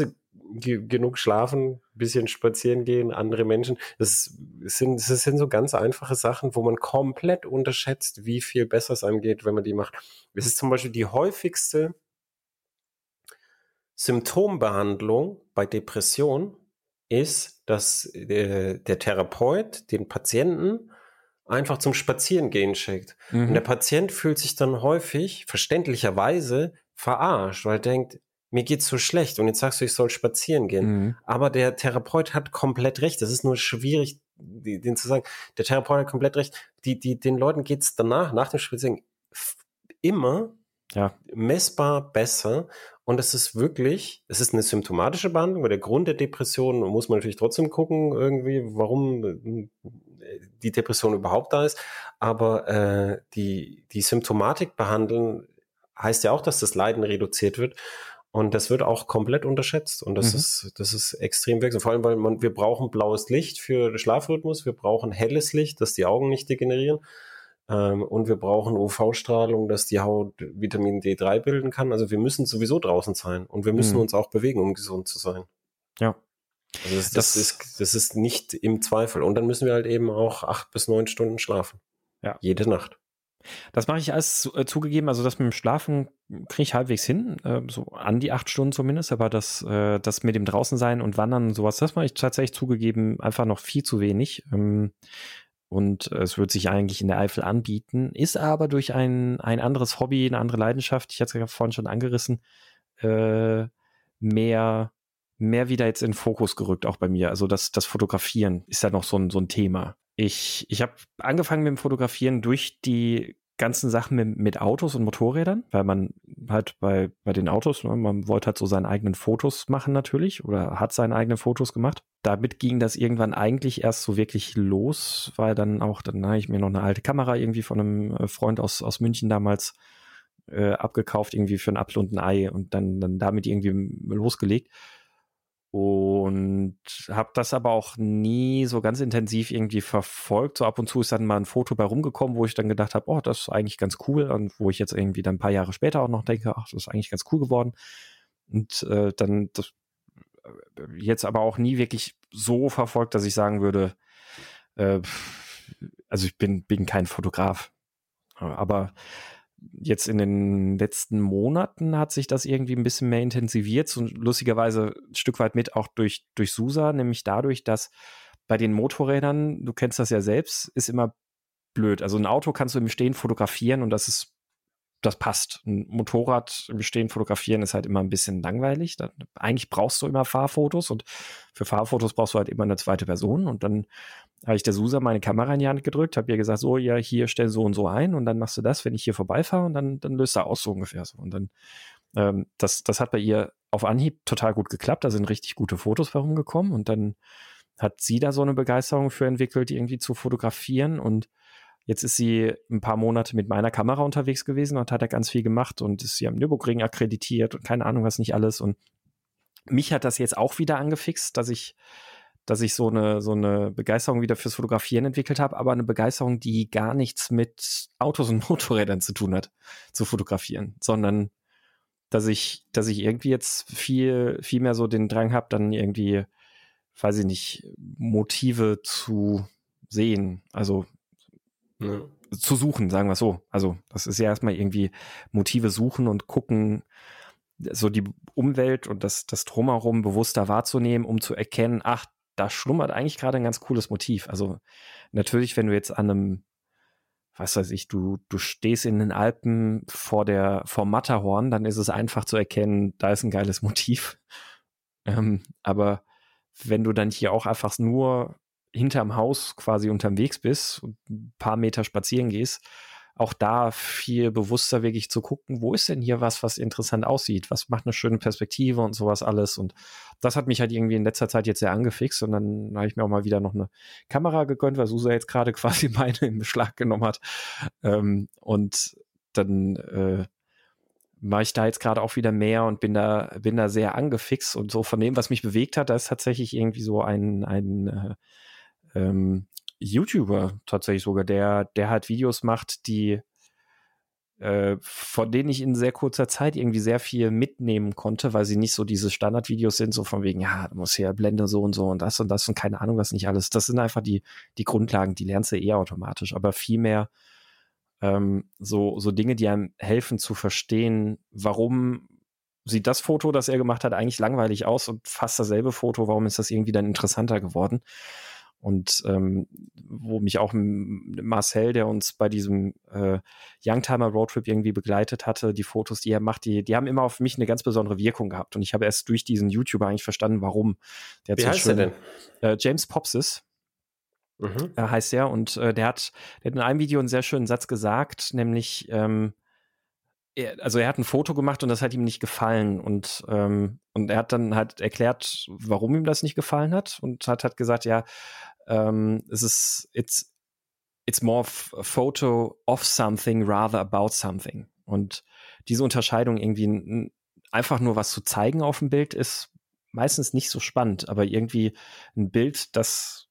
ge- genug schlafen, ein bisschen spazieren gehen, andere Menschen. Das sind, das sind so ganz einfache Sachen, wo man komplett unterschätzt, wie viel besser es einem geht, wenn man die macht. Es ist zum Beispiel die häufigste Symptombehandlung bei Depression ist, dass äh, der Therapeut den Patienten einfach zum Spazierengehen schickt. Und der Mhm. Patient fühlt sich dann häufig, verständlicherweise, verarscht, weil er denkt, mir geht's so schlecht und jetzt sagst du, ich soll spazieren gehen. Mhm. Aber der Therapeut hat komplett recht. Das ist nur schwierig, die- den zu sagen. Der Therapeut hat komplett recht. Die, die, den Leuten geht's danach, nach dem Spazierengehen, f- immer Ja. messbar besser. Und es ist wirklich, es ist eine symptomatische Behandlung, weil der Grund der Depression muss man natürlich trotzdem gucken, irgendwie, warum äh, die Depression überhaupt da ist. Aber äh, die, die Symptomatik behandeln heißt ja auch, dass das Leiden reduziert wird. Und das wird auch komplett unterschätzt. Und das Mhm. ist, das ist extrem wirksam. Vor allem, weil man, wir brauchen blaues Licht für den Schlafrhythmus. Wir brauchen helles Licht, dass die Augen nicht degenerieren. Ähm, und wir brauchen U V-Strahlung, dass die Haut Vitamin D drei bilden kann. Also wir müssen sowieso draußen sein. Und wir müssen Mhm. uns auch bewegen, um gesund zu sein. Ja. Also das, das, Das, ist, das ist nicht im Zweifel. Und dann müssen wir halt eben auch acht bis neun Stunden schlafen. ja. Jede Nacht. Das mache ich alles zu- äh, zugegeben. Also das mit dem Schlafen kriege ich halbwegs hin, äh, so an die acht Stunden zumindest. Aber das, äh, das mit dem draußen sein und Wandern und sowas, das mache ich tatsächlich zugegeben einfach noch viel zu wenig. Ähm, und äh, es wird sich eigentlich in der Eifel anbieten, ist aber durch ein, ein anderes Hobby, eine andere Leidenschaft, ich hatte es ja vorhin schon angerissen, äh, mehr, mehr wieder jetzt in den Fokus gerückt, auch bei mir. Also das, das Fotografieren ist ja noch so ein, so ein Thema. Ich, ich habe angefangen mit dem Fotografieren durch die ganzen Sachen mit, mit Autos und Motorrädern, weil man halt bei, bei den Autos, ne, man wollte halt so seine eigenen Fotos machen natürlich oder hat seine eigenen Fotos gemacht. Damit ging das irgendwann eigentlich erst so wirklich los, weil dann auch, dann habe ich mir noch eine alte Kamera irgendwie von einem äh, Freund aus, aus München damals äh, abgekauft, irgendwie für ein Apfel und ein Ei und dann, dann damit irgendwie losgelegt. Und habe das aber auch nie so ganz intensiv irgendwie verfolgt. So ab und zu ist dann mal ein Foto bei rumgekommen, wo ich dann gedacht habe, oh, das ist eigentlich ganz cool. Und wo ich jetzt irgendwie dann ein paar Jahre später auch noch denke, ach, das ist eigentlich ganz cool geworden. Und äh, dann das jetzt aber auch nie wirklich so verfolgt, dass ich sagen würde, äh, also ich bin, bin kein Fotograf. Aber jetzt in den letzten Monaten hat sich das irgendwie ein bisschen mehr intensiviert, so lustigerweise ein Stück weit mit auch durch, durch SUSA, nämlich dadurch, dass bei den Motorrädern, du kennst das ja selbst, ist immer blöd. Also ein Auto kannst du im Stehen fotografieren und das ist, das passt. Ein Motorrad im Stehen fotografieren ist halt immer ein bisschen langweilig. Dann, eigentlich brauchst du immer Fahrfotos und für Fahrfotos brauchst du halt immer eine zweite Person und dann habe ich der Susa meine Kamera in die Hand gedrückt, habe ihr gesagt, so, ja, hier stell so und so ein und dann machst du das, wenn ich hier vorbeifahre und dann, dann löst er aus, so ungefähr so. Und dann, ähm, das, das hat bei ihr auf Anhieb total gut geklappt, da sind richtig gute Fotos herumgekommen und dann hat sie da so eine Begeisterung für entwickelt, irgendwie zu fotografieren und jetzt ist sie ein paar Monate mit meiner Kamera unterwegs gewesen und hat da ganz viel gemacht und ist hier am Nürburgring akkreditiert und keine Ahnung was nicht alles und mich hat das jetzt auch wieder angefixt, dass ich dass ich so eine, so eine Begeisterung wieder fürs Fotografieren entwickelt habe, aber eine Begeisterung, die gar nichts mit Autos und Motorrädern zu tun hat, zu fotografieren, sondern dass ich, dass ich irgendwie jetzt viel, viel mehr so den Drang habe, dann irgendwie, weiß ich nicht, Motive zu sehen, also Ja. zu suchen, sagen wir es so. Also das ist ja erstmal irgendwie Motive suchen und gucken, so die Umwelt und das, das Drumherum bewusster wahrzunehmen, um zu erkennen, ach, da schlummert eigentlich gerade ein ganz cooles Motiv. Also natürlich, wenn du jetzt an einem, was weiß ich, du, du stehst in den Alpen vor der, vor Matterhorn, dann ist es einfach zu erkennen, da ist ein geiles Motiv. Ähm, aber wenn du dann hier auch einfach nur hinterm Haus quasi unterwegs bist und ein paar Meter spazieren gehst, auch da viel bewusster wirklich zu gucken, wo ist denn hier was, was interessant aussieht, was macht eine schöne Perspektive und sowas alles und das hat mich halt irgendwie in letzter Zeit jetzt sehr angefixt und dann habe ich mir auch mal wieder noch eine Kamera gegönnt, weil Susa jetzt gerade quasi meine in Beschlag genommen hat ähm, und dann äh, mache ich da jetzt gerade auch wieder mehr und bin da bin da sehr angefixt und so von dem, was mich bewegt hat, da ist tatsächlich irgendwie so ein ein äh, ähm, YouTuber tatsächlich sogar, der der halt Videos macht, die äh, von denen ich in sehr kurzer Zeit irgendwie sehr viel mitnehmen konnte, weil sie nicht so diese Standardvideos sind, so von wegen, ja, du musst hier Blende so und so und das und das und keine Ahnung was nicht alles. Das sind einfach die, die Grundlagen, die lernst du eh automatisch, aber viel mehr ähm, so, so Dinge, die einem helfen zu verstehen, warum sieht das Foto, das er gemacht hat, eigentlich langweilig aus und fast dasselbe Foto, warum ist das irgendwie dann interessanter geworden? Und ähm, wo mich auch Marcel, der uns bei diesem äh, Youngtimer Roadtrip irgendwie begleitet hatte, die Fotos, die er macht, die, die haben immer auf mich eine ganz besondere Wirkung gehabt. Und ich habe erst durch diesen YouTuber eigentlich verstanden, warum. Der hat Wie so heißt schön, der denn? Äh, James Popsis Mhm. äh, heißt er. Und äh, der, hat, der hat in einem Video einen sehr schönen Satz gesagt, nämlich ähm, er, also er hat ein Foto gemacht und das hat ihm nicht gefallen und ähm, und er hat dann halt erklärt, warum ihm das nicht gefallen hat und hat halt gesagt, ja, ähm, es ist it's it's more f- a photo of something rather about something. Und diese Unterscheidung irgendwie n- einfach nur was zu zeigen auf dem Bild ist meistens nicht so spannend, aber irgendwie ein Bild, das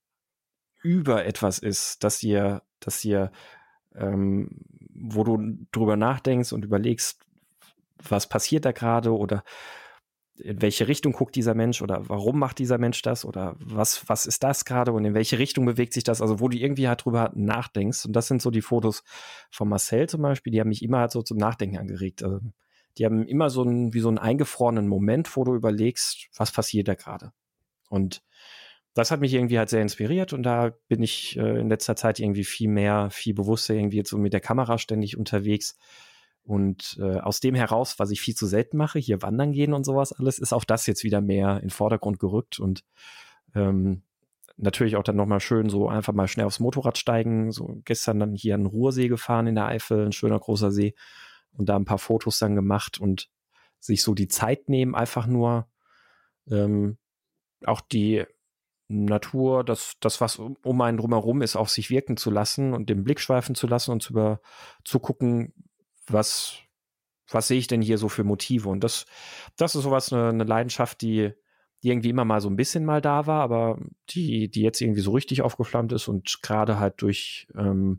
über etwas ist, dass ihr, dass ihr, ähm, wo du drüber nachdenkst und überlegst, was passiert da gerade oder in welche Richtung guckt dieser Mensch oder warum macht dieser Mensch das oder was, was ist das gerade und in welche Richtung bewegt sich das, also wo du irgendwie halt drüber nachdenkst. Und das sind so die Fotos von Marcel zum Beispiel, die haben mich immer halt so zum Nachdenken angeregt. Also die haben immer so einen, wie so einen eingefrorenen Moment, wo du überlegst, was passiert da gerade. Und das hat mich irgendwie halt sehr inspiriert und da bin ich äh, in letzter Zeit irgendwie viel mehr, viel bewusster irgendwie jetzt so mit der Kamera ständig unterwegs. Und äh, aus dem heraus, was ich viel zu selten mache, hier wandern gehen und sowas alles, ist auch das jetzt wieder mehr in den Vordergrund gerückt und ähm, natürlich auch dann nochmal schön so einfach mal schnell aufs Motorrad steigen. So gestern dann hier an den Ruhrsee gefahren in der Eifel, ein schöner großer See und da ein paar Fotos dann gemacht und sich so die Zeit nehmen, einfach nur ähm, auch die Natur, das, das, was um um einen drumherum ist, auf sich wirken zu lassen und den Blick schweifen zu lassen und zu, über, zu gucken, was, was sehe ich denn hier so für Motive? Und das, das ist sowas, eine, eine Leidenschaft, die, die irgendwie immer mal so ein bisschen mal da war, aber die, die jetzt irgendwie so richtig aufgeflammt ist und gerade halt durch ähm,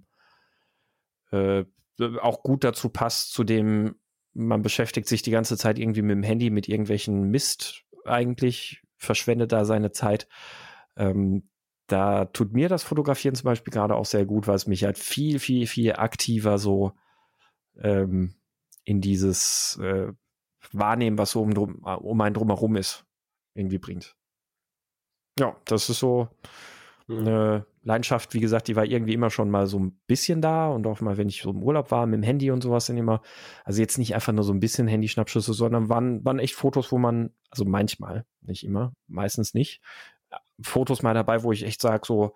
äh, auch gut dazu passt, zu dem man beschäftigt sich die ganze Zeit irgendwie mit dem Handy, mit irgendwelchen Mist eigentlich, verschwendet da seine Zeit. Ähm, da tut mir das Fotografieren zum Beispiel gerade auch sehr gut, weil es mich halt viel, viel, viel aktiver so ähm, in dieses äh, Wahrnehmen, was so um, drum, um einen drumherum ist, irgendwie bringt. Ja, das ist so Mhm. eine Leidenschaft, wie gesagt, die war irgendwie immer schon mal so ein bisschen da und auch mal, wenn ich so im Urlaub war, mit dem Handy und sowas dann immer, also jetzt nicht einfach nur so ein bisschen Handyschnappschüsse, sondern waren, waren echt Fotos, wo man, also manchmal, nicht immer, meistens nicht, Fotos mal dabei, wo ich echt sage, so,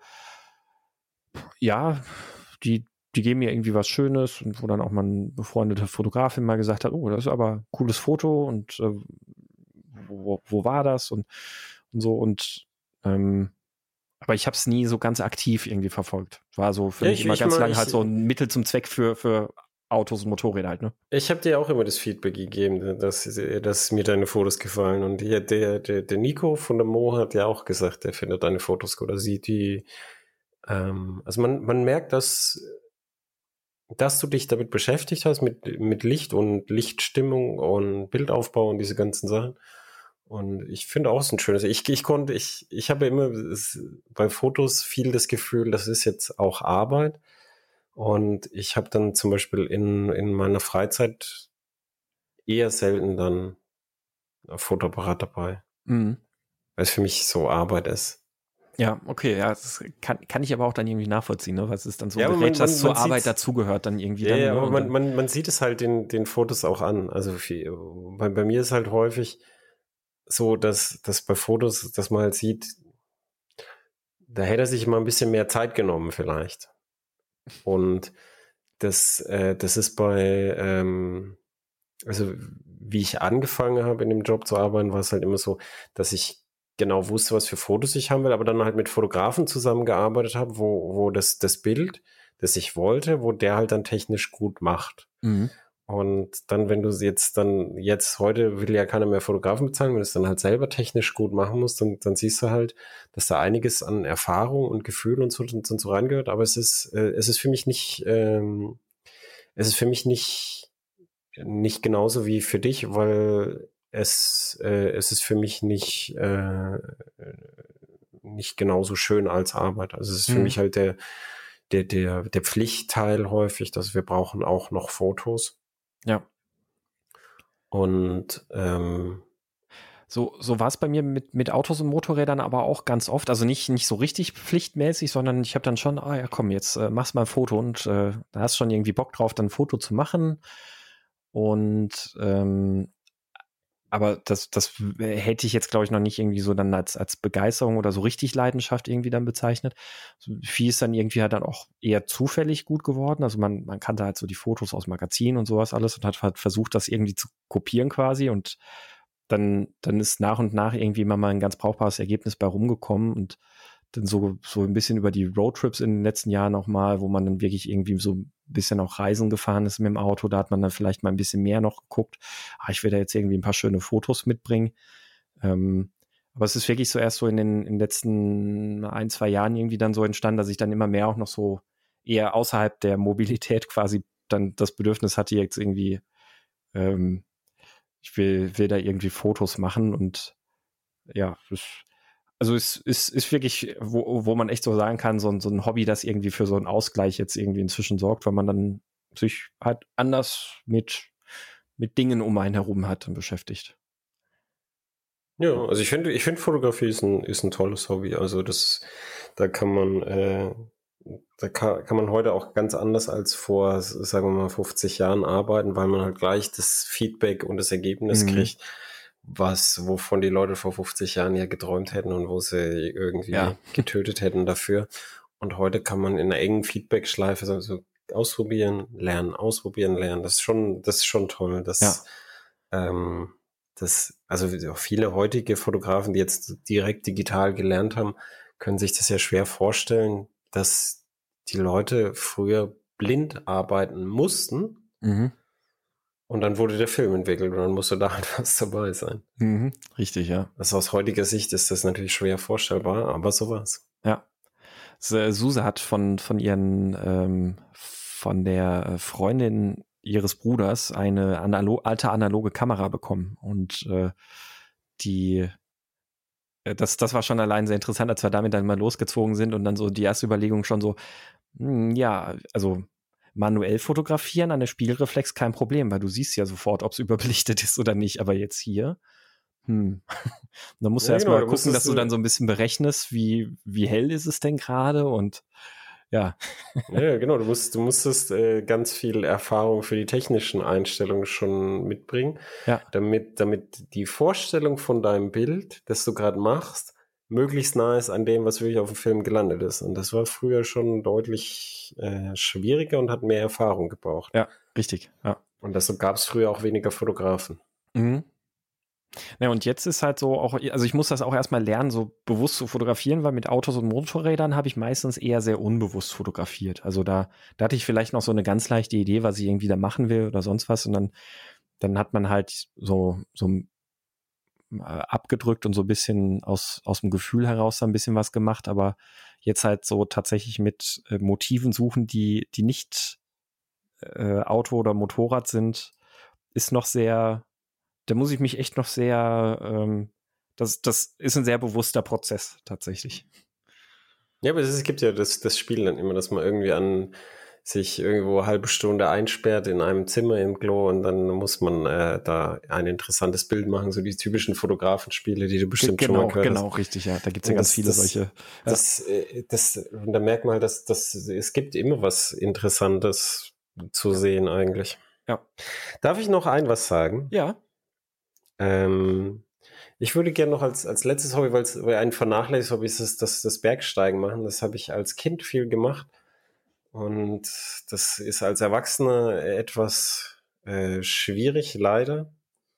ja, die, die geben mir irgendwie was Schönes und wo dann auch mal ein befreundeter Fotografin mal gesagt hat, oh, das ist aber ein cooles Foto und äh, wo, wo war das und, und so und ähm, aber ich habe es nie so ganz aktiv irgendwie verfolgt. War so für Ja, mich ich, immer ich ganz mal, lange halt ich, so ein Mittel zum Zweck für, für Autos und Motorräder halt, ne? ich habe dir auch immer das Feedback gegeben, dass, dass mir deine Fotos gefallen. Und hier, der, der, der Nico von der Mo hat ja auch gesagt, er findet deine Fotos gut. Er sieht die, ähm, also man, man merkt, dass, dass du dich damit beschäftigt hast, mit, mit Licht und Lichtstimmung und Bildaufbau und diese ganzen Sachen. Und ich finde auch, es ist ein schönes. Ich, ich konnte, ich, ich habe immer es, bei Fotos viel das Gefühl, das ist jetzt auch Arbeit. Und ich habe dann zum Beispiel in, in meiner Freizeit eher selten dann ein Fotoapparat dabei, Mhm. weil es für mich so Arbeit ist. Ja, okay, ja, das kann, kann ich aber auch dann irgendwie nachvollziehen, ne? Was ist dann so ein Ja, aber man, Gerät, das man, zur man Arbeit sieht, dazugehört dann irgendwie ja, dann, ja, ne? aber Und man, dann, man, man sieht es halt den, den Fotos auch an. Also viel, bei, bei mir ist halt häufig so, dass, dass bei Fotos, dass man halt sieht, da hätte er sich mal ein bisschen mehr Zeit genommen vielleicht. Und das, äh, das ist bei, ähm, also wie ich angefangen habe in dem Job zu arbeiten, war es halt immer so, dass ich genau wusste, was für Fotos ich haben will, aber dann halt mit Fotografen zusammengearbeitet habe, wo, wo das, das Bild, das ich wollte, wo der halt dann technisch gut macht. mhm. Und dann, wenn du jetzt dann, jetzt heute will ja keiner mehr Fotografen bezahlen, wenn du es dann halt selber technisch gut machen musst, dann, dann siehst du halt, dass da einiges an Erfahrung und Gefühl und so, und so reingehört, aber es ist, äh, es ist für mich nicht, ähm, es ist für mich nicht, nicht genauso wie für dich, weil es, äh, es ist für mich nicht, äh, nicht genauso schön als Arbeit. Also es ist für Mhm. mich halt der, der, der, der Pflichtteil häufig, dass wir brauchen auch noch Fotos. Ja. Und ähm, So, so war es bei mir mit, mit Autos und Motorrädern aber auch ganz oft. Also nicht, nicht so richtig pflichtmäßig, sondern ich habe dann schon, ah ja, komm, jetzt äh, machst mal ein Foto und äh, da hast schon irgendwie Bock drauf, dann ein Foto zu machen. Und ähm, aber das, das hätte ich jetzt, glaube ich, noch nicht irgendwie so dann als, als Begeisterung oder so richtig Leidenschaft irgendwie dann bezeichnet. So, viel ist dann irgendwie halt dann auch eher zufällig gut geworden. Also man, man kannte halt so die Fotos aus Magazinen und sowas alles und hat halt versucht, das irgendwie zu kopieren quasi und dann, dann ist nach und nach irgendwie immer mal ein ganz brauchbares Ergebnis bei rumgekommen und dann so, so ein bisschen über die Roadtrips in den letzten Jahren auch mal, wo man dann wirklich irgendwie so ein bisschen auch Reisen gefahren ist mit dem Auto, da hat man dann vielleicht mal ein bisschen mehr noch geguckt, ah, ich will da jetzt irgendwie ein paar schöne Fotos mitbringen. Ähm, aber es ist wirklich so erst so in den, in den letzten ein, zwei Jahren irgendwie dann so entstanden, dass ich dann immer mehr auch noch so eher außerhalb der Mobilität quasi dann das Bedürfnis hatte, jetzt irgendwie ähm, ich will, will da irgendwie Fotos machen und ja, das, also es ist, ist wirklich, wo, wo man echt so sagen kann, so, ein- so ein Hobby, das irgendwie für so einen Ausgleich jetzt irgendwie inzwischen sorgt, weil man dann sich halt anders mit, mit Dingen um einen herum hat und beschäftigt. ja, also ich finde, ich finde Fotografie ist ein, ist ein tolles Hobby. Also das, da kann man, äh, da kann, kann man heute auch ganz anders als vor, sagen wir mal, fünfzig Jahren arbeiten, weil man halt gleich das Feedback und das Ergebnis Mhm. kriegt, was, wovon die Leute vor fünfzig Jahren ja geträumt hätten und wo sie irgendwie Ja. getötet hätten dafür. Und heute kann man in einer engen Feedback-Schleife so, so ausprobieren, lernen, ausprobieren, lernen. Das ist schon, das ist schon toll. Das, ähm, das, also auch viele heutige Fotografen, die jetzt direkt digital gelernt haben, können sich das ja schwer vorstellen, dass die Leute früher blind arbeiten mussten Mhm. und dann wurde der Film entwickelt und dann musste da halt was dabei sein. Mhm. Richtig, ja. Also aus heutiger Sicht ist das natürlich schwer vorstellbar, aber so war's. Ja. S- äh, Suse hat von, von ihren, ähm, von der äh, Freundin ihres Bruders eine analo alte analoge Kamera bekommen und äh, die äh, das, das war schon allein sehr interessant, als wir damit dann mal losgezogen sind und dann so die erste Überlegung schon so, hm, ja, also manuell fotografieren an der Spiegelreflex kein Problem, weil du siehst ja sofort, ob es überbelichtet ist oder nicht, aber jetzt hier, hm. Dann musst du Ja, genau, erstmal da gucken, dass musstest du dann du, so ein bisschen berechnest, wie, wie hell ist es denn gerade und ja. ja, genau, du musst, du musstest äh, ganz viel Erfahrung für die technischen Einstellungen schon mitbringen, Ja, damit, damit die Vorstellung von deinem Bild, das du gerade machst, möglichst nah ist an dem, was wirklich auf dem Film gelandet ist. Und das war früher schon deutlich äh, schwieriger und hat mehr Erfahrung gebraucht. ja, richtig, ja. Und deshalb gab es früher auch weniger Fotografen. Mhm. Ja, und jetzt ist halt so auch, also ich muss das auch erstmal lernen, so bewusst zu fotografieren, weil mit Autos und Motorrädern habe ich meistens eher sehr unbewusst fotografiert. Also da, da hatte ich vielleicht noch so eine ganz leichte Idee, was ich irgendwie da machen will oder sonst was. Und dann, dann hat man halt so, so äh, abgedrückt und so ein bisschen aus, aus dem Gefühl heraus da ein bisschen was gemacht. Aber jetzt halt so tatsächlich mit äh, Motiven suchen, die, die nicht äh, Auto oder Motorrad sind, ist noch sehr, da muss ich mich echt noch sehr, ähm, das, das ist ein sehr bewusster Prozess tatsächlich. Ja, aber es gibt ja das, das Spiel dann immer, dass man irgendwie an sich irgendwo eine halbe Stunde einsperrt in einem Zimmer im Klo und dann muss man äh, da ein interessantes Bild machen, so die typischen Fotografenspiele, die du bestimmt G schon mal genau, gehört genau, hast. richtig, ja. Da gibt's ja Und ganz das, viele das, solche. Ja, das, äh, das, und da merkt man halt, dass, dass es gibt immer was Interessantes zu sehen eigentlich. ja. Darf ich noch ein was sagen? Ja. Ähm, ich würde gerne noch als, als letztes Hobby, weil es weil ein vernachlässigtes Hobby ist, das, das, das Bergsteigen machen. Das habe ich als Kind viel gemacht. Und das ist als Erwachsener etwas äh, schwierig, leider.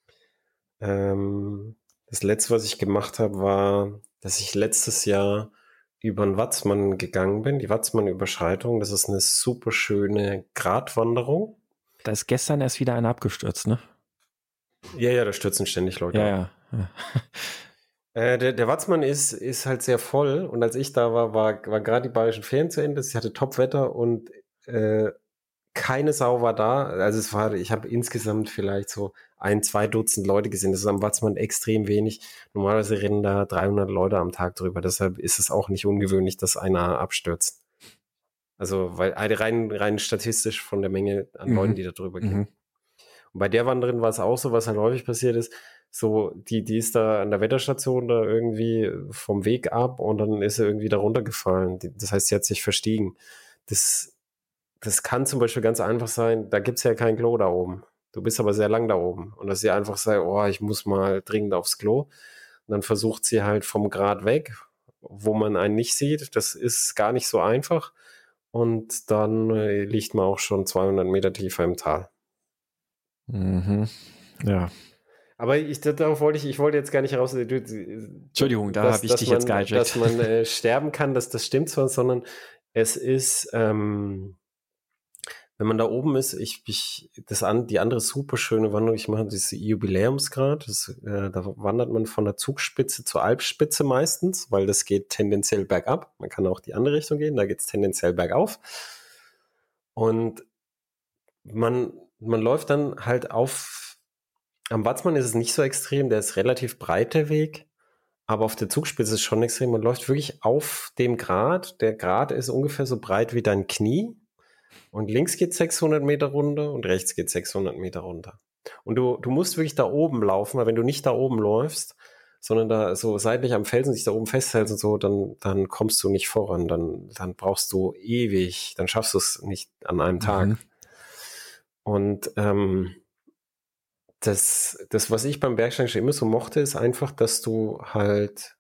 Ähm, das letzte, was ich gemacht habe, war, dass ich letztes Jahr über den Watzmann gegangen bin, die Watzmann-Überschreitung. Das ist eine super schöne Gratwanderung. Da ist gestern erst wieder einer abgestürzt, ne? Ja, ja, da stürzen ständig Leute Ja, ab. ja. ja. Äh, der, der Watzmann ist, ist halt sehr voll und als ich da war, war, war gerade die Bayerischen Ferien zu Ende. Sie hatte Top-Wetter und äh, keine Sau war da. Also es war, ich habe insgesamt vielleicht so ein, zwei Dutzend Leute gesehen. Das ist am Watzmann extrem wenig. Normalerweise rennen da dreihundert Leute am Tag drüber. Deshalb ist es auch nicht ungewöhnlich, dass einer abstürzt. Also, weil rein, rein statistisch von der Menge an Mhm. Leuten, die da drüber gehen. Mhm. Und bei der Wanderin war es auch so, was halt häufig passiert ist, so, die, die ist da an der Wetterstation da irgendwie vom Weg ab und dann ist sie irgendwie da runtergefallen. Die, das heißt, sie hat sich verstiegen. Das, das kann zum Beispiel ganz einfach sein, da gibt's ja kein Klo da oben. Du bist aber sehr lang da oben. Und dass sie einfach sagt, oh, ich muss mal dringend aufs Klo. Und dann versucht sie halt vom Grat weg, wo man einen nicht sieht. Das ist gar nicht so einfach. Und dann äh, liegt man auch schon zweihundert Meter tiefer im Tal. Mhm. Ja. Aber ich, darauf wollte ich, ich wollte jetzt gar nicht raus. Du, Entschuldigung, da dass, habe ich dass dich man, jetzt gehijackt. Dass man äh, sterben kann, dass das stimmt zwar, sondern es ist, ähm, wenn man da oben ist, ich, ich, das an, die andere super schöne Wanderung, ich mache diese Jubiläumsgrad, das, äh, da wandert man von der Zugspitze zur Alpspitze meistens, weil das geht tendenziell bergab. Man kann auch die andere Richtung gehen, da geht es tendenziell bergauf. Und man, man läuft dann halt auf, am Watzmann ist es nicht so extrem, der ist relativ breit, der Weg, aber auf der Zugspitze ist es schon extrem. Man läuft wirklich auf dem Grat. Der Grat ist ungefähr so breit wie dein Knie. Und links geht sechshundert Meter runter und rechts geht sechshundert Meter runter. Und du, du musst wirklich da oben laufen, weil wenn du nicht da oben läufst, sondern da so seitlich am Felsen sich da oben festhältst und so, dann, dann kommst du nicht voran. Dann, dann brauchst du ewig, dann schaffst du es nicht an einem Tag. Mhm. Und ähm, das, das, was ich beim Bergsteigen schon immer so mochte, ist einfach, dass du halt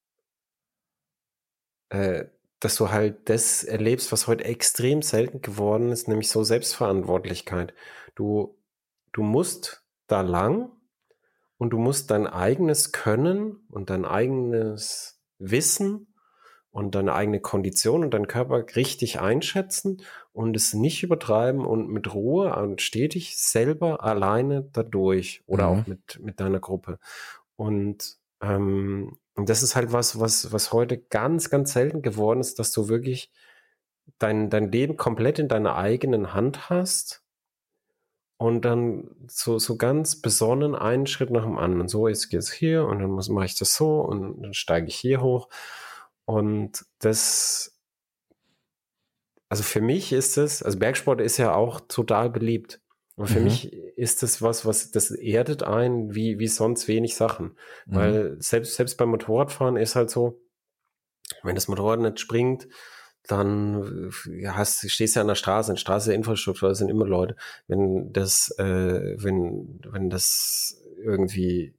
äh, dass du halt das erlebst, was heute extrem selten geworden ist, nämlich so Selbstverantwortlichkeit. Du, du musst da lang und du musst dein eigenes Können und dein eigenes Wissen und deine eigene Kondition und deinen Körper richtig einschätzen und es nicht übertreiben und mit Ruhe und stetig selber alleine dadurch oder Mhm. auch mit, mit deiner Gruppe. Und ähm, und das ist halt was, was, was heute ganz, ganz selten geworden ist, dass du wirklich dein, dein Leben komplett in deiner eigenen Hand hast und dann so, so ganz besonnen einen Schritt nach dem anderen. So, jetzt geht's hier und dann muss, mache ich das so und dann steige ich hier hoch. Und das, also für mich ist es, also Bergsport ist ja auch total beliebt. Aber für Mhm. mich ist das was, was, das erdet ein, wie, wie sonst wenig Sachen. Mhm. Weil selbst, selbst beim Motorradfahren ist halt so, wenn das Motorrad nicht springt, dann ja, hast, stehst du ja an der Straße, in Straße, Infrastruktur, da sind immer Leute. Wenn das, äh, wenn, wenn das irgendwie,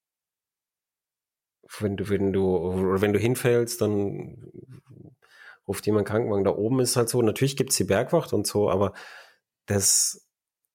wenn du, wenn du, oder wenn du hinfällst, dann ruft jemand Krankenwagen. Da oben ist halt so, natürlich gibt's die Bergwacht und so, aber das,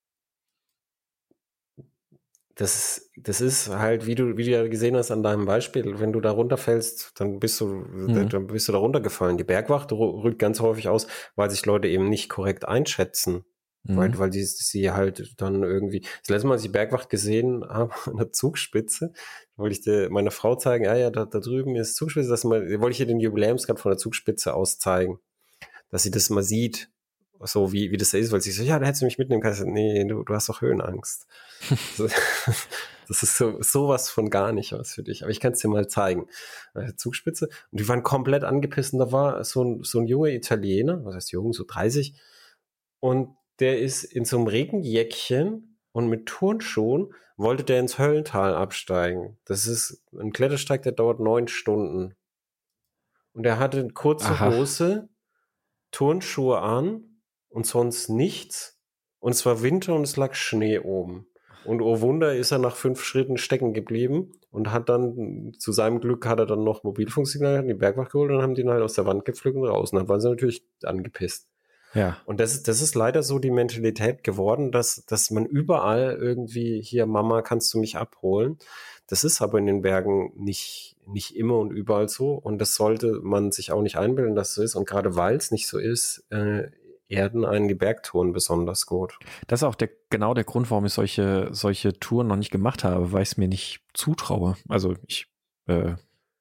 das, das ist halt, wie du, wie du ja gesehen hast an deinem Beispiel, wenn du da runterfällst, dann bist du, Mhm. dann bist du da runtergefallen. Die Bergwacht rückt ganz häufig aus, weil sich Leute eben nicht korrekt einschätzen. Mhm. Weil, weil die sie halt dann irgendwie, das letzte Mal, als ich die Bergwacht gesehen habe, an der Zugspitze, wollte ich dir meiner Frau zeigen, ja, ja, da, da drüben ist Zugspitze, das mal, wollte ich ihr den Jubiläumsgrad von der Zugspitze aus zeigen, dass sie das mal sieht, so wie, wie das da ist, weil sie so, ja, da hättest du mich mitnehmen können. Ich so, nee, du, du hast doch Höhenangst. Das ist so sowas von gar nicht was für dich. Aber ich kann es dir mal zeigen. Zugspitze. Und die waren komplett angepisst. Und da war so ein, so ein junger Italiener, was heißt jung, so dreißig. Und der ist in so einem Regenjäckchen und mit Turnschuhen wollte der ins Höllental absteigen. Das ist ein Klettersteig, der dauert neun Stunden. Und er hatte eine kurze Aha. Hose, Turnschuhe an und sonst nichts. Und es war Winter und es lag Schnee oben. Und oh Wunder, ist er nach fünf Schritten stecken geblieben und hat dann, zu seinem Glück hat er dann noch Mobilfunksignal, hat die Bergwacht geholt und haben den halt aus der Wand gepflückt und raus. Und dann waren sie natürlich angepisst. Ja. Und das ist, das ist leider so die Mentalität geworden, dass, dass man überall irgendwie, hier Mama, kannst du mich abholen? Das ist aber in den Bergen nicht, nicht immer und überall so. Und das sollte man sich auch nicht einbilden, dass es so ist. Und gerade weil es nicht so ist, äh, erden einen die Bergtouren besonders gut. Das ist auch der, genau der Grund, warum ich solche, solche Touren noch nicht gemacht habe, weil ich es mir nicht zutraue. Also ich, äh,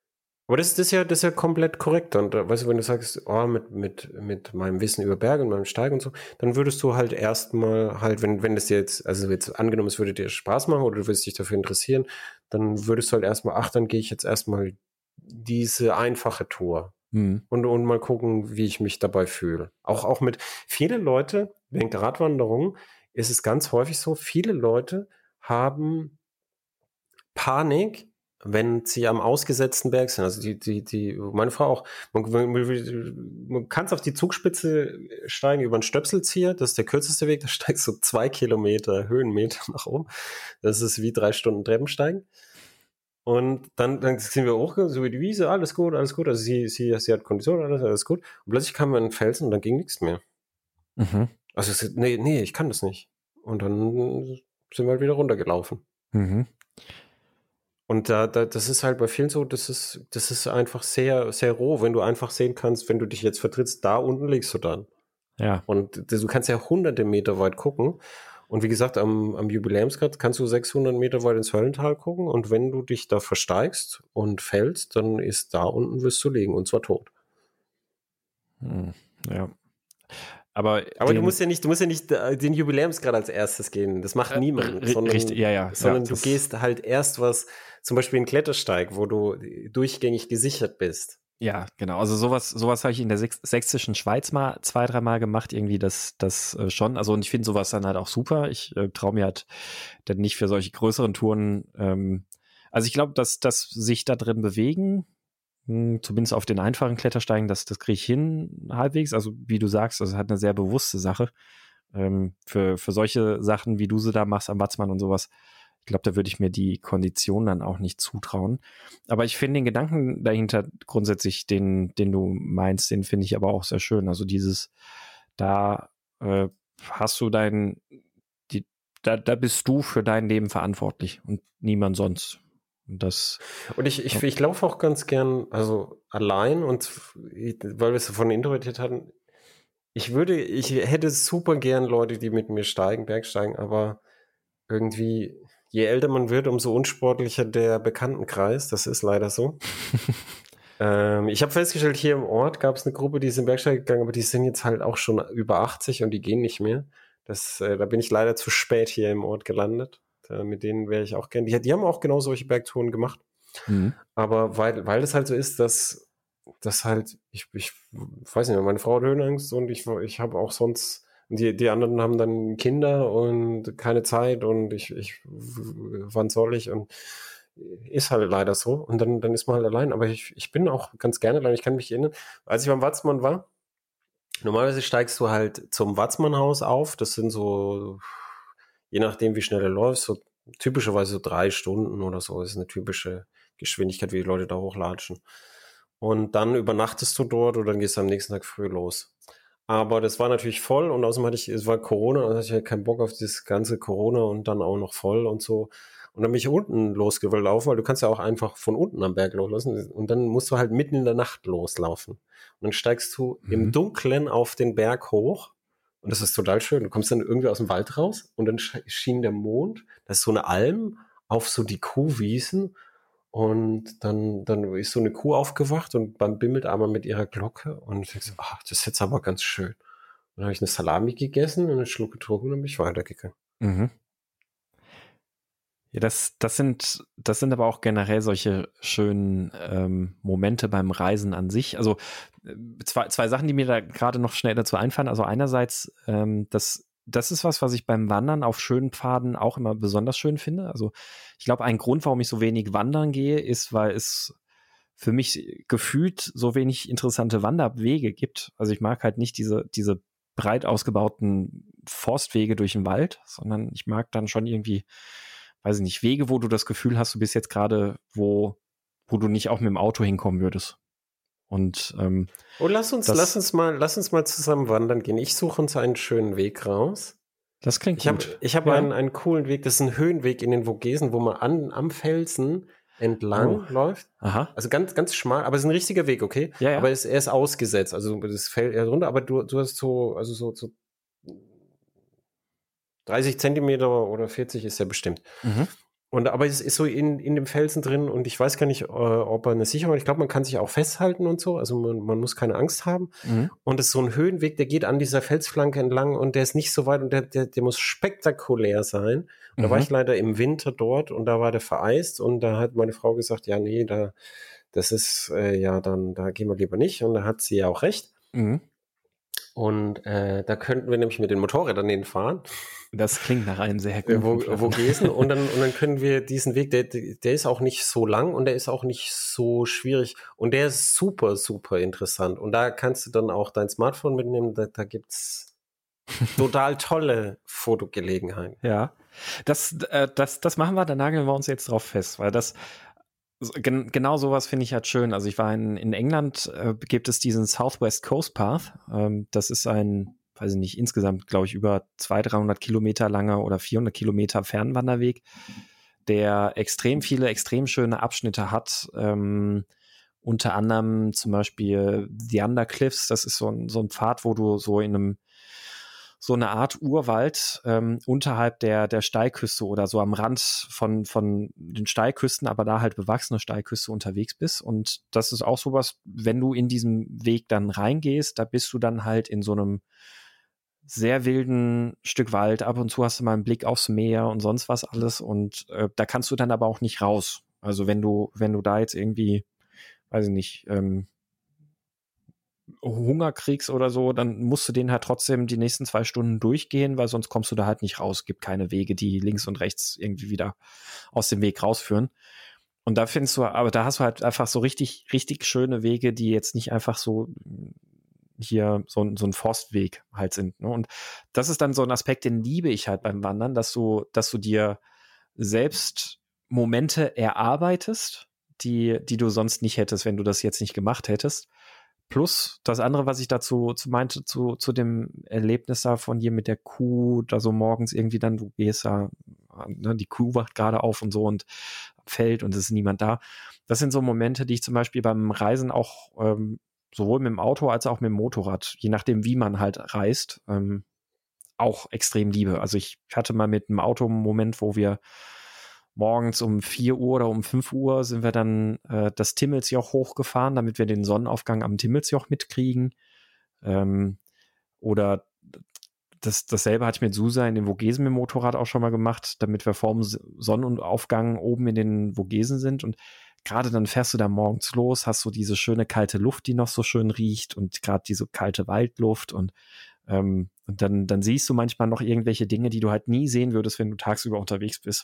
Aber das, das, ist ja, das ist ja komplett korrekt. Und äh, weißt du, wenn du sagst, oh, mit, mit, mit meinem Wissen über Berge und meinem Steigen und so, dann würdest du halt erstmal halt, wenn, wenn das jetzt, also jetzt angenommen, es würde dir Spaß machen oder du würdest dich dafür interessieren, dann würdest du halt erstmal, ach, dann gehe ich jetzt erstmal diese einfache Tour Hm. und, und mal gucken, wie ich mich dabei fühle. Auch, auch mit viele Leute, wegen der Radwanderung, ist es ganz häufig so, viele Leute haben Panik, wenn sie am ausgesetzten Berg sind. Also die, die, die, meine Frau auch. Man, man, man kann auf die Zugspitze steigen über einen Stöpselzieher. Das ist der kürzeste Weg. Da steigst du zwei Kilometer Höhenmeter nach oben. Das ist wie drei Stunden Treppensteigen. Und dann, dann sind wir hoch, so wie die Wiese, alles gut, alles gut. Also sie, sie, sie hat Kondition, alles, alles gut. Und plötzlich kamen wir in den Felsen und dann ging nichts mehr. Mhm. Also es, nee, nee, ich kann das nicht. Und dann sind wir halt wieder runtergelaufen. Mhm. Und da, da, das ist halt bei vielen so, das ist, das ist einfach sehr, sehr roh, wenn du einfach sehen kannst, wenn du dich jetzt vertrittst, da unten liegst du dann. Ja. Und du kannst ja hunderte Meter weit gucken. Und wie gesagt, am, am Jubiläumsgrad kannst du sechshundert Meter weit ins Höllental gucken. Und wenn du dich da versteigst und fällst, dann ist da unten wirst du liegen und zwar tot. Hm. Ja. Aber, Aber den, du musst ja nicht, du musst ja nicht den Jubiläumsgrad als erstes gehen. Das macht äh, niemand. r- Sondern, richtig, ja, ja. sondern ja, du gehst halt erst was, zum Beispiel einen Klettersteig, wo du durchgängig gesichert bist. Ja, genau. Also sowas, sowas habe ich in der Sächs sächsischen Schweiz mal zwei, dreimal gemacht, irgendwie das, das äh, schon. Also und ich finde sowas dann halt auch super. Ich äh, traue mir halt dann nicht für solche größeren Touren. Ähm, also ich glaube, dass, dass sich da drin bewegen, mh, zumindest auf den einfachen Klettersteigen, das, das kriege ich hin halbwegs. Also wie du sagst, das ist halt eine sehr bewusste Sache. Ähm, für, für solche Sachen, wie du sie da machst am Watzmann und sowas, ich glaube, da würde ich mir die Kondition dann auch nicht zutrauen. Aber ich finde den Gedanken dahinter grundsätzlich, den, den du meinst, den finde ich aber auch sehr schön. Also dieses, da äh, hast du dein, die, da, da bist du für dein Leben verantwortlich und niemand sonst. Und das. Und ich, ich, ich laufe auch ganz gern, also allein und weil wir es von introvertiert hatten, ich würde, ich hätte super gern Leute, die mit mir steigen, Bergsteigen, aber irgendwie, je älter man wird, umso unsportlicher der Bekanntenkreis. Das ist leider so. ähm, ich habe festgestellt, hier im Ort gab es eine Gruppe, die ist in Bergsteigen gegangen, aber die sind jetzt halt auch schon über achtzig und die gehen nicht mehr. Das, äh, da bin ich leider zu spät hier im Ort gelandet. Da, mit denen wäre ich auch gern. Die, die haben auch genau solche Bergtouren gemacht. Mhm. Aber weil, weil es halt so ist, dass das halt, ich, ich weiß nicht, meine Frau hat Höhenangst und ich, ich habe auch sonst, die, die anderen haben dann Kinder und keine Zeit und ich, ich, wann soll ich und ist halt leider so und dann, dann ist man halt allein. Aber ich, ich bin auch ganz gerne allein. Ich kann mich erinnern, als ich beim Watzmann war, normalerweise steigst du halt zum Watzmannhaus auf. Das sind so, je nachdem, wie schnell du läufst, so typischerweise so drei Stunden oder so. Das ist eine typische Geschwindigkeit, wie die Leute da hochlatschen. Und dann übernachtest du dort oder dann gehst du am nächsten Tag früh los. Aber das war natürlich voll und außerdem hatte ich, es war Corona, und hatte ich halt keinen Bock auf das ganze Corona und dann auch noch voll und so. Und dann bin ich unten losgelaufen, weil du kannst ja auch einfach von unten am Berg loslassen und dann musst du halt mitten in der Nacht loslaufen. Und dann steigst du mhm. im Dunkeln auf den Berg hoch und das ist total schön. Du kommst dann irgendwie aus dem Wald raus und dann schien der Mond, das ist so eine Alm auf so die Kuhwiesen und dann, dann ist so eine Kuh aufgewacht und dann bimmelt einmal mit ihrer Glocke und ich denke so, ach, das ist jetzt aber ganz schön. Dann habe ich eine Salami gegessen und einen Schluck getrunken und dann bin ich weitergegangen. Mhm. Ja, das, das sind, das sind aber auch generell solche schönen ähm, Momente beim Reisen an sich. Also äh, zwei, zwei Sachen, die mir da gerade noch schnell dazu einfallen. Also einerseits, ähm, das, das ist was, was ich beim Wandern auf schönen Pfaden auch immer besonders schön finde. Also ich glaube, ein Grund, warum ich so wenig wandern gehe, ist, weil es für mich gefühlt so wenig interessante Wanderwege gibt. Also ich mag halt nicht diese, diese breit ausgebauten Forstwege durch den Wald, sondern ich mag dann schon irgendwie, weiß ich nicht, Wege, wo du das Gefühl hast, du bist jetzt gerade, wo, wo du nicht auch mit dem Auto hinkommen würdest. Und ähm, oh, lass uns, das, lass uns mal, lass uns mal zusammen wandern gehen. Ich suche uns einen schönen Weg raus. Das klingt ich gut. Hab, ich habe ja. einen, einen coolen Weg, das ist ein Höhenweg in den Vogesen, wo man an, am Felsen entlang oh. läuft. Aha. Also ganz, ganz schmal, aber es ist ein richtiger Weg, okay? Ja, ja. Aber es, er ist ausgesetzt, also das fällt eher runter, aber du, du hast so, also so, so dreißig Zentimeter oder vierzig ist ja bestimmt. Mhm. Und aber es ist so in, in dem Felsen drin und ich weiß gar nicht, äh, ob er eine Sicherung hat. Ich glaube, man kann sich auch festhalten und so. Also man, man muss keine Angst haben. Mhm. Und es ist so ein Höhenweg, der geht an dieser Felsflanke entlang und der ist nicht so weit und der, der, der muss spektakulär sein. Und Mhm. da war ich leider im Winter dort und da war der vereist und da hat meine Frau gesagt, ja, nee, da, das ist, äh, ja, dann, da gehen wir lieber nicht. Und da hat sie ja auch recht. Mhm. Und äh, da könnten wir nämlich mit den Motorrädern hinfahren. Das klingt nach einem sehr Äh, guten Wo, Plan. Vogesen und dann, und dann können wir diesen Weg, der, der ist auch nicht so lang und der ist auch nicht so schwierig und der ist super, super interessant. Und da kannst du dann auch dein Smartphone mitnehmen, da, da gibt's total tolle Fotogelegenheiten. Ja, das, äh, das, das machen wir, da nageln wir uns jetzt drauf fest, weil das so- gen, genau sowas finde ich halt schön. Also ich war in, in England, äh, gibt es diesen Southwest Coast Path. Ähm, das ist ein, weiß ich nicht, insgesamt, glaube ich, über zweihundert, dreihundert Kilometer langer oder vierhundert Kilometer Fernwanderweg, der extrem viele, extrem schöne Abschnitte hat. Ähm, unter anderem zum Beispiel The Undercliffs, das ist so ein, so ein Pfad, wo du so in einem so eine Art Urwald ähm, unterhalb der, der Steilküste oder so am Rand von, von den Steilküsten, aber da halt bewachsene Steilküste unterwegs bist. Und das ist auch sowas, wenn du in diesem Weg dann reingehst, da bist du dann halt in so einem sehr wilden Stück Wald. Ab und zu hast du mal einen Blick aufs Meer und sonst was alles. Und äh, da kannst du dann aber auch nicht raus. Also wenn du, wenn du da jetzt irgendwie, weiß ich nicht, ähm, Hunger kriegst oder so, dann musst du den halt trotzdem die nächsten zwei Stunden durchgehen, weil sonst kommst du da halt nicht raus. Gibt keine Wege, die links und rechts irgendwie wieder aus dem Weg rausführen. Und da findest du, aber da hast du halt einfach so richtig, richtig schöne Wege, die jetzt nicht einfach so hier so, so ein Forstweg halt sind. Ne? Und das ist dann so ein Aspekt, den liebe ich halt beim Wandern, dass du, dass du dir selbst Momente erarbeitest, die, die du sonst nicht hättest, wenn du das jetzt nicht gemacht hättest. Plus das andere, was ich dazu zu meinte, zu, zu dem Erlebnis da von dir mit der Kuh, da so morgens irgendwie dann, du gehst da, ne, die Kuh wacht gerade auf und so und fällt und es ist niemand da. Das sind so Momente, die ich zum Beispiel beim Reisen auch ähm, sowohl mit dem Auto als auch mit dem Motorrad, je nachdem, wie man halt reist, ähm, auch extrem liebe. Also ich hatte mal mit dem Auto einen Moment, wo wir morgens um vier Uhr oder um fünf Uhr sind wir dann äh, das Timmelsjoch hochgefahren, damit wir den Sonnenaufgang am Timmelsjoch mitkriegen. Ähm, oder das, dasselbe hatte ich mit Susa in den Vogesen mit dem Motorrad auch schon mal gemacht, damit wir vorm Sonnenaufgang oben in den Vogesen sind. Und gerade dann fährst du da morgens los, hast so diese schöne kalte Luft, die noch so schön riecht und gerade diese kalte Waldluft und ähm, und dann, dann siehst du manchmal noch irgendwelche Dinge, die du halt nie sehen würdest, wenn du tagsüber unterwegs bist.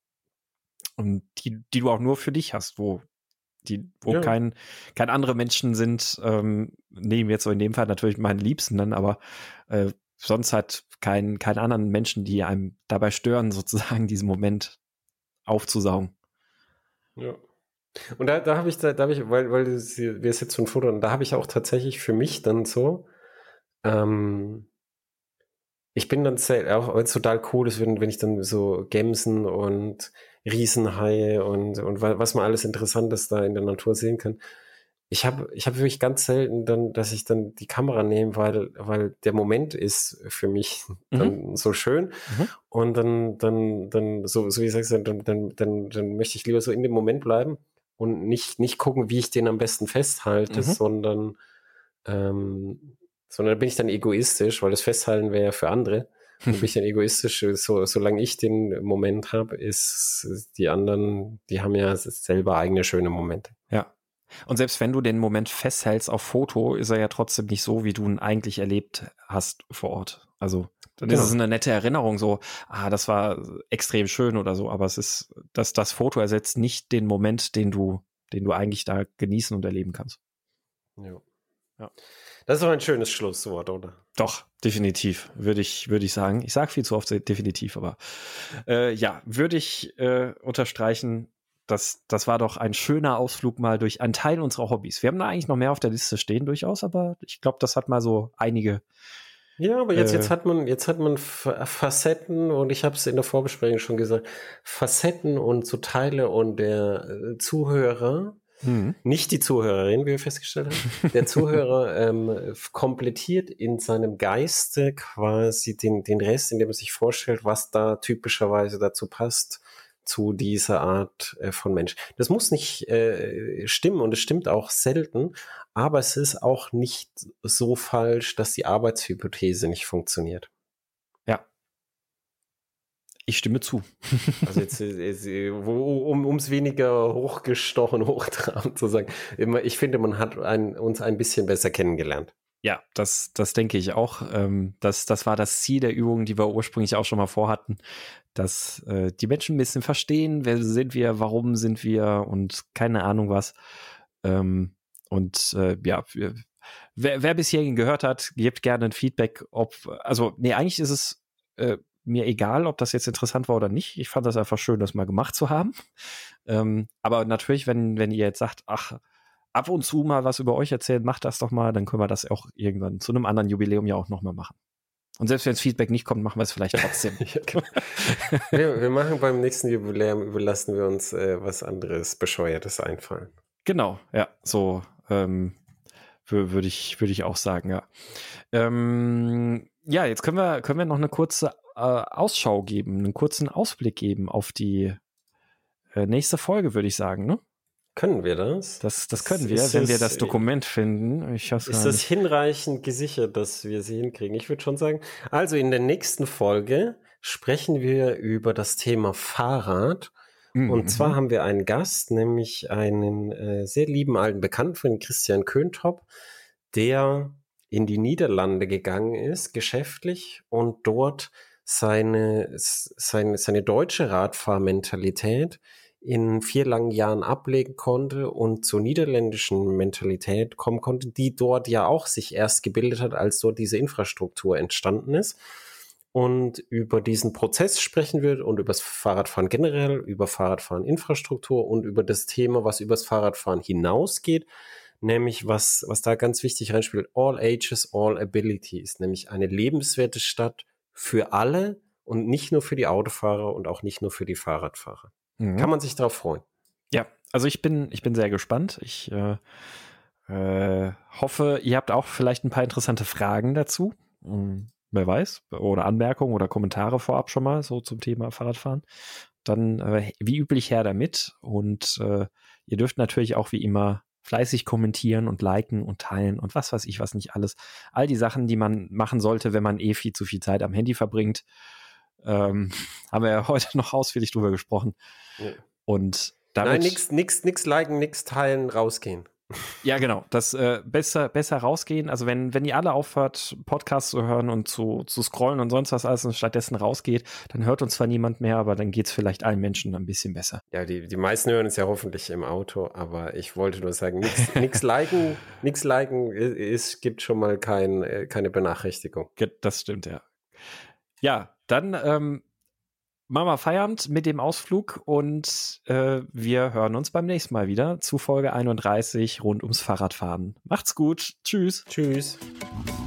Und die, die du auch nur für dich hast, wo die, wo Ja. kein, kein andere Menschen sind, ähm, nehmen jetzt so in dem Fall natürlich meinen Liebsten dann, aber äh, sonst halt kein, keinen anderen Menschen, die einem dabei stören, sozusagen diesen Moment aufzusaugen. Ja. Und da, da habe ich, da, da habe ich, weil, weil das hier- wir es jetzt so ein Foto, und da habe ich auch tatsächlich für mich dann so, ähm, ich bin dann sehr, auch wenn es total cool ist, wenn, wenn ich dann so Gämsen und Riesenhaie und, und wa- was man alles Interessantes da in der Natur sehen kann. Ich habe ich hab wirklich ganz selten dann, dass ich dann die Kamera nehme, weil, weil der Moment ist für mich Mhm. dann so schön. Mhm. Und dann, dann, dann, so, so wie ich sagst, dann, dann, dann, dann möchte ich lieber so in dem Moment bleiben und nicht, nicht gucken, wie ich den am besten festhalte, Mhm. sondern, ähm, sondern da bin ich dann egoistisch, weil das Festhalten wäre ja für andere. Und dann bin ich dann egoistisch, so, solange ich den Moment habe, ist ist die anderen, die haben ja selber eigene schöne Momente. Ja. Und selbst wenn du den Moment festhältst auf Foto, ist er ja trotzdem nicht so, wie du ihn eigentlich erlebt hast vor Ort. Also dann ist Genau. es eine nette Erinnerung, so, ah, das war extrem schön oder so, aber es ist, dass das Foto ersetzt nicht den Moment, den du, den du eigentlich da genießen und erleben kannst. Ja. Ja. Das ist doch ein schönes Schlusswort, oder? Doch, definitiv, würde ich, würde ich sagen. Ich sage viel zu oft definitiv, aber äh, ja, würde ich äh, unterstreichen. Das, das war doch ein schöner Ausflug mal durch einen Teil unserer Hobbys. Wir haben da eigentlich noch mehr auf der Liste stehen durchaus, aber ich glaube, das hat mal so einige. Ja, aber jetzt, Äh, jetzt hat man, jetzt hat man Fa- Facetten und ich habe es in der Vorbesprechung schon gesagt, Facetten und so Teile und der äh, Zuhörer, hm. nicht die Zuhörerin, wie wir festgestellt haben, der Zuhörer ähm, f- komplettiert in seinem Geiste quasi den, den Rest, indem er sich vorstellt, was da typischerweise dazu passt, zu dieser Art äh, von Mensch. Das muss nicht äh, stimmen und es stimmt auch selten, aber es ist auch nicht so falsch, dass die Arbeitshypothese nicht funktioniert. Ja. Ich stimme zu. Also jetzt, jetzt um es weniger hochgestochen, hochtrabend zu sagen, ich finde, man hat ein, uns ein bisschen besser kennengelernt. Ja, das, das denke ich auch. Ähm, das, das war das Ziel der Übung, die wir ursprünglich auch schon mal vorhatten, dass äh, die Menschen ein bisschen verstehen, wer sind wir, warum sind wir und keine Ahnung was. Ähm, und äh, ja, wir, wer, wer bis hierhin gehört hat, gebt gerne ein Feedback, ob, also, nee, eigentlich ist es äh, mir egal, ob das jetzt interessant war oder nicht. Ich fand das einfach schön, das mal gemacht zu haben. Ähm, aber natürlich, wenn, wenn ihr jetzt sagt, ach, ab und zu mal was über euch erzählen, macht das doch mal, dann können wir das auch irgendwann zu einem anderen Jubiläum ja auch nochmal machen. Und selbst wenn das Feedback nicht kommt, machen wir es vielleicht trotzdem. wir, wir machen beim nächsten Jubiläum, überlassen wir uns äh, was anderes Bescheuertes einfallen. Genau, ja, so ähm, würde ich, würd ich auch sagen, ja. Ähm, ja, jetzt können wir, können wir noch eine kurze äh, Ausschau geben, einen kurzen Ausblick geben auf die äh, nächste Folge, würde ich sagen, ne? Können wir das? Das, das können wir, ist wenn es, wir das Dokument finden. Ich ist das nicht. hinreichend gesichert, dass wir sie hinkriegen? Ich würde schon sagen, also in der nächsten Folge sprechen wir über das Thema Fahrrad. Mhm. Und zwar haben wir einen Gast, nämlich einen äh, sehr lieben alten Bekannten von Christian Köntop, der in die Niederlande gegangen ist, geschäftlich, und dort seine, seine, seine deutsche Radfahrmentalität in vier langen Jahren ablegen konnte und zur niederländischen Mentalität kommen konnte, die dort ja auch sich erst gebildet hat, als dort diese Infrastruktur entstanden ist. Und über diesen Prozess sprechen wir und über das Fahrradfahren generell, über Fahrradfahren Infrastruktur und über das Thema, was über das Fahrradfahren hinausgeht, nämlich was, was da ganz wichtig reinspielt, all ages, all abilities, nämlich eine lebenswerte Stadt für alle und nicht nur für die Autofahrer und auch nicht nur für die Fahrradfahrer. Mhm. Kann man sich darauf freuen. Ja, also ich bin, ich bin sehr gespannt. Ich äh, äh, hoffe, ihr habt auch vielleicht ein paar interessante Fragen dazu. Um, wer weiß, oder Anmerkungen oder Kommentare vorab schon mal so zum Thema Fahrradfahren. Dann äh, wie üblich her damit. Und äh, ihr dürft natürlich auch wie immer fleißig kommentieren und liken und teilen und was weiß ich, was nicht alles. All die Sachen, die man machen sollte, wenn man eh viel zu viel Zeit am Handy verbringt. Ähm, haben wir ja heute noch ausführlich drüber gesprochen. Ja. Und damit, Nein, nix, nix, nix liken, nix teilen, rausgehen. Ja, genau. Das äh, besser, besser rausgehen. Also wenn, wenn ihr alle aufhört, Podcasts zu hören und zu, zu scrollen und sonst was alles und stattdessen rausgeht, dann hört uns zwar niemand mehr, aber dann geht es vielleicht allen Menschen ein bisschen besser. Ja, die, die meisten hören es ja hoffentlich im Auto, aber ich wollte nur sagen, nix, nix liken, nix liken, es gibt schon mal kein, keine Benachrichtigung. Das stimmt, ja. Ja, dann ähm, machen wir Feierabend mit dem Ausflug und äh, wir hören uns beim nächsten Mal wieder zu Folge einunddreißig rund ums Fahrradfahren. Macht's gut. Tschüss. Tschüss.